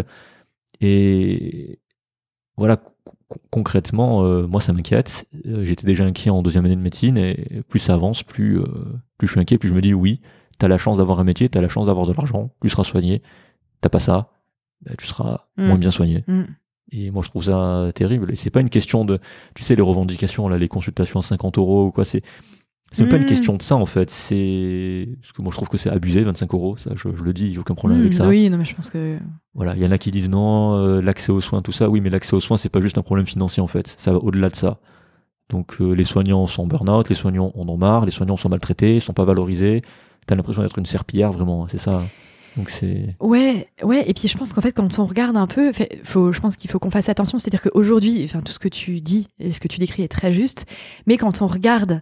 Et voilà, c- concrètement, euh, moi, ça m'inquiète. Euh, j'étais déjà inquiet en deuxième année de médecine et plus ça avance, plus, euh, plus je suis inquiet, plus je me dis oui, t'as la chance d'avoir un métier, t'as la chance d'avoir de l'argent, tu seras soigné. T'as pas ça, bah, tu seras mmh. moins bien soigné. Mmh. Et moi, je trouve ça terrible. Et c'est pas une question de, tu sais, les revendications, là, les consultations à cinquante euros ou quoi, c'est, C'est même mmh. pas une question de ça, en fait. C'est parce que moi, je trouve que c'est abusé, vingt-cinq euros. Ça, je, je le dis, j'ai aucun problème mmh, avec ça. Oui, non, mais je pense que. Voilà, il y en a qui disent non, euh, l'accès aux soins, tout ça. Oui, mais l'accès aux soins, c'est pas juste un problème financier, en fait. Ça va au-delà de ça. Donc, euh, les soignants sont en burn-out, les soignants en ont marre, les soignants sont maltraités, sont pas valorisés. T'as l'impression d'être une serpillière, vraiment. C'est ça. Donc c'est... Ouais, ouais, et puis je pense qu'en fait, quand on regarde un peu, faut, je pense qu'il faut qu'on fasse attention, c'est-à-dire qu'aujourd'hui, enfin, tout ce que tu dis et ce que tu décris est très juste, mais quand on regarde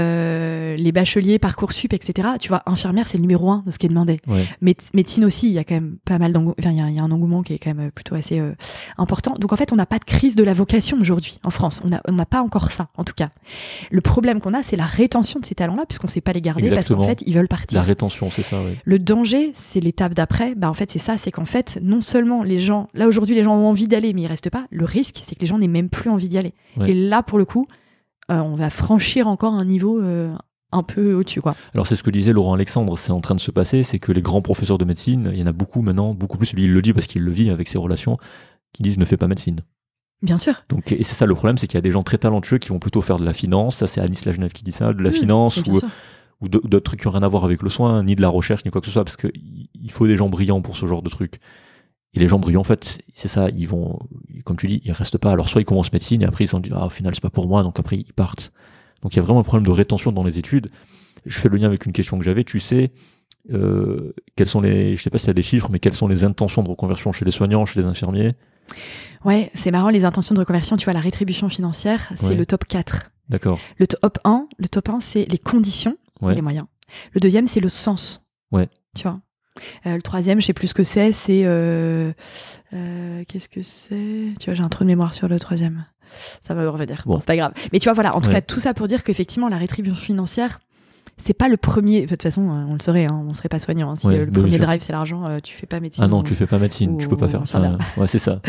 euh, les bacheliers, Parcoursup, et cetera, tu vois, infirmière, c'est le numéro un de ce qui est demandé. Ouais. Méde- médecine aussi, il y a quand même pas mal d'engouement, enfin, il y a, il y a un engouement qui est quand même plutôt assez euh, important. Donc en fait, on n'a pas de crise de la vocation aujourd'hui en France, on n'a on n'a pas encore ça, en tout cas. Le problème qu'on a, c'est la rétention de ces talents-là, puisqu'on ne sait pas les garder. Exactement. Parce qu'en fait, ils veulent partir. La rétention, c'est ça, oui. Le danger, c'est l'étape d'après, bah en fait c'est ça, c'est qu'en fait non seulement les gens, là aujourd'hui les gens ont envie d'aller mais ils restent pas, le risque c'est que les gens n'aient même plus envie d'y aller. Ouais. Et là pour le coup, euh, on va franchir encore un niveau euh, un peu au-dessus, quoi. Alors c'est ce que disait Laurent Alexandre, c'est en train de se passer, c'est que les grands professeurs de médecine, il y en a beaucoup maintenant, beaucoup plus, il le dit parce qu'il le vit avec ses relations, qui disent ne fais pas médecine. Bien sûr. Donc, et c'est ça le problème, c'est qu'il y a des gens très talentueux qui vont plutôt faire de la finance, ça c'est Anis Lagenève qui dit ça, de la mmh, finance ou... ou d'autres trucs qui n'ont rien à voir avec le soin, ni de la recherche, ni quoi que ce soit, parce qu'il faut des gens brillants pour ce genre de trucs. Et les gens brillants, en fait, c'est ça, ils vont, comme tu dis, ils restent pas. Alors soit ils commencent médecine, et après ils se disent, ah, au final, c'est pas pour moi, donc après ils partent. Donc il y a vraiment un problème de rétention dans les études. Je fais le lien avec une question que j'avais, tu sais, euh, quels sont les, je sais pas si tu as des chiffres, mais quelles sont les intentions de reconversion chez les soignants, chez les infirmiers? Ouais, c'est marrant, les intentions de reconversion, tu vois, la rétribution financière, c'est ouais. le top quatre. D'accord. Le top un, le top un, c'est les conditions. Ouais. Et les moyens. Le deuxième, c'est le sens. Ouais. Tu vois. Euh, le troisième, je sais plus ce que c'est. C'est euh, euh, qu'est-ce que c'est ? Tu vois, j'ai un trou de mémoire sur le troisième. Ça va me revenir. Bon, bon c'est pas grave. Mais tu vois, voilà. En tout ouais. cas, tout ça pour dire qu'effectivement, la rétribution financière, c'est pas le premier. De toute façon, on le saurait. Hein, on serait pas soignant. Hein. Si ouais, euh, le premier drive c'est l'argent, euh, tu fais pas médecine. Ah non, ou, tu fais pas médecine. Ou, tu peux pas faire ça. Ouais, c'est ça.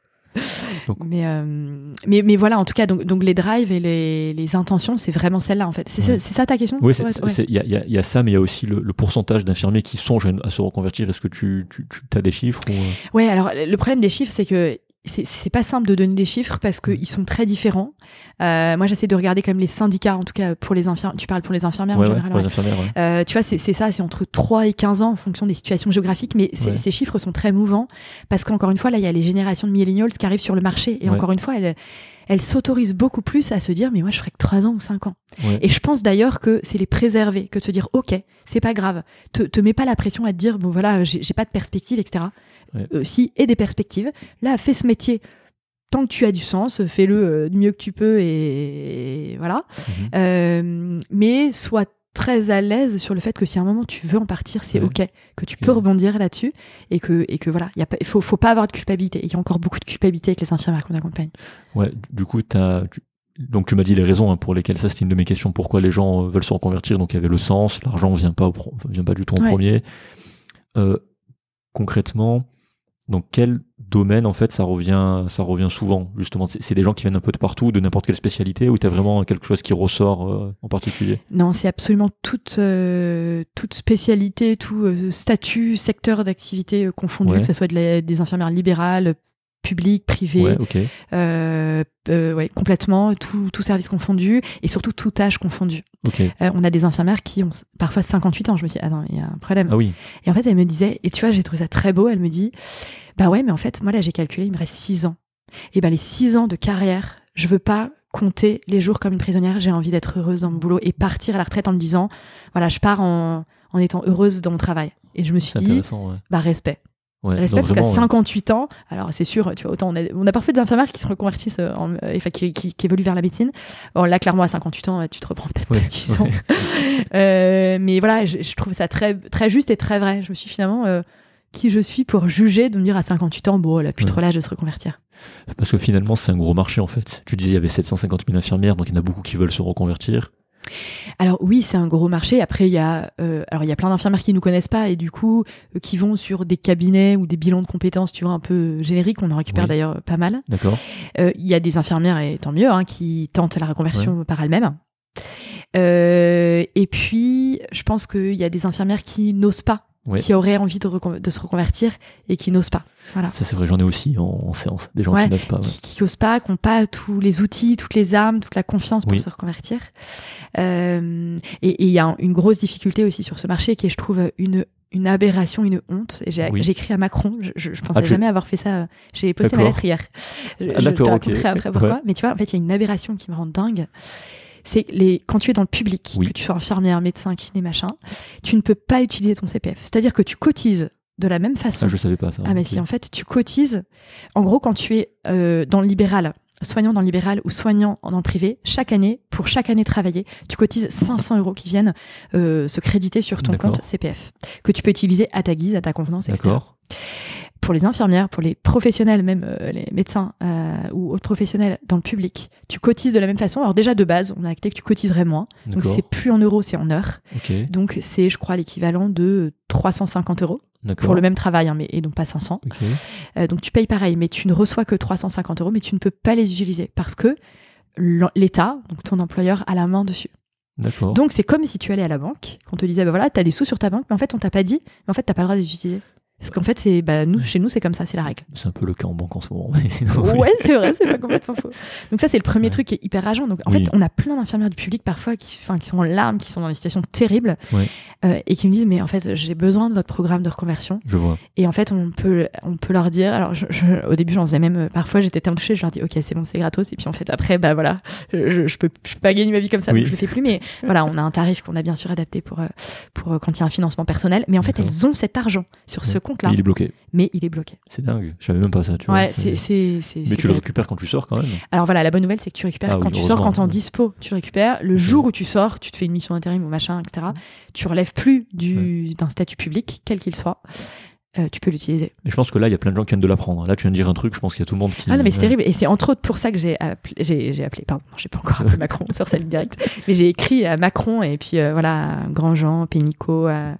Donc. Mais, euh, mais, mais voilà, en tout cas, donc, donc les drives et les, les intentions, c'est vraiment celle-là, en fait. C'est, ouais. ça, c'est ça ta question ? Oui, il ouais. y, y, y a ça, mais il y a aussi le, le pourcentage d'infirmiers qui songent à se reconvertir. Est-ce que tu, tu, tu as des chiffres ou... Oui, alors le problème des chiffres, c'est que c'est, c'est pas simple de donner des chiffres parce qu'ils sont très différents. Euh, moi, j'essaie de regarder comme les syndicats, en tout cas pour les infirmières. Tu parles pour les infirmières ouais, en général. Ouais, pour les infirmières, ouais. Euh, tu vois, c'est, c'est ça, c'est entre trois et quinze ans en fonction des situations géographiques, mais ouais. ces chiffres sont très mouvants parce qu'encore une fois, là, il y a les générations de millennials qui arrivent sur le marché et ouais. encore une fois, elles, elles s'autorisent beaucoup plus à se dire, mais moi, je ferais que trois ans ou cinq ans. Ouais. Et je pense d'ailleurs que c'est les préserver, que de se dire, ok, c'est pas grave, te, te mets pas la pression à te dire, bon voilà, j'ai, j'ai pas de perspective, et cetera. Ouais. Euh, si, et des perspectives. Là, fais ce métier. Tant que tu as du sens, fais-le euh, du mieux que tu peux et, et voilà. Mmh. Euh, mais sois très à l'aise sur le fait que si à un moment tu veux en partir, c'est ouais. ok, que tu peux ouais. rebondir là-dessus et que, et que voilà, il faut, faut pas avoir de culpabilité. Il y a encore beaucoup de culpabilité avec les infirmières qu'on accompagne. Ouais, du coup, t'as, tu, donc tu m'as dit les raisons hein, pour lesquelles ça, c'était une de mes questions, pourquoi les gens veulent se reconvertir. Donc il y avait le sens, l'argent vient pas, au, vient pas du tout en ouais. premier. Euh, concrètement, dans quel domaine, en fait, ça revient, ça revient souvent, justement? C'est, c'est des gens qui viennent un peu de partout, de n'importe quelle spécialité, ou tu as vraiment quelque chose qui ressort euh, en particulier? Non, c'est absolument toute, euh, toute spécialité, tout euh, statut, secteur d'activité euh, confondu, ouais. que ce soit de la, des infirmières libérales, publiques, privées, ouais, okay. euh, euh, ouais, complètement, tout, tout service confondu, et surtout tout âge confondu. Okay. Euh, on a des infirmières qui ont parfois cinquante-huit ans. Je me suis dit, attends, il y a un problème. Ah oui. Et en fait, elle me disait, et tu vois, j'ai trouvé ça très beau, elle me dit, bah ouais, mais en fait, moi là, j'ai calculé, il me reste six ans. Et ben les six ans de carrière, je veux pas compter les jours comme une prisonnière, j'ai envie d'être heureuse dans mon boulot et partir à la retraite en me disant, voilà, je pars en, en étant heureuse dans mon travail. Et je me suis c'est dit, ouais. bah respect. Ouais, respect parce qu'à vraiment, cinquante-huit ouais. ans, alors c'est sûr, tu vois, autant on a, on a parfois des infirmières qui se reconvertissent, en, enfin qui, qui, qui évoluent vers la médecine. Or là, clairement, à cinquante-huit ans, tu te reprends peut-être ouais, pas dix ans. Ouais. euh, mais voilà, je, je trouve ça très, très juste et très vrai. Je me suis finalement, euh, qui je suis pour juger de me dire à cinquante-huit ans, bon, elle a plus ouais. trop l'âge de se reconvertir. Parce que finalement, c'est un gros marché en fait. Tu disais, il y avait sept cent cinquante mille infirmières, donc il y en a beaucoup qui veulent se reconvertir. Alors oui, c'est un gros marché. Après, il y a, euh, alors il y a plein d'infirmières qui nous connaissent pas et du coup, euh, qui vont sur des cabinets ou des bilans de compétences, tu vois, un peu génériques. On en récupère oui. d'ailleurs pas mal. D'accord. Euh, il y a des infirmières et tant mieux, hein, qui tentent la reconversion ouais. par elles-mêmes. Euh, et puis, je pense qu'il y a des infirmières qui n'osent pas. Ouais. Qui auraient envie de, recon- de se reconvertir et qui n'osent pas. Voilà. Ça, c'est vrai, j'en ai aussi en, en séance. Des gens ouais, qui n'osent pas. Ouais. Qui, qui n'osent pas, qui n'ont pas tous les outils, toutes les armes, toute la confiance pour oui. se reconvertir. Euh, et il y a une grosse difficulté aussi sur ce marché qui est, je trouve, une, une aberration, une honte. Et j'ai, oui. j'ai écrit à Macron, je ne pensais ah, jamais tu... avoir fait ça. J'ai posté d'accord. ma lettre hier. Je, ah, je te raconterai okay. après pourquoi. Ouais. Mais tu vois, en fait, il y a une aberration qui me rend dingue. C'est les, quand tu es dans le public, oui. que tu sois infirmière, médecin, kiné, machin, tu ne peux pas utiliser ton C P F. C'est-à-dire que tu cotises de la même façon. Ah, je savais pas ça. Ah, mais okay. si, en fait, tu cotises. En gros, quand tu es euh, dans le libéral, soignant dans le libéral ou soignant dans le privé, chaque année, pour chaque année travaillée, tu cotises cinq cents euros qui viennent euh, se créditer sur ton D'accord. compte C P F, que tu peux utiliser à ta guise, à ta convenance, et cetera. D'accord. Pour les infirmières, pour les professionnels, même euh, les médecins euh, ou autres professionnels dans le public, tu cotises de la même façon. Alors déjà, de base, on a acté que tu cotiserais moins. D'accord. Donc, c'est plus en euros, c'est en heures. Okay. Donc, c'est, je crois, l'équivalent de trois cent cinquante euros D'accord. pour le même travail, hein, mais, et donc pas cinq cents. Okay. Euh, donc, tu payes pareil, mais tu ne reçois que trois cent cinquante euros, mais tu ne peux pas les utiliser parce que l'État, donc ton employeur, a la main dessus. D'accord. Donc, c'est comme si tu allais à la banque, qu'on te disait, bah voilà, t'as des sous sur ta banque, mais en fait, on t'a pas dit, mais en fait, t'as pas le droit de les utiliser. Parce qu'en fait, c'est, bah, nous, chez nous, c'est comme ça, c'est la règle. C'est un peu le cas en banque en ce moment. Ouais, c'est vrai, c'est pas complètement faux. Donc ça, c'est le premier ouais. truc qui est hyper rageant. Donc en oui. fait, on a plein d'infirmières du public parfois qui, enfin, qui sont en larmes, qui sont dans des situations terribles ouais. euh, et qui me disent, mais en fait, j'ai besoin de votre programme de reconversion. Je vois. Et en fait, on peut, on peut leur dire, alors je, je, au début, j'en faisais même, parfois, j'étais tellement touchée, je leur dis, ok, c'est bon, c'est gratos. Et puis en fait, après, bah voilà, je, je, peux, je peux pas gagner ma vie comme ça, oui. donc je le fais plus. Mais voilà, on a un tarif qu'on a bien sûr adapté pour, pour quand il y a un financement personnel. Mais en fait, D'accord. elles ont cet argent sur ce compte compte-là. Mais il est bloqué. Mais il est bloqué. C'est dingue. Je savais même pas ça. Tu ouais, vois, c'est, c'est, c'est, Mais c'est tu le récupères quand tu sors quand même. Alors voilà, la bonne nouvelle, c'est que tu récupères ah, quand oui, tu sors, quand t'es en ouais. dispo, tu le récupères. Le okay. jour où tu sors, tu te fais une mission d'intérim ou machin, et cetera. Tu relèves plus du, ouais. d'un statut public, quel qu'il soit. Euh, tu peux l'utiliser. Mais je pense que là, il y a plein de gens qui viennent de l'apprendre. Là, tu viens de dire un truc, je pense qu'il y a tout le monde qui... Ah non, mais c'est ouais. terrible. Et c'est entre autres pour ça que j'ai appelé, j'ai, j'ai appelé pardon, j'ai pas encore appelé Macron sur sa ligne directe, mais j'ai écrit à Macron et puis euh, voilà, Grandjean, Pénicaud euh,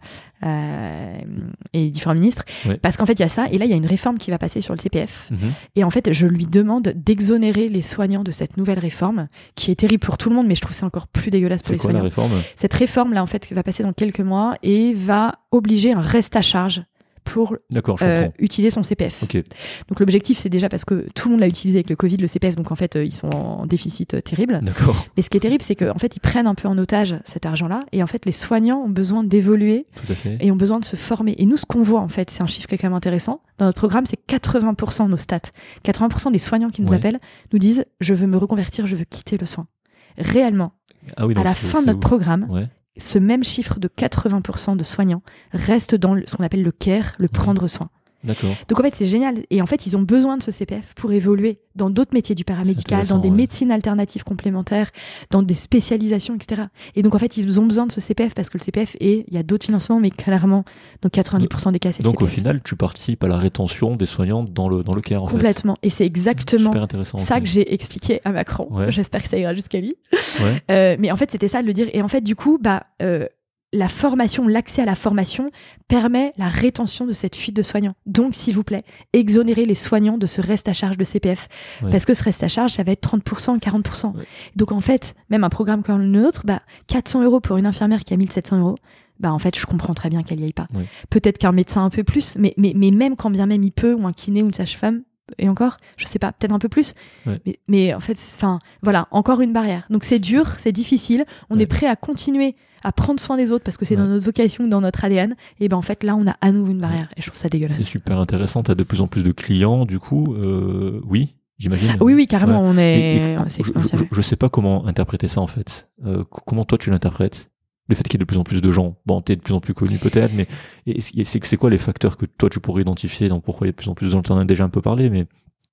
euh, et différents ministres. Ouais. Parce qu'en fait, il y a ça. Et là, il y a une réforme qui va passer sur le C P F. Mm-hmm. Et en fait, je lui demande d'exonérer les soignants de cette nouvelle réforme, qui est terrible pour tout le monde, mais je trouve ça encore plus dégueulasse pour c'est les quoi, soignants. La réforme cette réforme-là, en fait, va passer dans quelques mois et va obliger un reste à charge pour euh, utiliser son C P F. Okay. Donc l'objectif, c'est déjà parce que tout le monde l'a utilisé avec le Covid, le C P F, donc en fait, euh, ils sont en déficit euh, terrible. D'accord. Mais ce qui est terrible, c'est qu'en fait, ils prennent un peu en otage cet argent-là, et en fait, les soignants ont besoin d'évoluer Tout à fait. et ont besoin de se former. Et nous, ce qu'on voit, en fait, c'est un chiffre qui est quand même intéressant. Dans notre programme, c'est quatre-vingts pour cent de nos stats. quatre-vingts pour cent des soignants qui nous ouais. appellent nous disent « je veux me reconvertir, je veux quitter le soin ». Réellement, ah oui, donc à la fin de notre ouf. programme, ouais. ce même chiffre de quatre-vingts pour cent de soignants reste dans le, ce qu'on appelle le care, le prendre soin. D'accord. Donc en fait, c'est génial. Et en fait, ils ont besoin de ce C P F pour évoluer dans d'autres métiers du paramédical, dans des ouais. médecines alternatives complémentaires, dans des spécialisations, et cetera. Et donc en fait, ils ont besoin de ce C P F parce que le C P F est, il y a d'autres financements, mais clairement, dans quatre-vingt-dix pour cent des cas, c'est donc le C P F. Au final, tu participes à la rétention des soignants dans le, dans le care, en Complètement. fait. Et c'est exactement ça okay. que j'ai expliqué à Macron. Ouais. J'espère que ça ira jusqu'à lui. Ouais. Euh, mais en fait, c'était ça de le dire. Et en fait, du coup, bah... Euh, la formation, l'accès à la formation permet la rétention de cette fuite de soignants. Donc, s'il vous plaît, exonérez les soignants de ce reste à charge de C P F. Ouais. Parce que ce reste à charge, ça va être trente pour cent, quarante pour cent. Ouais. Donc, en fait, même un programme comme le nôtre, bah, quatre cents euros pour une infirmière qui a mille sept cents euros, bah, en fait, je comprends très bien qu'elle n'y aille pas. Ouais. Peut-être qu'un médecin un peu plus, mais, mais, mais même quand bien même il peut, ou un kiné ou une sage-femme, et encore, je sais pas, peut-être un peu plus, ouais. mais, mais en fait, enfin, voilà, encore une barrière. Donc c'est dur, c'est difficile, on ouais. est prêt à continuer à prendre soin des autres parce que c'est ouais. dans notre vocation, dans notre A D N, et ben en fait là, on a à nouveau une barrière, et je trouve ça dégueulasse. C'est super intéressant, t'as de plus en plus de clients, du coup, euh, oui, j'imagine. Oui, oui, carrément, ouais. on est, et, et, c'est je, je, je sais pas comment interpréter ça en fait. Euh, comment toi tu l'interprètes ? Le fait qu'il y ait de plus en plus de gens, bon, t'es de plus en plus connu peut-être, mais et, et c'est, c'est quoi les facteurs que toi tu pourrais identifier, donc pourquoi il y a de plus en plus de gens, t'en as déjà un peu parlé, mais...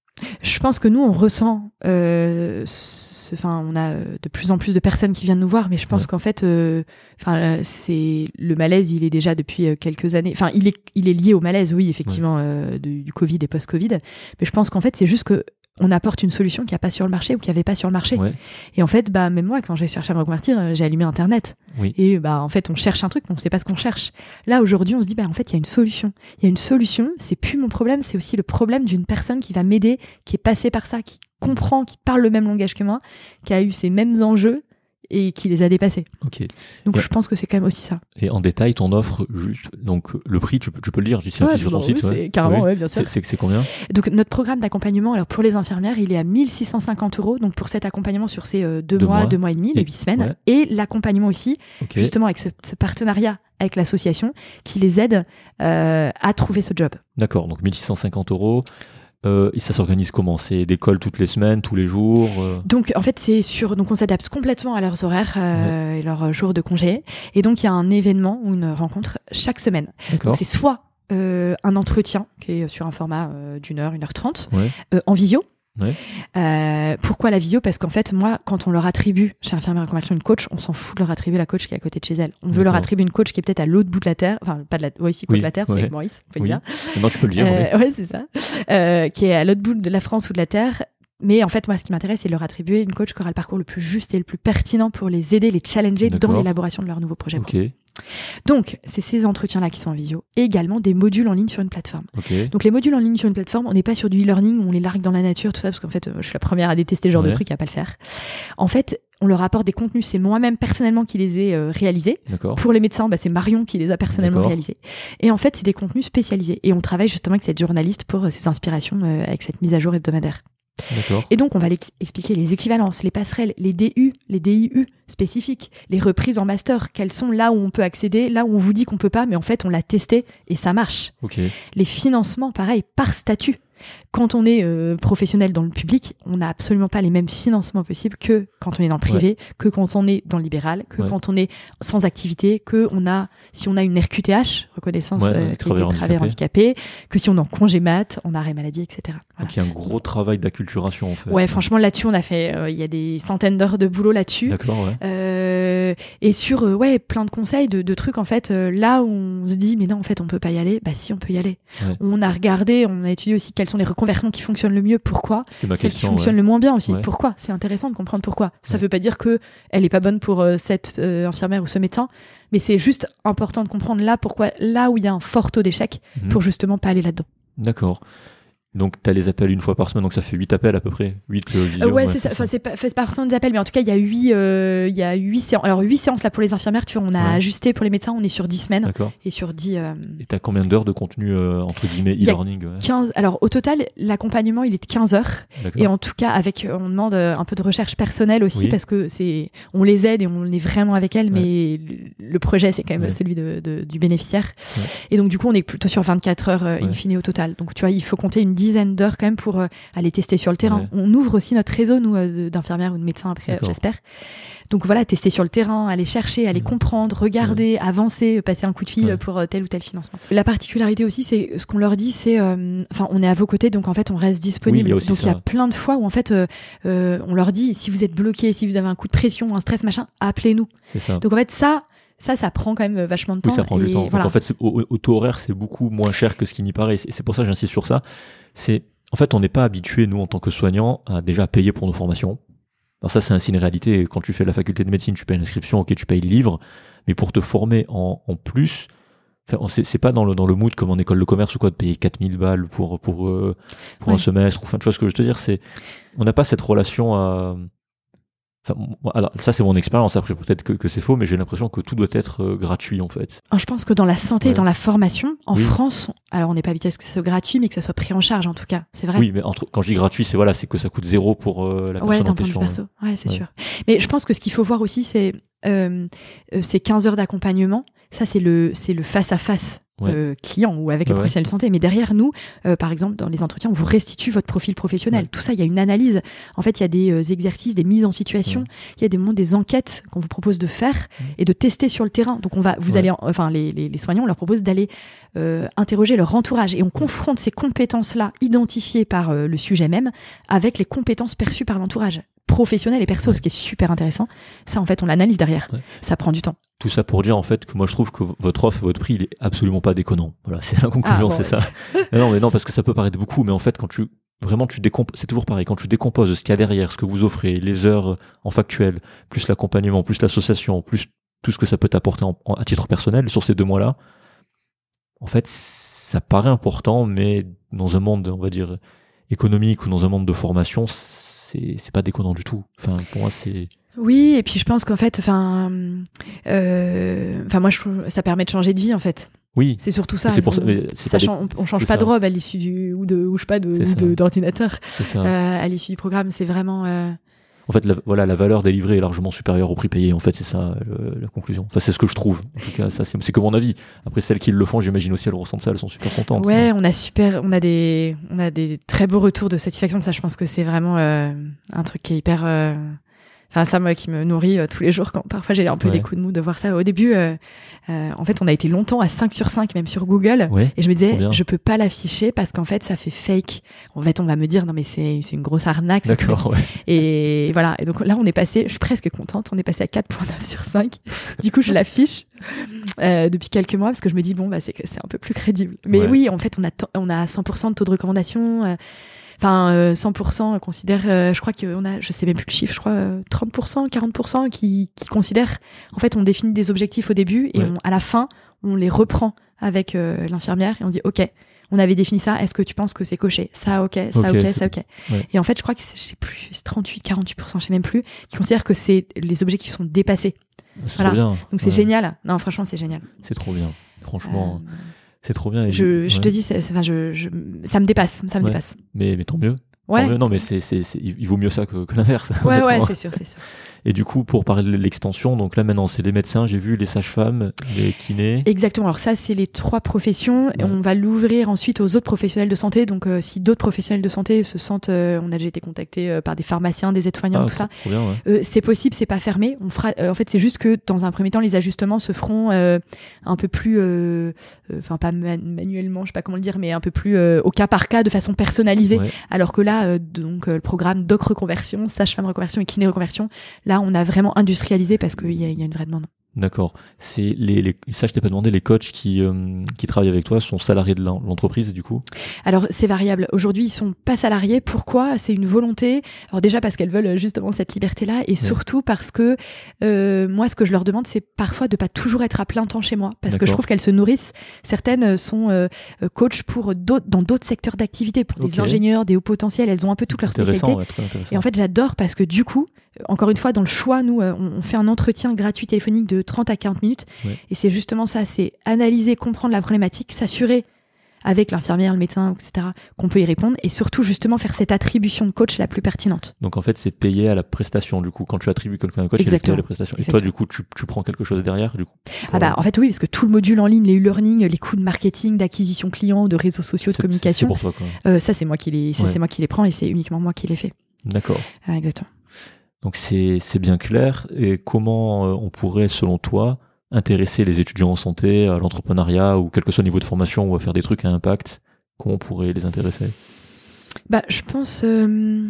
Je pense que nous, on ressent, euh, ce, enfin, on a de plus en plus de personnes qui viennent nous voir, mais je pense ouais. qu'en fait, euh, enfin, c'est le malaise, il est déjà depuis quelques années. Enfin, il est, il est lié au malaise, oui, effectivement, ouais. euh, du, du Covid et post-Covid. Mais je pense qu'en fait, c'est juste que on apporte une solution qu'il n'y a pas sur le marché ou qu'il n'y avait pas sur le marché. Ouais. Et en fait, bah, même moi, quand j'ai cherché à me reconvertir, j'ai allumé Internet. Oui. Et bah, en fait, on cherche un truc, mais on ne sait pas ce qu'on cherche. Là, aujourd'hui, on se dit, bah, en fait, il y a une solution. Il y a une solution, c'est plus mon problème, c'est aussi le problème d'une personne qui va m'aider, qui est passée par ça, qui comprend, qui parle le même langage que moi, qui a eu ces mêmes enjeux et qui les a dépassés. Ok. Donc et je pense que c'est quand même aussi ça. Et en détail, ton offre, juste, donc le prix, tu peux, tu peux le dire, j'y suis ouais, sur ton oui, site. C'est ouais. carrément, oui. ouais, bien sûr. C'est, c'est, c'est combien ? Donc notre programme d'accompagnement, alors pour les infirmières, il est à mille six cent cinquante euros. Donc pour cet accompagnement sur ces euh, deux, deux mois, mois, deux mois et demi, et, les huit semaines, ouais. et l'accompagnement aussi, okay. justement avec ce, ce partenariat avec l'association qui les aide euh, à trouver ce job. D'accord. Donc mille six cent cinquante euros. Euh, et ça s'organise comment ? C'est d'école toutes les semaines, tous les jours euh... Donc en fait c'est sur, donc on s'adapte complètement à leurs horaires euh, ouais. et leurs jours de congé. Et donc il y a un événement ou une rencontre chaque semaine. D'accord. Donc c'est soit euh, un entretien qui est sur un format euh, d'une heure, une heure trente, ouais. euh, en visio. Ouais. Euh, pourquoi la visio ? Parce qu'en fait, moi, quand on leur attribue chez Infirmière Reconversion une coach, on s'en fout de leur attribuer la coach qui est à côté de chez elle. On veut D'accord. leur attribuer une coach qui est peut-être à l'autre bout de la terre, enfin pas de la, ouais, ici, côté oui. de la terre, c'est ouais. avec Maurice, on peut oui. le dire. Non, tu peux le dire. Euh, oui. Ouais, c'est ça. Euh, qui est à l'autre bout de la France ou de la terre. Mais en fait, moi, ce qui m'intéresse, c'est de leur attribuer une coach qui aura le parcours le plus juste et le plus pertinent pour les aider, les challenger D'accord. dans l'élaboration de leur nouveau projet. Okay. Donc, c'est ces entretiens-là qui sont en visio. Et également des modules en ligne sur une plateforme. Okay. Donc, les modules en ligne sur une plateforme, on n'est pas sur du e-learning où on les largue dans la nature, tout ça, parce qu'en fait, je suis la première à détester ce genre ouais. de truc, à pas le faire. En fait, on leur apporte des contenus. C'est moi-même personnellement qui les ai euh, réalisés. D'accord. Pour les médecins, bah, c'est Marion qui les a personnellement D'accord. réalisés. Et en fait, c'est des contenus spécialisés. Et on travaille justement avec cette journaliste pour euh, ses inspirations euh, avec cette mise à jour hebdomadaire. D'accord. Et donc, on va expliquer les équivalences, les passerelles, les D U, les D I U spécifiques, les reprises en master, quelles sont là où on peut accéder, là où on vous dit qu'on peut pas, mais en fait, on l'a testé et ça marche. Okay. Les financements, pareil, par statut. Quand on est euh, professionnel dans le public, on n'a absolument pas les mêmes financements possibles que quand on est dans le privé, ouais. que quand on est dans le libéral, que ouais. quand on est sans activité, que on a, si on a une R Q T H, reconnaissance ouais, euh, des travailleurs handicapés, que si on est en congé mat, en arrêt maladie, et cetera. Voilà. Donc il y a un gros travail d'acculturation en fait. Ouais, franchement là-dessus, on a fait, il euh, y a des centaines d'heures de boulot là-dessus. D'accord, ouais. Euh, et sur, euh, ouais, plein de conseils, de, de trucs en fait, euh, là où on se dit, mais non, en fait, on peut pas y aller, bah si, on peut y aller. Ouais. On a regardé, on a étudié aussi quelles sont les reconversions qui fonctionnent le mieux, pourquoi, celles question, qui fonctionnent ouais. le moins bien aussi, ouais. pourquoi. C'est intéressant de comprendre pourquoi. Ça ouais. veut pas dire que elle est pas bonne pour euh, cette euh, infirmière ou ce médecin, mais c'est juste important de comprendre là pourquoi, là où il y a un fort taux d'échec, mmh. pour justement pas aller là-dedans. D'accord. Donc, tu as les appels une fois par semaine, donc ça fait huit appels à peu près. huit euh, visions, euh, ouais, ouais, c'est ça. Enfin, c'est pas, c'est pas forcément des appels, mais en tout cas, il y a huit, euh, il y a huit séances. Alors, huit séances là pour les infirmières, tu vois, on a ouais. ajusté pour les médecins, on est sur dix semaines. D'accord. Et sur dix. Euh... Et tu as combien d'heures de contenu, euh, entre guillemets, e-learning ouais. quinze. Alors, au total, l'accompagnement, il est de quinze heures. D'accord. Et en tout cas, avec, on demande un peu de recherche personnelle aussi, oui. parce que c'est, on les aide et on est vraiment avec elles, ouais. mais le, le projet, c'est quand même ouais. celui de, de, du bénéficiaire. Ouais. Et donc, du coup, on est plutôt sur vingt-quatre heures euh, ouais. in fine au total. Donc, tu vois, il faut compter une dizaine d'heures quand même pour euh, aller tester sur le terrain. Ouais. On ouvre aussi notre réseau, nous, euh, d'infirmières ou de médecins après, euh, j'espère. Donc voilà, tester sur le terrain, aller chercher, aller mmh. comprendre, regarder, ouais. avancer, passer un coup de fil ouais. pour euh, tel ou tel financement. La particularité aussi, c'est ce qu'on leur dit, c'est, enfin, euh, on est à vos côtés, donc en fait, on reste disponible. Oui, il donc il y a plein de fois où en fait, euh, euh, on leur dit, si vous êtes bloqué, si vous avez un coup de pression, un stress, machin, appelez-nous. C'est ça. Donc en fait, ça. Ça, ça prend quand même vachement de temps. Oui, ça prend et du temps. Voilà. Donc en fait, c'est, au, au taux horaire, c'est beaucoup moins cher que ce qui n'y paraît. Et c'est pour ça que j'insiste sur ça. C'est, en fait, on n'est pas habitué, nous, en tant que soignants, à déjà payer pour nos formations. Alors ça, c'est ainsi une réalité. Quand tu fais la faculté de médecine, tu payes l'inscription, ok, tu payes le livre. Mais pour te former en, en plus, enfin, c'est, c'est pas dans le, dans le mood comme en école de commerce ou quoi, de payer quatre mille balles pour, pour, euh, pour ouais. un semestre. Enfin, tu vois ce que je veux te dire, c'est, on n'a pas cette relation à, Enfin, alors ça c'est mon expérience, après peut-être que, que c'est faux, mais j'ai l'impression que tout doit être euh, gratuit en fait. Alors, je pense que dans la santé ouais. et dans la formation, en oui. France, alors on n'est pas habitué à ce que ça soit gratuit, mais que ça soit pris en charge en tout cas, c'est vrai. Oui, mais entre, quand je dis gratuit, c'est voilà, c'est que ça coûte zéro pour euh, la personne ouais, en d'un question. Point de vue perso. Ouais, c'est ouais. sûr. Mais je pense que ce qu'il faut voir aussi, c'est euh, euh, ces quinze heures d'accompagnement, ça c'est le, c'est le face-à-face. Ouais. Euh, client ou avec ouais, le professionnel de santé, mais derrière nous, euh, par exemple dans les entretiens, on vous restitue votre profil professionnel. Ouais. Tout ça, il y a une analyse. En fait, il y a des euh, exercices, des mises en situation. Il ouais. y a des moments, des enquêtes qu'on vous propose de faire ouais. et de tester sur le terrain. Donc, on va, vous ouais. allez, enfin, les, les, les soignants, on leur propose d'aller euh, interroger leur entourage et on confronte ces compétences-là, identifiées par euh, le sujet même, avec les compétences perçues par l'entourage, professionnel et perso, ouais. ce qui est super intéressant. Ça, en fait, on l'analyse derrière. Ouais. Ça prend du temps. Tout ça pour dire en fait que moi je trouve que votre offre, votre prix, il est absolument pas déconnant. Voilà, c'est la conclusion, ah, bon, c'est ouais. ça. Mais non, mais non, parce que ça peut paraître beaucoup, mais en fait quand tu vraiment tu décomposes, c'est toujours pareil, quand tu décomposes ce qu'il y a derrière, ce que vous offrez, les heures en factuel, plus l'accompagnement, plus l'association, plus tout ce que ça peut t'apporter en, en, à titre personnel sur ces deux mois-là, en fait ça paraît important, mais dans un monde, on va dire économique ou dans un monde de formation, c'est c'est pas déconnant du tout. Enfin pour moi c'est Oui, et puis je pense qu'en fait, enfin, euh, enfin moi je trouve ça permet de changer de vie en fait. Oui. C'est surtout ça. C'est pour ça, mais c'est Sachant, des... on, on change c'est pas ça. de robe à l'issue du ou de ou je sais pas de, ou de d'ordinateur. C'est ça. Euh, à l'issue du programme, c'est vraiment. Euh... En fait, la, voilà, la valeur délivrée est largement supérieure au prix payé. En fait, c'est ça le, la conclusion. Enfin, c'est ce que je trouve. En tout cas, ça, c'est, c'est que mon avis. Après, celles qui le font, j'imagine aussi, elles ressentent ça, elles sont super contentes. Ouais, on a super, on a des, on a des très beaux retours de satisfaction. Ça, je pense que c'est vraiment euh, un truc qui est hyper. Euh... Enfin, ça moi, qui me nourrit euh, tous les jours. Quand parfois j'ai un peu ouais. des coups de mou de voir ça. Au début, euh, euh, en fait, on a été longtemps à cinq sur cinq, même sur Google. Ouais, et je me disais, je peux pas l'afficher parce qu'en fait, ça fait fake. En fait, on va me dire, non, mais c'est, c'est une grosse arnaque. D'accord, ouais. Et voilà. Et donc là, on est passé, je suis presque contente, on est passé à quatre virgule neuf sur cinq. Du coup, je l'affiche euh, depuis quelques mois parce que je me dis, bon, bah, c'est, c'est un peu plus crédible. Mais ouais. oui, en fait, on a, t- on a cent pour cent de taux de recommandation. Euh, Enfin, euh, cent pour cent considèrent, euh, je crois qu'on a, je sais même plus le chiffre, je crois euh, trente pour cent, quarante pour cent qui, qui considèrent, en fait, on définit des objectifs au début et ouais. on, à la fin, on les reprend avec euh, l'infirmière et on dit, OK, on avait défini ça, est-ce que tu penses que c'est coché? Ça, OK, ça, OK, okay ça, OK. Ouais. Et en fait, je crois que c'est, je sais plus, c'est trente-huit, quarante-huit pour cent, je sais même plus, qui considèrent que c'est, les objectifs sont dépassés. C'est voilà. trop bien. Donc c'est ouais. génial. Non, franchement, c'est génial. C'est trop bien. Franchement. Euh... C'est trop bien. Je, je ouais. te dis, c'est, c'est, enfin, je, je, ça me dépasse, ça me ouais. dépasse. Mais, mais tant mieux. Ouais. Mieux, non, mais c'est, c'est, c'est, il vaut mieux ça que, que l'inverse. Ouais, ouais, c'est sûr, c'est sûr. Et du coup, pour parler de l'extension, donc là maintenant, c'est les médecins, j'ai vu, les sages-femmes, les kinés. Exactement. Alors ça, c'est les trois professions. Ouais. Et on va l'ouvrir ensuite aux autres professionnels de santé. Donc, euh, si d'autres professionnels de santé se sentent, euh, on a déjà été contactés euh, par des pharmaciens, des aides-soignants, ah, tout ça. Trop bien, ouais. euh, c'est possible, c'est pas fermé. On fera. Euh, en fait, c'est juste que dans un premier temps, les ajustements se feront euh, un peu plus, enfin euh, pas man- manuellement, je sais pas comment le dire, mais un peu plus euh, au cas par cas, de façon personnalisée. Ouais. Alors que là, euh, donc euh, le programme doc reconversion, sage-femme reconversion et kiné reconversion, là, on a vraiment industrialisé parce qu'il y a, y a une vraie demande. D'accord. C'est les, les, ça, je t'ai pas demandé, les coachs qui, euh, qui travaillent avec toi sont salariés de l'entreprise, du coup? Alors, c'est variable. Aujourd'hui, ils sont pas salariés. Pourquoi? C'est une volonté. Alors déjà parce qu'elles veulent justement cette liberté-là et ouais. surtout parce que euh, moi, ce que je leur demande, c'est parfois de pas toujours être à plein temps chez moi parce D'accord. que je trouve qu'elles se nourrissent. Certaines sont euh, coachs pour d'autres, dans d'autres secteurs d'activité, pour okay. des ingénieurs, des hauts potentiels. Elles ont un peu toutes leurs spécialités. Ouais, et en fait, j'adore parce que du coup, encore une fois, dans le choix, nous, on fait un entretien gratuit téléphonique de trente à quarante minutes. Ouais. Et c'est justement ça, c'est analyser, comprendre la problématique, s'assurer avec l'infirmière, le médecin, et cetera, qu'on peut y répondre et surtout, justement, faire cette attribution de coach la plus pertinente. Donc, en fait, c'est payé à la prestation, du coup. Quand tu attribues quelqu'un à un coach, il est payé à la prestation. Exactement. Et toi, du coup, tu, tu prends quelque chose derrière, du coup pour... Ah bah, en fait, oui, parce que tout le module en ligne, les e-learning, les coûts de marketing, d'acquisition client, de réseaux sociaux, de c'est, communication. C'est pour toi, quoi. Euh, ça, c'est moi qui les, ça, ouais. c'est moi qui les prends et c'est uniquement moi qui les fais. D'accord. Ah, exactement. Donc c'est, c'est bien clair. Et comment euh, on pourrait, selon toi, intéresser les étudiants en santé à l'entrepreneuriat ou quel que soit le niveau de formation ou à faire des trucs à impact? Comment on pourrait les intéresser? Bah, je pense... Euh...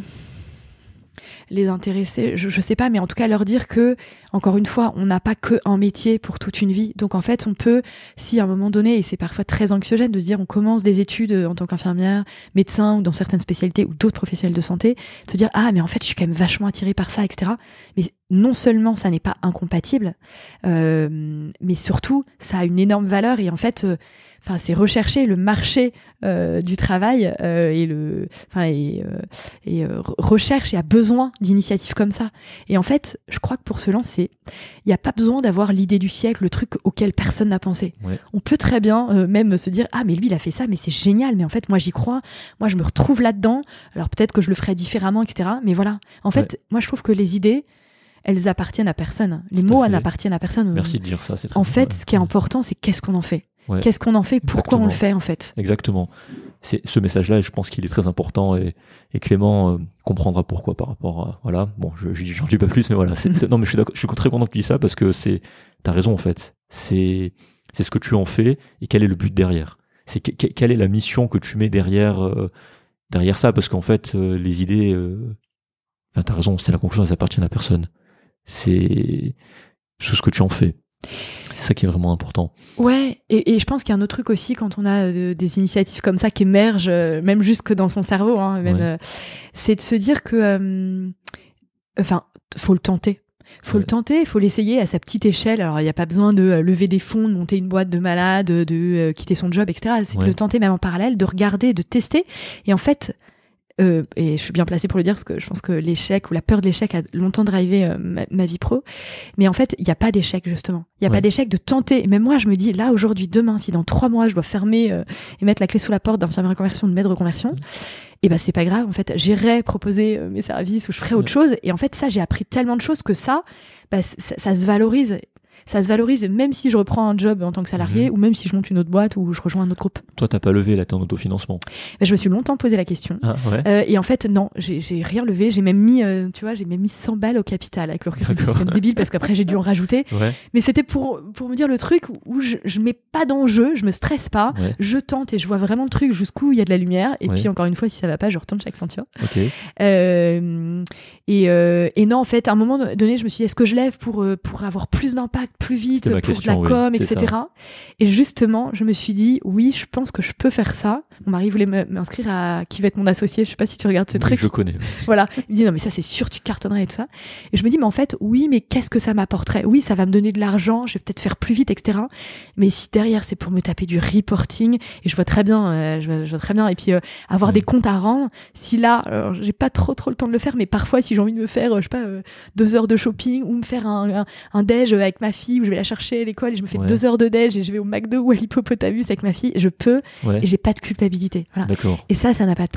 les intéresser, je, je sais pas, mais en tout cas leur dire que, encore une fois, on n'a pas que un métier pour toute une vie. Donc en fait, on peut, si à un moment donné, et c'est parfois très anxiogène de se dire on commence des études en tant qu'infirmière, médecin ou dans certaines spécialités ou d'autres professionnels de santé, se dire ah mais en fait je suis quand même vachement attirée par ça, et cetera. Mais non seulement ça n'est pas incompatible, euh, mais surtout ça a une énorme valeur et en fait... Euh, Enfin, c'est rechercher le marché euh, du travail euh, et le, enfin, et, euh, et euh, recherche et a besoin d'initiatives comme ça. Et en fait, je crois que pour se lancer, il n'y a pas besoin d'avoir l'idée du siècle, le truc auquel personne n'a pensé. Ouais. On peut très bien euh, même se dire ah mais lui il a fait ça, mais c'est génial. Mais en fait moi j'y crois, moi je me retrouve là-dedans. Alors peut-être que je le ferais différemment, et cetera. Mais voilà. En fait, ouais. moi je trouve que les idées elles appartiennent à personne. Les mots elles n'appartiennent à personne. Merci de dire ça. C'est très en fait, ouais. ce qui est important, c'est qu'est-ce qu'on en fait. Ouais. Qu'est-ce qu'on en fait? Pourquoi Exactement. On le fait en fait? Exactement. C'est ce message-là, je pense qu'il est très important et, et Clément euh, comprendra pourquoi par rapport à voilà. Bon, je, je j'en dis pas plus, mais voilà. C'est, c'est, non, mais je suis d'accord, je suis très content que tu dis ça parce que c'est, t'as raison en fait. C'est, c'est ce que tu en fais et quel est le but derrière. C'est que, que, quelle est la mission que tu mets derrière euh, derrière ça parce qu'en fait euh, les idées, euh, enfin t'as raison, c'est la conclusion, elles appartiennent à personne. C'est tout ce que tu en fais. C'est ça qui est vraiment important. Ouais, et, et je pense qu'il y a un autre truc aussi quand on a euh, des initiatives comme ça qui émergent, euh, même jusque dans son cerveau, hein, même, ouais. euh, c'est de se dire que, euh, enfin, faut le tenter. Faut ouais. le tenter, il faut l'essayer à sa petite échelle. Alors, il n'y a pas besoin de euh, lever des fonds, de monter une boîte de malade, de, de euh, quitter son job, et cetera. C'est ouais. de le tenter même en parallèle, de regarder, de tester. Et en fait... Euh, et je suis bien placée pour le dire parce que je pense que l'échec ou la peur de l'échec a longtemps drivé euh, ma, ma vie pro. Mais en fait, il n'y a pas d'échec justement. Il n'y a ouais. pas d'échec de tenter. Et même moi, je me dis, là, aujourd'hui, demain, si dans trois mois, je dois fermer euh, et mettre la clé sous la porte d'infirmière reconversion, de maître reconversion, mmh. et ben c'est pas grave. En fait, j'irai proposer euh, mes services ou je ferai ouais. autre chose. Et en fait, ça, j'ai appris tellement de choses que ça, bah, ça, ça se valorise. Ça se valorise même si je reprends un job en tant que salarié mmh. ou même si je monte une autre boîte ou je rejoins un autre groupe. Toi, t'as pas levé là, t'es en autofinancement? Ben, je me suis longtemps posé la question. Ah, ouais. euh, et en fait, non, j'ai, j'ai rien levé. J'ai même mis, euh, tu vois, j'ai même mis cent balles au capital avec le recul. C'est quand même débile parce qu'après j'ai dû en rajouter. Ouais. Mais c'était pour, pour me dire le truc où je, je mets pas d'enjeu, je me stresse pas, ouais. je tente et je vois vraiment le truc jusqu'où il y a de la lumière. Et ouais. puis encore une fois, si ça va pas, je retourne chaque ceinture. Okay. Euh, et, euh, et non, en fait, à un moment donné, je me suis dit, est-ce que je lève pour, euh, pour avoir plus d'impact, plus vite, pour de la com, oui, et cetera. Et justement, je me suis dit, oui, je pense que je peux faire ça. Mon mari voulait m'inscrire à qui va être mon associé. Je sais pas si tu regardes ce oui, truc. Je connais. Voilà. Il me dit, non, mais ça, c'est sûr, tu cartonnerais et tout ça. Et je me dis, mais en fait, oui, mais qu'est-ce que ça m'apporterait? Oui, ça va me donner de l'argent, je vais peut-être faire plus vite, et cetera. Mais si derrière, c'est pour me taper du reporting, et je vois très bien, euh, je, vois, je vois très bien, et puis euh, avoir mmh. des comptes à rendre, si là, alors, j'ai pas trop, trop le temps de le faire, mais parfois, si j'ai envie de me faire, euh, je sais pas, euh, deux heures de shopping, ou me faire un, un, un déj avec ma fille, où je vais la chercher à l'école, et je me fais ouais. deux heures de déj et je vais au McDo ou à l'Hippopotamus avec ma fille, je peux ouais. et j'ai pas de culpabilité. Voilà. D'accord. Et ça, ça n'a pas de prix.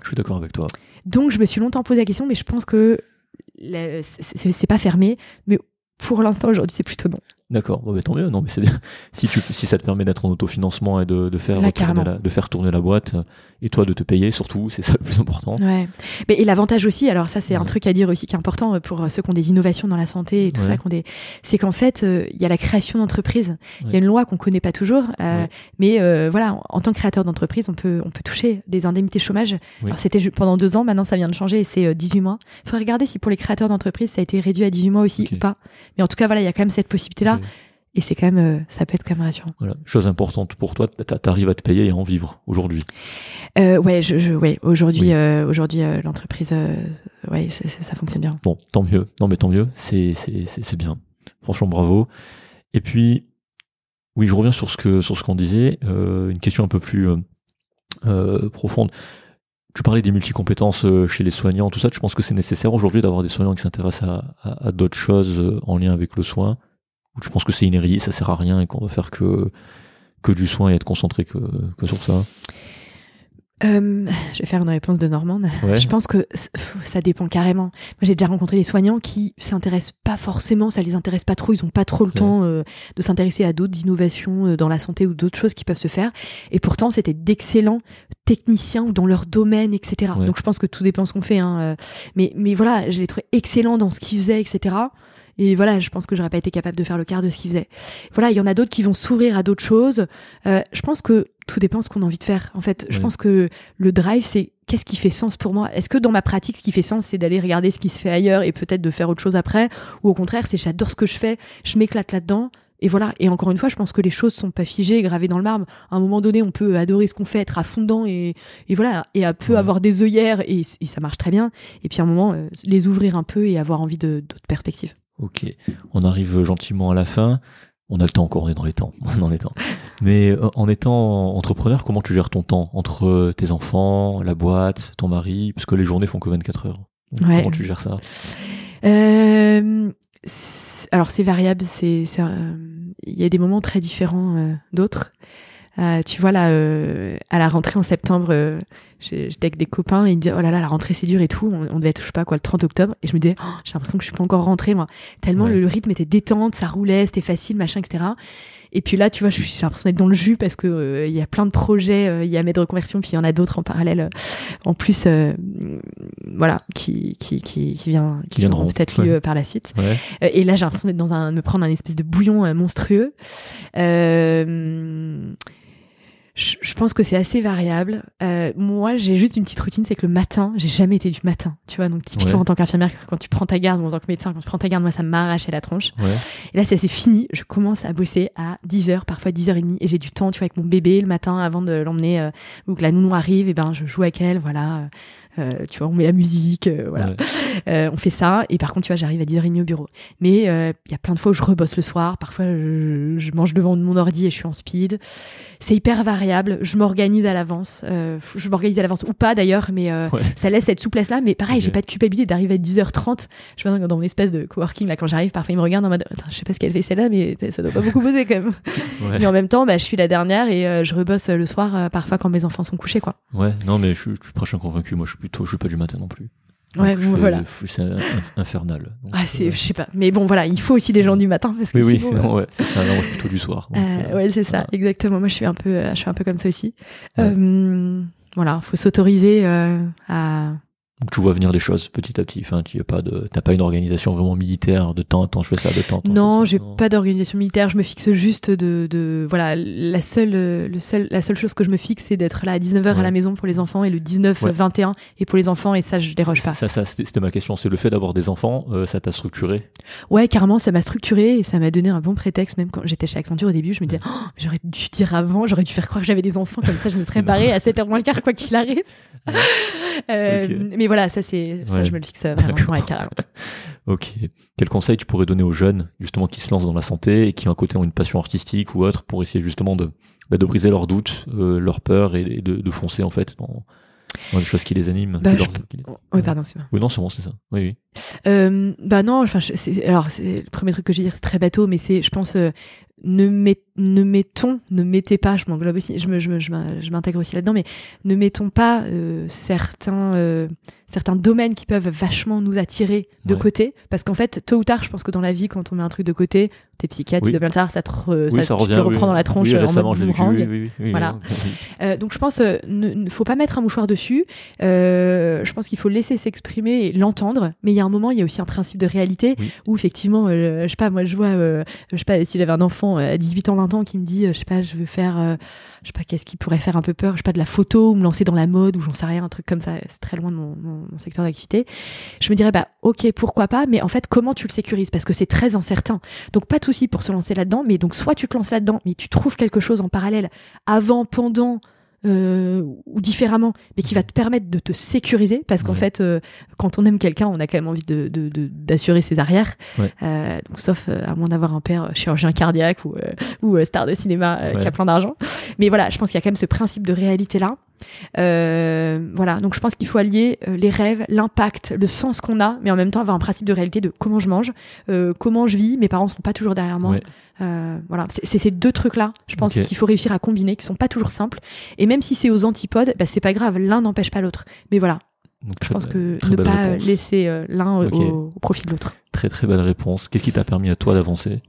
Je suis d'accord avec toi. Donc, je me suis longtemps posé la question, mais je pense que la, c'est, c'est pas fermé. Mais pour l'instant, aujourd'hui, c'est plutôt non. D'accord, bon, bah, tant mieux, non, mais c'est bien. Si, tu, si ça te permet d'être en autofinancement et de, de, faire Là, tourner la, de faire tourner la boîte, euh, et toi de te payer surtout, c'est ça le plus important. Ouais. Mais, et l'avantage aussi, alors ça c'est ouais. un truc à dire aussi qui est important pour ceux qui ont des innovations dans la santé et tout ouais. ça, qu'on des... c'est qu'en fait, il euh, y a la création d'entreprise. Il ouais. y a une loi qu'on connaît pas toujours, euh, ouais. mais euh, voilà, en, en tant que créateur d'entreprise, on peut, on peut toucher des indemnités chômage. Oui. Alors c'était pendant deux ans, maintenant ça vient de changer et c'est euh, dix-huit mois. Il faudrait regarder si pour les créateurs d'entreprise ça a été réduit à dix-huit mois aussi okay. ou pas. Mais en tout cas, voilà, il y a quand même cette possibilité-là. Okay. Et c'est quand même, euh, ça peut être quand même rassurant. Voilà. Chose importante pour toi, t'arrives à te payer et à en vivre aujourd'hui. Euh, ouais, je, je, ouais, aujourd'hui, oui. euh, aujourd'hui, euh, l'entreprise, euh, ouais, c'est, c'est, ça fonctionne bien. Bon, tant mieux. Non, mais tant mieux. C'est, c'est, c'est, c'est bien. Franchement, bravo. Et puis, oui, je reviens sur ce que, sur ce qu'on disait. Euh, une question un peu plus euh, euh, profonde. Tu parlais des multicompétences chez les soignants, tout ça. Tu penses que c'est nécessaire aujourd'hui d'avoir des soignants qui s'intéressent à, à, à d'autres choses en lien avec le soin? Ou tu penses que c'est une hérésie, ça sert à rien et qu'on doit faire que, que du soin et être concentré que, que sur ça? Euh, je vais faire une réponse de Normande. Ouais. Je pense que ça dépend carrément. Moi, j'ai déjà rencontré des soignants qui s'intéressent pas forcément, ça les intéresse pas trop, ils ont pas trop le ouais. temps euh, de s'intéresser à d'autres innovations euh, dans la santé ou d'autres choses qui peuvent se faire. Et pourtant, c'était d'excellents techniciens dans leur domaine, et cetera. Ouais. Donc, je pense que tout dépend de ce qu'on fait. Hein. Mais, mais voilà, je les trouvais excellents dans ce qu'ils faisaient, et cetera. Et voilà, je pense que j'aurais pas été capable de faire le quart de ce qu'ils faisaient. Voilà, il y en a d'autres qui vont s'ouvrir à d'autres choses. Euh, je pense que tout dépend de ce qu'on a envie de faire. En fait, je oui. pense que le drive, c'est qu'est-ce qui fait sens pour moi? Est-ce que dans ma pratique, ce qui fait sens, c'est d'aller regarder ce qui se fait ailleurs et peut-être de faire autre chose après? Ou au contraire, c'est j'adore ce que je fais, je m'éclate là-dedans. Et voilà. Et encore une fois, je pense que les choses sont pas figées, gravées dans le marbre. À un moment donné, on peut adorer ce qu'on fait, être à fond dedans et, et voilà. Et à peu ouais. avoir des œillères et, et ça marche très bien. Et puis à un moment, euh, les ouvrir un peu et avoir envie de, d'autres perspectives. Ok, on arrive gentiment à la fin. On a le temps encore, on est dans les temps. dans les temps. Mais euh, en étant entrepreneur, comment tu gères ton temps entre tes enfants, la boîte, ton mari? Parce que les journées font que vingt-quatre heures. Donc, ouais. Comment tu gères ça? euh, c'est, Alors c'est variable. C'est, c'est, euh, y a des moments très différents euh, d'autres. Euh, tu vois là, euh, à la rentrée en septembre, euh, j'étais avec des copains et ils me disaient oh là là, la rentrée c'est dur et tout. On, on devait être, je sais pas quoi, le trente octobre. Et je me disais, oh, j'ai l'impression que je suis pas encore rentrée moi. Tellement ouais. le, le rythme était détente, ça roulait, c'était facile, machin, et cetera. Et puis là, tu vois, j'ai l'impression d'être dans le jus parce que il euh, y a plein de projets, il euh, y a Med Reconversion, puis il y en a d'autres en parallèle, euh, en plus, euh, voilà, qui qui qui qui vient, qui, qui viendront peut-être lieu ouais. par la suite. Ouais. Euh, et là, j'ai l'impression d'être dans un, me prendre un espèce de bouillon euh, monstrueux. Euh, Je, je pense que c'est assez variable. Euh, moi, j'ai juste une petite routine, c'est que le matin, j'ai jamais été du matin, tu vois. Donc typiquement ouais. en tant qu'infirmière, quand tu prends ta garde, ou en tant que médecin, quand tu prends ta garde, moi ça m'arrachait la tronche. Ouais. Et là, c'est assez fini. Je commence à bosser à dix heures, parfois dix heures trente, et j'ai du temps, tu vois, avec mon bébé le matin avant de l'emmener, euh, ou que la nounou arrive, et ben je joue avec elle, voilà. Euh, tu vois, on met la musique, euh, voilà. Ouais. Euh, on fait ça. Et par contre, tu vois, j'arrive à dix heures trente au bureau. Mais il euh, y a plein de fois où je rebosse le soir. Parfois, je, je mange devant mon ordi et je suis en speed. C'est hyper variable. Je m'organise à l'avance. Euh, je m'organise à l'avance ou pas d'ailleurs, mais euh, ouais. ça laisse cette souplesse-là. Mais pareil, okay. j'ai pas de culpabilité d'arriver à dix heures trente. Je vois dans mon espèce de coworking, là, quand j'arrive, parfois ils me regardent en mode, je sais pas ce qu'elle fait celle-là, mais ça doit pas beaucoup poser quand même. Ouais. Mais en même temps, bah, je suis la dernière et euh, je rebosse le soir, euh, parfois quand mes enfants sont couchés, quoi. Ouais, non, mais je, je suis presque convaincu. Moi, je suis plutôt, je suis pas du matin non plus. Donc ouais, bon, voilà. C'est infernal. Donc, ah, c'est, euh... je sais pas. Mais bon, voilà, il faut aussi des gens du matin parce que oui, sinon, oui, euh... non, ouais, c'est ça. Non, moi, je suis plutôt du soir. Donc, euh, euh, ouais, c'est ça, voilà. Exactement. Moi, je suis un peu, je suis un peu comme ça aussi. Ouais. Euh, voilà, faut s'autoriser euh, à. Donc tu vois venir les choses petit à petit. Enfin, tu n'as pas de, t'as pas une organisation vraiment militaire de temps en temps je fais ça, de temps en temps. Non, ça, j'ai non. pas d'organisation militaire. Je me fixe juste de, de voilà, la seule, le seul, la seule chose que je me fixe, c'est d'être là à dix-neuf heures ouais. à la maison pour les enfants et le dix-neuf ouais. vingt et un et pour les enfants et ça je déroge pas. Ça, ça c'était, c'était ma question. C'est le fait d'avoir des enfants, euh, ça t'a structuré? Ouais, carrément, ça m'a structuré et ça m'a donné un bon prétexte. Même quand j'étais chez Accenture au début, je me disais, oh, j'aurais dû dire avant, j'aurais dû faire croire que j'avais des enfants comme ça, je me serais barrée à sept heures moins le quart quoi qu'il arrive. Ouais. euh, okay. Mais voilà, ça c'est ça, ouais. je me le fixe vraiment. Ouais, carrément. Ok. Quel conseil tu pourrais donner aux jeunes, justement, qui se lancent dans la santé et qui, à côté, ont une passion artistique ou autre, pour essayer justement de, bah, de briser leurs doutes, euh, leurs peurs et de, de foncer, en fait, dans, dans des choses qui les animent. Bah, qui je... leur... qui... Oui, pardon, c'est bon. Oui, non, c'est bon, c'est ça. Oui, oui. Euh, bah non, enfin, je- c'est, alors c'est le premier truc que je vais dire, c'est très bateau, mais c'est, je pense, euh, ne, met, ne mettons, ne mettez pas, je m'englobe aussi, je, me, je, me, je, m'in- je m'intègre aussi là-dedans, mais ne mettons pas euh, certains, euh, certains domaines qui peuvent vachement nous attirer de Ouais. côté, parce qu'en fait, tôt ou tard, je pense que dans la vie, quand on met un truc de côté, t'es psychiatre, Oui. tu dois bien le savoir, ça te, re- Oui, ça, ça tu revient. te le reprends oui. dans la tronche Oui, euh, en récemment, mode j'ai vécu. boomerang. Oui, oui, oui, Voilà. oui, oui. Euh, donc je pense, euh, ne, ne faut pas mettre un mouchoir dessus. Euh, je pense qu'il faut le laisser s'exprimer et l'entendre. Mais il y a un moment, il y a aussi un principe de réalité Oui. où effectivement, euh, je sais pas, moi je vois, euh, je sais pas, si j'avais un enfant euh, à dix-huit ans, vingt ans qui me dit, euh, je sais pas, je veux faire, euh, je sais pas, qu'est-ce qui pourrait faire un peu peur, je sais pas, de la photo ou me lancer dans la mode ou j'en sais rien, un truc comme ça. C'est très loin de mon, mon, mon secteur d'activité. Je me dirais, bah ok, pourquoi pas, mais en fait, comment tu le sécurises? Parce que c'est très incertain. Donc pas de souci pour se lancer là-dedans, mais donc soit tu te lances là-dedans, mais tu trouves quelque chose en parallèle, avant, pendant, euh, ou différemment, mais qui va te permettre de te sécuriser, parce qu'en Ouais. fait, euh, quand on aime quelqu'un, on a quand même envie de, de, de- d'assurer ses arrières. Ouais. Euh, donc, sauf euh, à moins d'avoir un père chirurgien cardiaque ou, euh, ou euh, star de cinéma euh, Ouais. qui a plein d'argent. Mais voilà, je pense qu'il y a quand même ce principe de réalité-là. Euh, voilà, donc je pense qu'il faut allier euh, les rêves, l'impact, le sens qu'on a, mais en même temps avoir un principe de réalité de comment je mange, euh, comment je vis. Mes parents seront pas toujours derrière moi. Ouais. Euh, voilà, c'est, c'est ces deux trucs-là, je pense Ok. qu'il faut réussir à combiner, qui sont pas toujours simples. Et même si c'est aux antipodes, bah, c'est pas grave, l'un n'empêche pas l'autre. Mais voilà, Donc, je très pense belle- que très ne belle pas réponse. laisser euh, l'un au- Ok. au, au profit de l'autre. Très très belle réponse. Qu'est-ce qui t'a permis à toi d'avancer?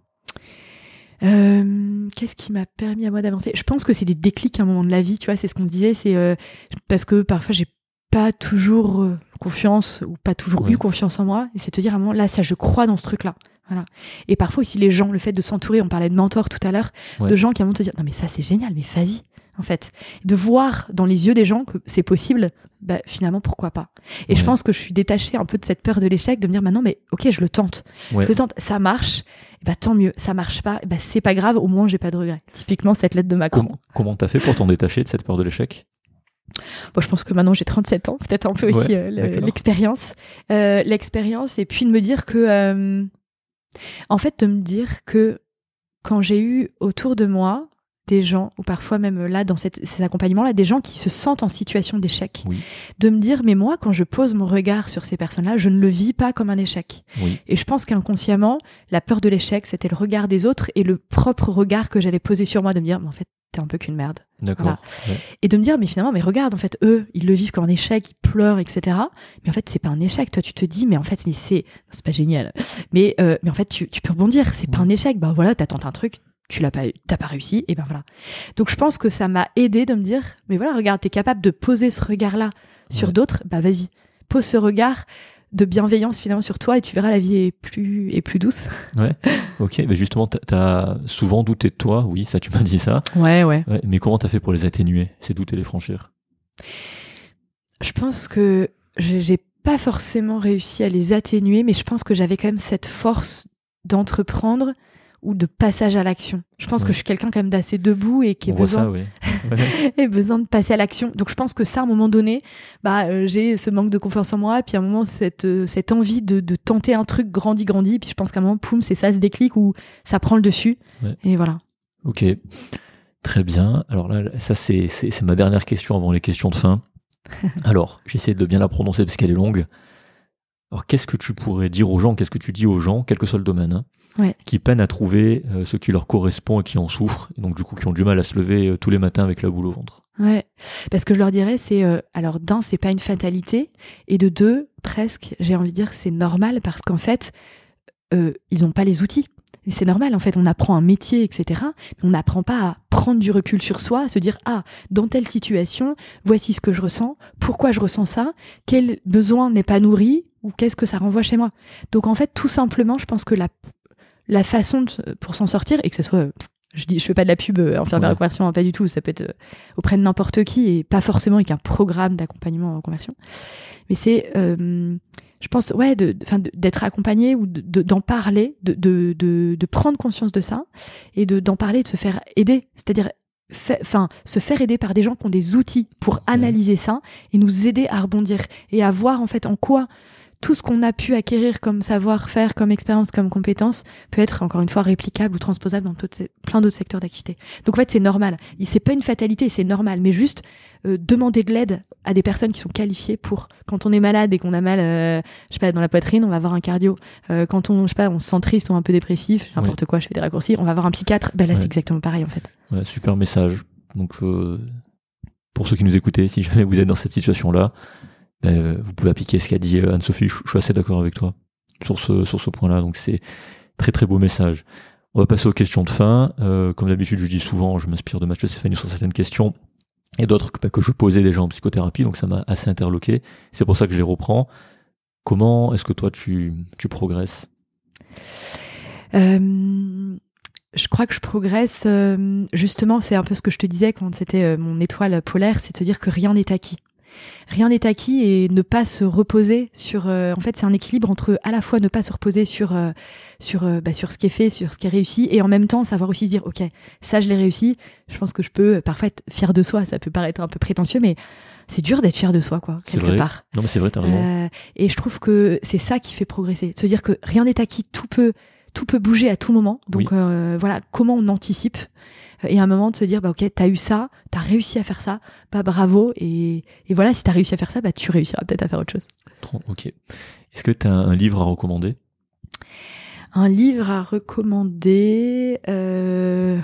Euh, qu'est-ce qui m'a permis à moi d'avancer? Je pense que c'est des déclics à un moment de la vie, tu vois, c'est ce qu'on se disait, c'est euh, parce que parfois j'ai pas toujours euh, confiance ou pas toujours Ouais. eu confiance en moi, et c'est te dire à un moment, là, ça, je crois dans ce truc-là. Voilà. Et parfois aussi les gens, le fait de s'entourer, on parlait de mentors tout à l'heure, Ouais. de gens qui à un moment te dire, non mais ça c'est génial, mais vas-y, en fait. De voir dans les yeux des gens que c'est possible, bah finalement pourquoi pas. Et je Ouais. pense que je suis détachée un peu de cette peur de l'échec, de me dire, maintenant, mais ok, je le tente. Ouais. Je le tente, ça marche, et bah tant mieux, ça marche pas, et bah c'est pas grave, au moins j'ai pas de regrets. Typiquement cette lettre de Macron. Com- comment t'as fait pour t'en détacher de cette peur de l'échec? Bon, je pense que maintenant j'ai trente-sept ans, peut-être un peu aussi Ouais, euh, le- d'accord. l'expérience. Euh, l'expérience, et puis de me dire que. euh, en fait, de me dire que quand j'ai eu autour de moi des gens, ou parfois même là dans cette, ces accompagnements-là, des gens qui se sentent en situation d'échec, Oui. de me dire, mais moi, quand je pose mon regard sur ces personnes-là, je ne le vis pas comme un échec. Oui. Et je pense qu'inconsciemment, la peur de l'échec, c'était le regard des autres et le propre regard que j'allais poser sur moi, de me dire, mais en fait, t'es un peu qu'une merde. D'accord. Voilà. Ouais. Et de me dire, mais finalement, mais regarde, en fait, eux, ils le vivent comme un échec, ils pleurent, et cetera. Mais en fait, c'est pas un échec. Toi, tu te dis, mais en fait, mais c'est, non, c'est pas génial. Mais, euh, mais en fait, tu, tu peux rebondir. C'est pas Ouais. un échec. Bah voilà, t'as tenté un truc, tu l'as pas, t'as pas réussi, et ben voilà. Donc, je pense que ça m'a aidé de me dire, mais voilà, regarde, t'es capable de poser ce regard-là sur Ouais. d'autres, bah vas-y, pose ce regard de bienveillance finalement sur toi et tu verras, la vie est plus, est plus douce. Ouais. Ok. Mais justement, t'as- t'as souvent douté de toi. Oui, ça, tu m'as dit ça. Ouais, ouais. Ouais. Mais comment t'as fait pour les atténuer, ces doutes, et les franchir? Je pense que j'ai j'ai pas forcément réussi à les atténuer, mais je pense que j'avais quand même cette force d'entreprendre ou de passage à l'action. Je pense Ouais. que je suis quelqu'un quand même d'assez debout et qui On a voit besoin, ça, oui. Ouais. ait besoin de passer à l'action. Donc je pense que ça, à un moment donné, bah, euh, j'ai ce manque de confiance en moi, puis à un moment, cette, euh, cette envie de, de tenter un truc grandi, grandi, puis je pense qu'à un moment, poum, c'est ça, ce déclic où ça prend le dessus. Ouais. Et voilà. Ok. Très bien. Alors là, ça, c'est, c'est, c'est ma dernière question avant les questions de fin. Alors, j'essaie de bien la prononcer parce qu'elle est longue. Alors, qu'est-ce que tu pourrais dire aux gens, qu'est-ce que tu dis aux gens, quel que soit le domaine, hein, Ouais. qui peinent à trouver euh, ce qui leur correspond et qui en souffrent, et donc du coup qui ont du mal à se lever euh, tous les matins avec la boule au ventre? Ouais, parce que je leur dirais, c'est euh, alors d'un, c'est pas une fatalité, et de deux, presque, j'ai envie de dire, c'est normal parce qu'en fait, euh, ils ont pas les outils. Et c'est normal, en fait, on apprend un métier, et cetera. Mais on n'apprend pas à prendre du recul sur soi, à se dire, ah, dans telle situation, voici ce que je ressens, pourquoi je ressens ça, quel besoin n'est pas nourri, ou qu'est-ce que ça renvoie chez moi. Donc en fait, tout simplement, je pense que la, la façon de- pour s'en sortir, et que ce soit... euh, Je dis, je fais pas de la pub euh, infirmière Ouais. en conversion, hein, pas du tout. Ça peut être euh, auprès de n'importe qui et pas forcément avec un programme d'accompagnement en conversion. Mais c'est, euh, je pense, ouais, de, de, 'fin, de- d'être accompagné ou de, de- d'en parler, de, de, de, de prendre conscience de ça et de, d'en parler, de se faire aider. C'est-à-dire, enfin, se faire aider par des gens qui ont des outils pour analyser ça et nous aider à rebondir et à voir en fait en quoi tout ce qu'on a pu acquérir comme savoir-faire, comme expérience, comme compétence peut être encore une fois réplicable ou transposable dans toutes ces, plein d'autres secteurs d'activité. Donc en fait c'est normal, c'est pas une fatalité, c'est normal, mais juste euh, demander de l'aide à des personnes qui sont qualifiées pour, quand on est malade et qu'on a mal euh, je sais pas, dans la poitrine, on va voir un cardio, euh, quand on, je sais pas, on se sent triste ou un peu dépressif, n'importe oui. quoi, je fais des raccourcis, on va voir un psychiatre, ben là ouais. c'est exactement pareil en fait. Ouais, super message. Donc euh, pour ceux qui nous écoutaient, si jamais vous êtes dans cette situation là, Euh, vous pouvez appliquer ce qu'a dit Anne-Sophie, je, je suis assez d'accord avec toi sur ce, sur ce point-là, donc c'est très très beau message. On va passer aux questions de fin. Euh, comme d'habitude, je dis souvent, je m'inspire de Mathieu Stéphanie sur certaines questions et d'autres que, que je posais déjà en psychothérapie, donc ça m'a assez interloqué. C'est pour ça que je les reprends. Comment est-ce que toi tu, tu progresses ? euh... Je crois que je progresse, euh, justement, c'est un peu ce que je te disais quand c'était euh, mon étoile polaire, c'est de se dire que rien n'est acquis. Rien n'est acquis et ne pas se reposer sur... Euh, en fait, c'est un équilibre entre à la fois ne pas se reposer sur, euh, sur, euh, bah, sur ce qui est fait, sur ce qui est réussi, et en même temps savoir aussi se dire, ok, ça je l'ai réussi, je pense que je peux parfois être fier de soi, ça peut paraître un peu prétentieux, mais c'est dur d'être fier de soi, quoi, quelque vrai. part. Non, mais c'est vrai, t'as raison. Euh, et je trouve que c'est ça qui fait progresser, de se dire que rien n'est acquis, tout peut, tout peut bouger à tout moment, donc oui. euh, voilà, comment on anticipe. Et à un moment de se dire, bah ok, t'as eu ça, t'as réussi à faire ça, bah bravo, et, et voilà, si t'as réussi à faire ça, bah tu réussiras peut-être à faire autre chose. Ok. Est-ce que t'as un livre à recommander ? Un livre à recommander euh...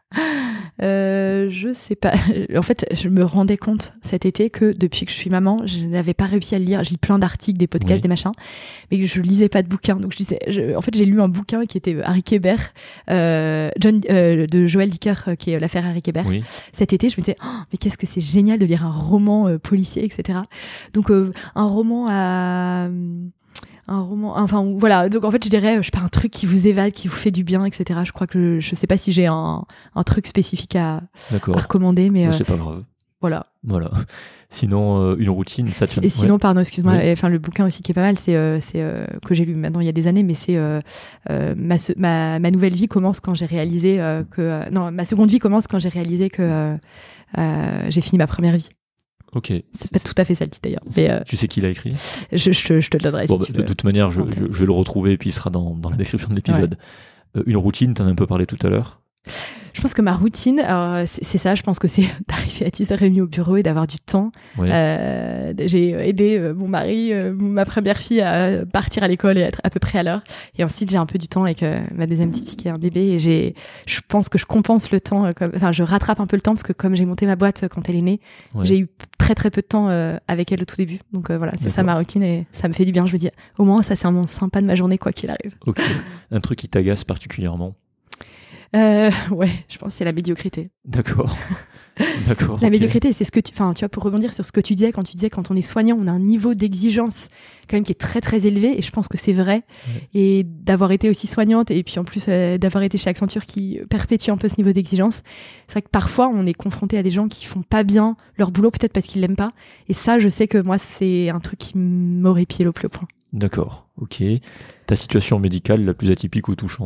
Euh, je sais pas. En fait, je me rendais compte cet été que depuis que je suis maman, je n'avais pas réussi à le lire. J'ai lu plein d'articles, des podcasts, oui. des machins, mais que je lisais pas de bouquins. Donc je disais, je... en fait, j'ai lu un bouquin qui était Harry Kéber, euh, John, euh, de Joël Dicker, qui est l'affaire Harry Kéber. Oui. Cet été, je me disais, oh, mais qu'est-ce que c'est génial de lire un roman euh, policier, et cetera. Donc euh, un roman à un roman, enfin voilà, donc en fait je dirais, je sais pas, un truc qui vous évade, qui vous fait du bien, et cetera. Je crois que je, je sais pas si j'ai un, un truc spécifique à, à recommander, mais euh, euh, c'est pas grave. Voilà. Voilà. Sinon, euh, une routine, ça tient. Et sinon, ouais. pardon, excuse-moi, oui. enfin le bouquin aussi qui est pas mal, c'est, euh, c'est euh, que j'ai lu maintenant il y a des années, mais c'est euh, euh, ma, ma ma nouvelle vie commence quand j'ai réalisé euh, que euh, non, ma seconde vie commence quand j'ai réalisé que euh, euh, j'ai fini ma première vie. Ok. C'est, c'est pas tout à fait ça le titre d'ailleurs. Mais, euh, tu sais qui l'a écrit ? je, je, je te le donnerai bon, si bah, tu de veux. De toute manière, je, je, je vais le retrouver et puis il sera dans, dans la description de l'épisode. Ouais. Euh, une routine, t'en as un peu parlé tout à l'heure. Je pense que ma routine, alors c'est, c'est ça, je pense que c'est d'arriver à dix heures trente au bureau et d'avoir du temps. Ouais. Euh, j'ai aidé euh, mon mari, euh, ma première fille à partir à l'école et être à peu près à l'heure. Et ensuite, j'ai un peu du temps avec euh, ma deuxième petite fille qui est un bébé. Et j'ai, je pense que je compense le temps, euh, comme, enfin, je rattrape un peu le temps parce que comme j'ai monté ma boîte quand elle est née, ouais. j'ai eu très très peu de temps euh, avec elle au tout début. Donc euh, voilà, c'est D'accord. ça ma routine et ça me fait du bien. Je me dis, au moins, ça c'est un moment sympa de ma journée, quoi qu'il arrive. Ok. Un truc qui t'agace particulièrement ? Euh, ouais, je pense que c'est la médiocrité. D'accord. D'accord. La okay. médiocrité, c'est ce que tu, enfin, tu vois, pour rebondir sur ce que tu disais, quand tu disais quand on est soignant, on a un niveau d'exigence quand même qui est très très élevé, et je pense que c'est vrai. Ouais. Et d'avoir été aussi soignante, et puis en plus euh, d'avoir été chez Accenture qui perpétue un peu ce niveau d'exigence, c'est vrai que parfois on est confronté à des gens qui font pas bien leur boulot, peut-être parce qu'ils l'aiment pas. Et ça, je sais que moi, c'est un truc qui m'horripile au plus haut point. D'accord. Ok. Ta situation médicale la plus atypique ou touchante ?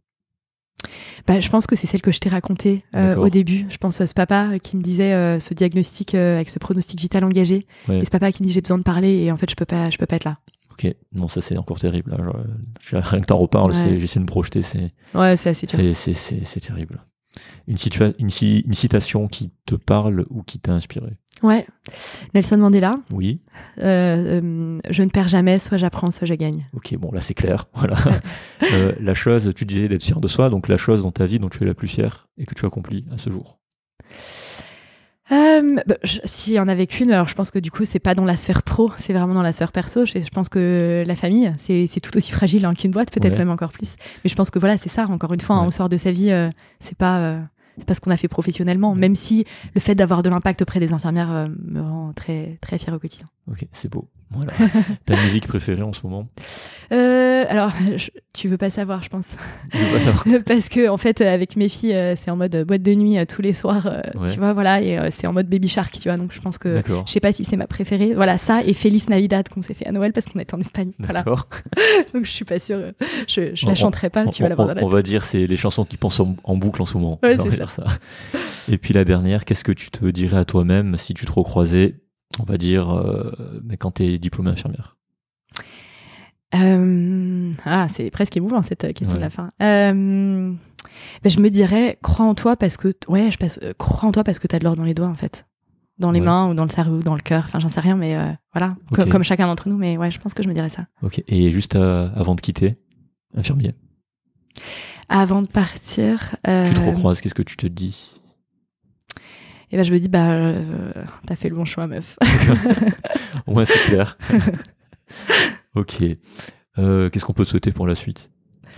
Bah, je pense que c'est celle que je t'ai racontée euh, au début. Je pense à ce papa qui me disait euh, ce diagnostic euh, avec ce pronostic vital engagé. Ouais. Et ce papa qui me dit j'ai besoin de parler et en fait je peux pas, je peux pas être là. Ok, non ça c'est encore terrible. Là. Je, rien que t'en reparles, ouais. c'est, j'essaie de me projeter. C'est, ouais, c'est assez dur. C'est, c'est, c'est, c'est terrible. Une, situa- une, une citation qui te parle ou qui t'a inspiré ? Ouais, Nelson Mandela. Oui. Euh, euh, je ne perds jamais, soit j'apprends, soit je gagne. Ok, bon là c'est clair. Voilà. euh, la chose, tu disais d'être fier de soi, donc la chose dans ta vie dont tu es la plus fière et que tu accomplis à ce jour. Euh, bah, je, s'il y en avait qu'une, alors je pense que du coup c'est pas dans la sphère pro, c'est vraiment dans la sphère perso. Je, je pense que la famille, c'est, c'est tout aussi fragile hein, qu'une boîte, peut-être ouais. même encore plus. Mais je pense que voilà, c'est ça. Encore une fois, ouais. hein, au soir de sa vie, euh, c'est pas. Euh, C'est pas ce qu'on a fait professionnellement, même si le fait d'avoir de l'impact auprès des infirmières euh, me rend très, très fière au quotidien. Ok, c'est beau. Voilà. Ta musique préférée en ce moment ? euh, Alors, je, tu veux pas savoir, je pense. Je veux pas savoir. Parce que, en fait, avec mes filles, euh, c'est en mode boîte de nuit euh, tous les soirs, euh, ouais. tu vois, voilà, et euh, c'est en mode Baby Shark, tu vois, donc je pense que, D'accord. je sais pas si c'est ma préférée. Voilà, ça et Feliz Navidad qu'on s'est fait à Noël parce qu'on était en Espagne. D'accord. Voilà. Donc je suis pas sûre, je, je la on, chanterai pas, on, tu vas l'avoir dans la tête. On va dire, c'est les chansons qui pensent en, en boucle en ce moment. Ouais, c'est ça. ça. Et puis la dernière, qu'est-ce que tu te dirais à toi-même si tu te recroisais, on va dire, euh, mais quand t'es diplômée infirmière ? Euh, ah, c'est presque émouvant cette question Ouais. de la fin. Euh, ben, je me dirais, crois en toi parce que, ouais, je passe, euh, crois en toi parce que t'as de l'or dans les doigts en fait, dans les Ouais. mains ou dans le cerveau, dans le cœur. Enfin, j'en sais rien, mais euh, voilà, Co- Ok. comme chacun d'entre nous. Mais ouais, je pense que je me dirais ça. Ok. Et juste à- avant de quitter, infirmier, Avant de partir, euh, tu te recroises, qu'est-ce que tu te dis? et ben, je me dis, bah, euh, t'as fait le bon choix, meuf. Au moins, c'est clair. Ok. Euh, qu'est-ce qu'on peut te souhaiter pour la suite?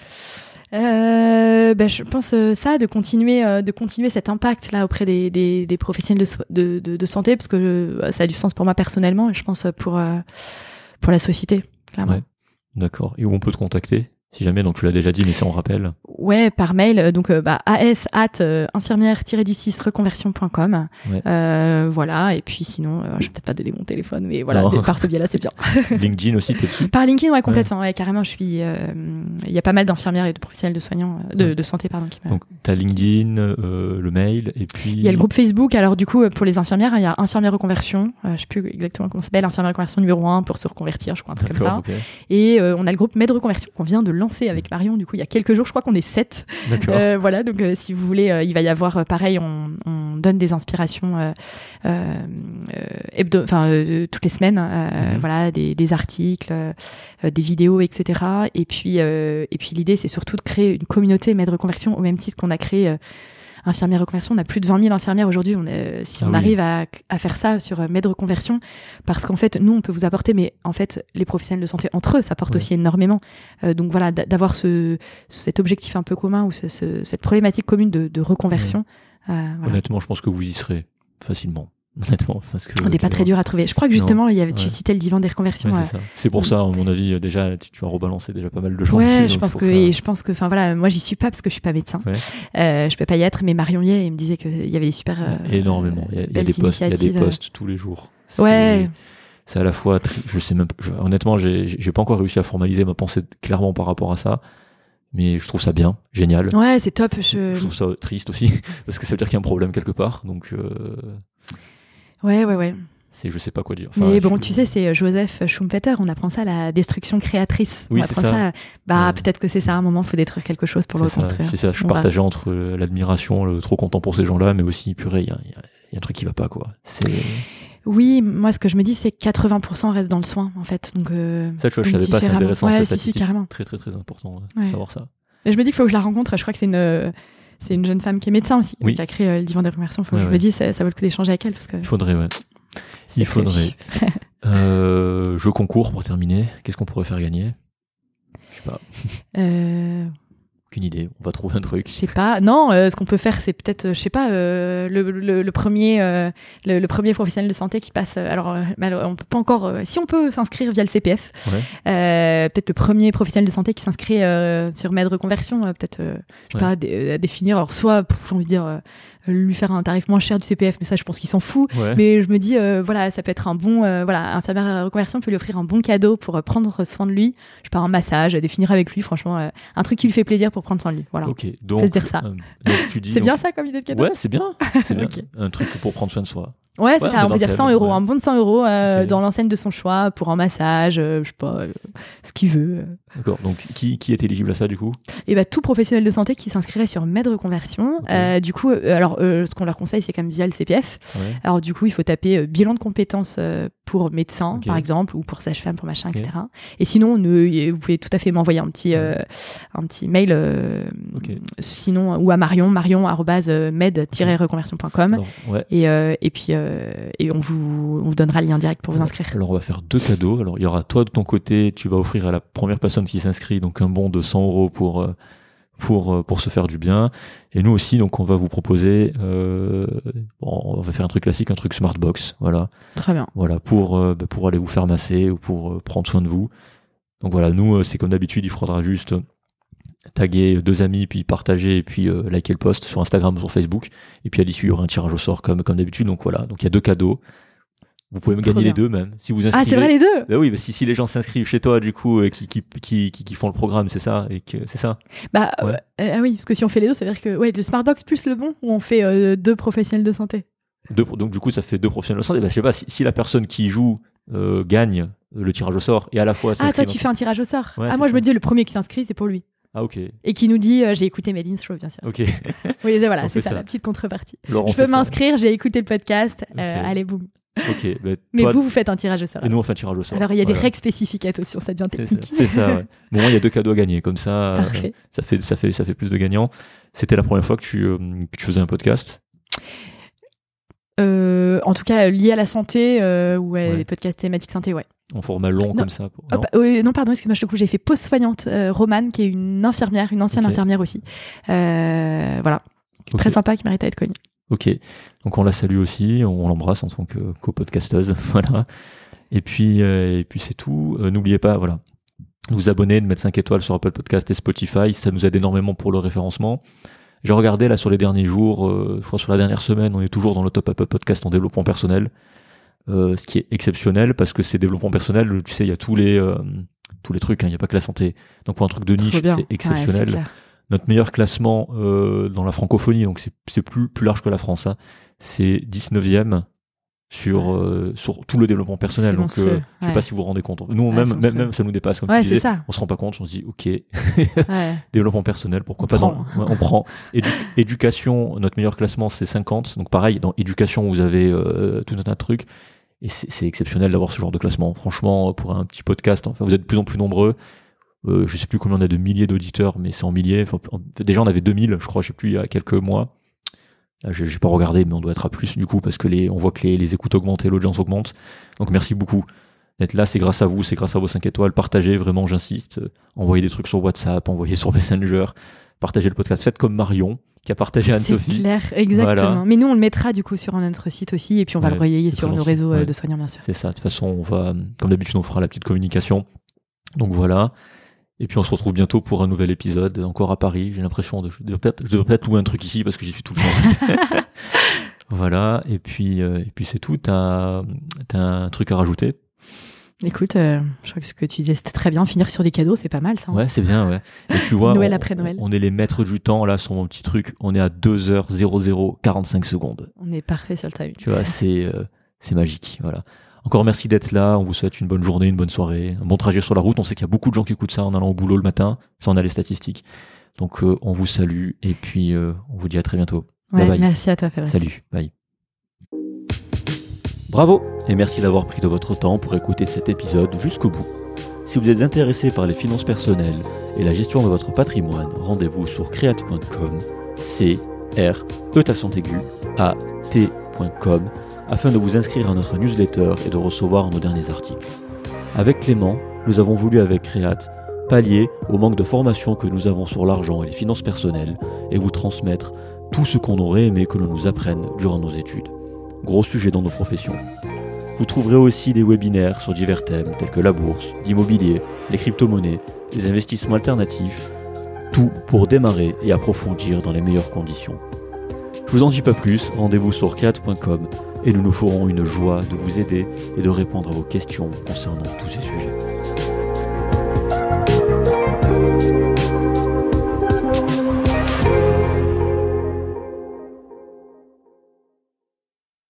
Euh, ben, je pense euh, ça, de continuer, euh, de continuer cet impact là auprès des, des, des professionnels de, so- de, de, de santé, parce que euh, ça a du sens pour moi personnellement et je pense euh, pour, euh, pour la société, clairement. Ouais. D'accord. Et où on peut te contacter? Si jamais, donc tu l'as déjà dit, mais si on rappelle. Ouais, par mail, euh, donc euh, bah, as at euh, infirmière-du-six reconversion point com. Ouais. Euh, voilà, et puis sinon, euh, je vais peut-être pas donner mon téléphone, mais voilà, Non. de- par ce biais-là, c'est bien. LinkedIn aussi, t'es dessus? Par LinkedIn, ouais, complètement, ouais, carrément, je suis. euh, Il y a pas mal d'infirmières et de professionnels de soignants, euh, de, Ouais. de santé, pardon, qui me- Donc, t'as LinkedIn, euh, le mail, et puis. Il y a le groupe Facebook. Alors du coup, pour les infirmières, il y a Infirmière Reconversion. Euh, je sais plus exactement comment ça s'appelle. Infirmière Reconversion numéro un pour se reconvertir, je crois, un truc comme ça. D'accord, ok. Et euh, on a le groupe Med Reconversion qu'on vient de lancer avec Marion. Du coup, il y a quelques jours, je crois qu'on est sept. D'accord. Euh, voilà, donc euh, si vous voulez, euh, il va y avoir euh, pareil, on, on donne des inspirations euh, euh, hebdo, enfin euh, toutes les semaines, euh, Mhm. voilà, des, des articles, euh, des vidéos, et cetera. Et puis, euh, et puis l'idée, c'est surtout de créer une communauté Med Reconversion au même titre qu'on a créé. Euh, Infirmière reconversion, on a plus de vingt mille infirmières aujourd'hui. On est, si Ah on oui. arrive à, à faire ça sur euh, Med Reconversion, parce qu'en fait, nous, on peut vous apporter, mais en fait, les professionnels de santé entre eux, ça apporte Ouais. aussi énormément. Euh, donc voilà, d'a- d'avoir ce, cet objectif un peu commun ou ce, ce- cette problématique commune de, de reconversion. Euh, voilà. Honnêtement, je pense que vous y serez facilement. Honnêtement, parce que On n'est pas très dur à trouver. Je crois que justement, il y avait, tu Ouais. citais le divan des reconversions. Ouais, euh, c'est ça. C'est pour ça, à mon avis, déjà, tu, tu as rebalancé déjà pas mal de gens. Ouais, dessus, je donc pense c'est que, pour ça. et je pense que, enfin voilà, moi j'y suis pas parce que je suis pas médecin. Ouais. Euh, je peux pas y être, mais Marion y est et il me disait qu'il y avait des super. Euh, Énormément. Il y a, il y a belles des posts, il y a des initiatives. posts tous les jours. C'est- Ouais. C'est à la fois, tri- je sais même, je- honnêtement, j'ai, j'ai pas encore réussi à formaliser ma pensée clairement par rapport à ça, mais je trouve ça bien, génial. Ouais, c'est top. Je... Je trouve ça triste aussi, parce que ça veut dire qu'il y a un problème quelque part, donc euh, Ouais, ouais, ouais. c'est, je sais pas quoi dire. Enfin, Mais je- bon, tu sais, c'est Joseph Schumpeter, on apprend ça, la destruction créatrice. Oui, on c'est apprend ça. ça. Bah, Ouais. peut-être que c'est ça, à un moment, il faut détruire quelque chose pour le c'est ça, reconstruire. c'est ça, je suis On va- partagé entre euh, l'admiration, le trop content pour ces gens-là, mais aussi, purée, il y a, il y a- il y a un truc qui va pas, quoi. C'est... Oui, moi, ce que je me dis, c'est que quatre-vingts pour cent restent dans le soin, en fait. Donc, euh, Ça, tu vois, je donc savais pas, c'est différemment. intéressant, Ouais, cette si, si, statistique. carrément. Très, très, très important ouais, Ouais. de savoir ça. Et je me dis qu'il faut que je la rencontre. Je crois que c'est une, c'est une jeune femme qui est médecin aussi, Oui. qui a créé euh, le divan des reconversions. Faut que Ouais, je ouais. me dis, ça, ça vaut le coup d'échanger avec elle. Parce que Il faudrait, ouais. c'est Il faudrait. prévu. Euh, jeu concours pour terminer. Qu'est-ce qu'on pourrait faire gagner? Je sais pas. Euh, Aucune idée. On va trouver un truc. Je sais pas. Non, euh, ce qu'on peut faire, c'est peut-être, euh, je sais pas, euh, le, le, le premier, euh, le, le premier professionnel de santé qui passe. euh, alors, euh, mal- on peut pas encore. euh, si on peut s'inscrire via le C P F, Ouais. euh, peut-être le premier professionnel de santé qui s'inscrit euh, sur Med Reconversion, euh, peut-être, euh, je sais Ouais. pas, dé- à définir. Alors, soit, pff, j'ai envie de dire, euh, lui faire un tarif moins cher du C P F, mais ça, je pense qu'il s'en fout. Ouais. Mais je me dis, euh, voilà, ça peut être un bon, euh, voilà, infirmière à reconversion peut lui offrir un bon cadeau pour euh, prendre soin de lui. Je sais pas, un massage, définir avec lui, franchement, euh, un truc qui lui fait plaisir pour prendre soin de lui. Voilà. Ok. Donc, Faut se dire ça. euh, donc tu dis. C'est donc- bien ça comme idée de cadeau. Ouais, c'est bien. C'est bien. Ok. Un truc pour prendre soin de soi. Ouais, c'est Ouais, ça. un On peut dire dentel, cent euros, ouais. un bon de cent euros euh, Ok. dans l'enseigne de son choix pour un massage, euh, je sais pas, euh, ce qu'il veut. D'accord. Donc, qui, qui est éligible à ça, du coup? Et bah tout professionnel de santé qui s'inscrirait sur Med Reconversion. Ok. Euh, du coup, euh, alors euh, ce qu'on leur conseille, c'est quand même via le C P F. Ouais. Alors du coup, il faut taper euh, bilan de compétences euh, pour médecin, Ok. par exemple, ou pour sage-femme, pour machin, Ok. et cetera. Et sinon, ne- y- vous pouvez tout à fait m'envoyer un petit, euh, un petit mail, euh, Ok. sinon ou à Marion, marion arobase med tiret reconversion point com. Alors, ouais. Et, euh, et puis euh, et on vous, on vous donnera le lien direct pour vous inscrire. Alors, on va faire deux cadeaux. Alors, il y aura toi de ton côté, tu vas offrir à la première personne qui s'inscrit donc un bon de cent euros pour euh, pour euh, pour se faire du bien. Et nous aussi, donc, on va vous proposer. Euh, bon, on va faire un truc classique, un truc Smartbox. Voilà, Très bien. voilà, pour euh, bah, pour aller vous faire masser ou pour euh, prendre soin de vous. Donc voilà, nous, euh, c'est comme d'habitude, il faudra juste taguer deux amis, puis partager, et puis euh, liker le post sur Instagram ou sur Facebook. Et puis à l'issue, il y aura un tirage au sort comme comme d'habitude. Donc voilà, donc il y a deux cadeaux. Vous pouvez me Trop gagner les bien. deux même. Si vous Ah, inscrivez. c'est vrai les deux. Bah oui, bah si, si les gens s'inscrivent chez toi, du coup, euh, qui, qui, qui, qui, qui font le programme, c'est ça, et que c'est ça. Bah Ouais. euh, ah oui, parce que si on fait les deux, ça veut dire que ouais, le Smartbox plus le bon, ou on fait euh, deux professionnels de santé. Deux, donc du coup, ça fait deux professionnels de santé. Bah, je sais pas, si, si la personne qui joue euh, gagne, le tirage au sort et à la fois. Ah, toi, tu fais un tirage au sort. Ouais, ah, moi, ça. je me disais, le premier qui s'inscrit, c'est pour lui. Ah, ok. Et qui nous dit, euh, j'ai écouté Made in Throw, bien sûr. Ok. Oui, voilà, On c'est fait ça, ça. la petite contrepartie. Alors, on je fait peux ça. m'inscrire, j'ai écouté le podcast. Ok. Euh, allez, boum. Ok. Bah, Mais toi, vous, vous faites un tirage au sort. et nous, on fait un tirage au sort. Alors, il y a Voilà. des règles spécifiques, attention, ça devient C'est ça. technique. C'est ça, ouais. Bon, il y a deux cadeaux à gagner. Comme ça, euh, Parfait. ça, fait, ça, fait, ça fait plus de gagnants. C'était la première fois que tu, euh, que tu faisais un podcast. Euh, en tout cas, lié à la santé, euh, ouais, Ouais. les podcasts thématiques santé, ouais. En format long Non. comme ça. Pour... Oh, Non, bah, oui, non, pardon, excuse-moi, je te coupe, j'ai fait pause soignante, euh, Romane, qui est une infirmière, une ancienne Ok. infirmière aussi. Euh, voilà, Ok. très sympa, qui mérite à être connue. Ok, donc on la salue aussi, on l'embrasse en tant que co-podcasteuse, voilà. Et puis, euh, et puis c'est tout. Euh, n'oubliez pas, voilà, de vous abonner, de mettre cinq étoiles sur Apple Podcast et Spotify, ça nous aide énormément pour le référencement. J'ai regardé là sur les derniers jours, euh, je crois sur la dernière semaine, on est toujours dans le top Apple Podcast en développement personnel, euh, ce qui est exceptionnel parce que c'est développement personnel, tu sais, il y a tous les euh, tous les trucs, hein, il n'y a pas que la santé. Donc pour un truc de niche, Trop bien. c'est exceptionnel. Ouais, c'est clair. Notre meilleur classement euh, dans la francophonie, donc c'est, c'est plus, plus large que la France, hein. C'est dix-neuvième sur, Ouais. euh, sur tout le développement personnel. C'est Donc monstrueux, euh, je sais ouais. pas si vous vous rendez compte. Nous, Ouais, même, c'est même, monstrueux. même ça nous dépasse, comme Ouais, tu c'est disais. ça. On se rend pas compte, on se dit, ok, Ouais. développement personnel, pourquoi On pas prend. dans, ouais, on prend. Édu- éducation, notre meilleur classement, c'est cinquante. Donc pareil, dans éducation, vous avez euh, tout un tas de trucs. Et c'est, c'est exceptionnel d'avoir ce genre de classement. Franchement, pour un petit podcast, enfin, vous êtes de plus en plus nombreux. Euh, je sais plus combien on a de milliers d'auditeurs, mais c'est en milliers. Enfin, déjà, on avait deux mille, je crois, je sais plus, il y a quelques mois. Là, j'ai, j'ai pas regardé, mais on doit être à plus du coup, parce que les, on voit que les, les écoutes augmentent et l'audience augmente. Donc merci beaucoup d'être là, c'est grâce à vous, c'est grâce à vos cinq étoiles. Partagez, vraiment, j'insiste. Euh, envoyez des trucs sur WhatsApp, envoyez sur Messenger, partagez le podcast. Faites comme Marion, qui a partagé C'est Anne-Sophie. clair, exactement. Voilà. Mais nous, on le mettra du coup sur notre site aussi, et puis on va Ouais, le relayer c'est sur très nos gentil. réseaux euh, Ouais. de soignants, bien sûr. C'est ça, de toute façon, on va, comme d'habitude, on fera la petite communication. Donc voilà. Et puis on se retrouve bientôt pour un nouvel épisode, encore à Paris. J'ai l'impression de, je devrais peut-être, je devrais peut-être louer un truc ici parce que j'y suis tout le temps. Voilà. Et puis, euh, et puis c'est tout. T'as, t'as un truc à rajouter? Écoute, euh, je crois que ce que tu disais, c'était très bien. Finir sur des cadeaux, c'est pas mal, ça. hein. Ouais, c'est bien, ouais. Et tu vois, Noël on, après Noël. on est les maîtres du temps, là, sur mon petit truc. On est à deux heures quarante-cinq secondes. On est parfait sur le timing. Tu vois, c'est, euh, c'est magique. Voilà. Encore merci d'être là. On vous souhaite une bonne journée, une bonne soirée, un bon trajet sur la route. On sait qu'il y a beaucoup de gens qui écoutent ça en allant au boulot le matin. Ça, on a les statistiques. Donc, euh, on vous salue et puis euh, on vous dit à très bientôt. Ouais, Bye bye. merci à toi, Fabrice. Salut. Bye. Bravo et merci d'avoir pris de votre temps pour écouter cet épisode jusqu'au bout. Si vous êtes intéressé par les finances personnelles et la gestion de votre patrimoine, rendez-vous sur create point com, C R E T aigu A T point com afin de vous inscrire à notre newsletter et de recevoir nos derniers articles. Avec Clément, nous avons voulu avec Create pallier au manque de formation que nous avons sur l'argent et les finances personnelles et vous transmettre tout ce qu'on aurait aimé que l'on nous apprenne durant nos études. Gros sujet dans nos professions. Vous trouverez aussi des webinaires sur divers thèmes tels que la bourse, l'immobilier, les crypto-monnaies, les investissements alternatifs, tout pour démarrer et approfondir dans les meilleures conditions. Je vous en dis pas plus, rendez-vous sur create point com et nous nous ferons une joie de vous aider et de répondre à vos questions concernant tous ces sujets.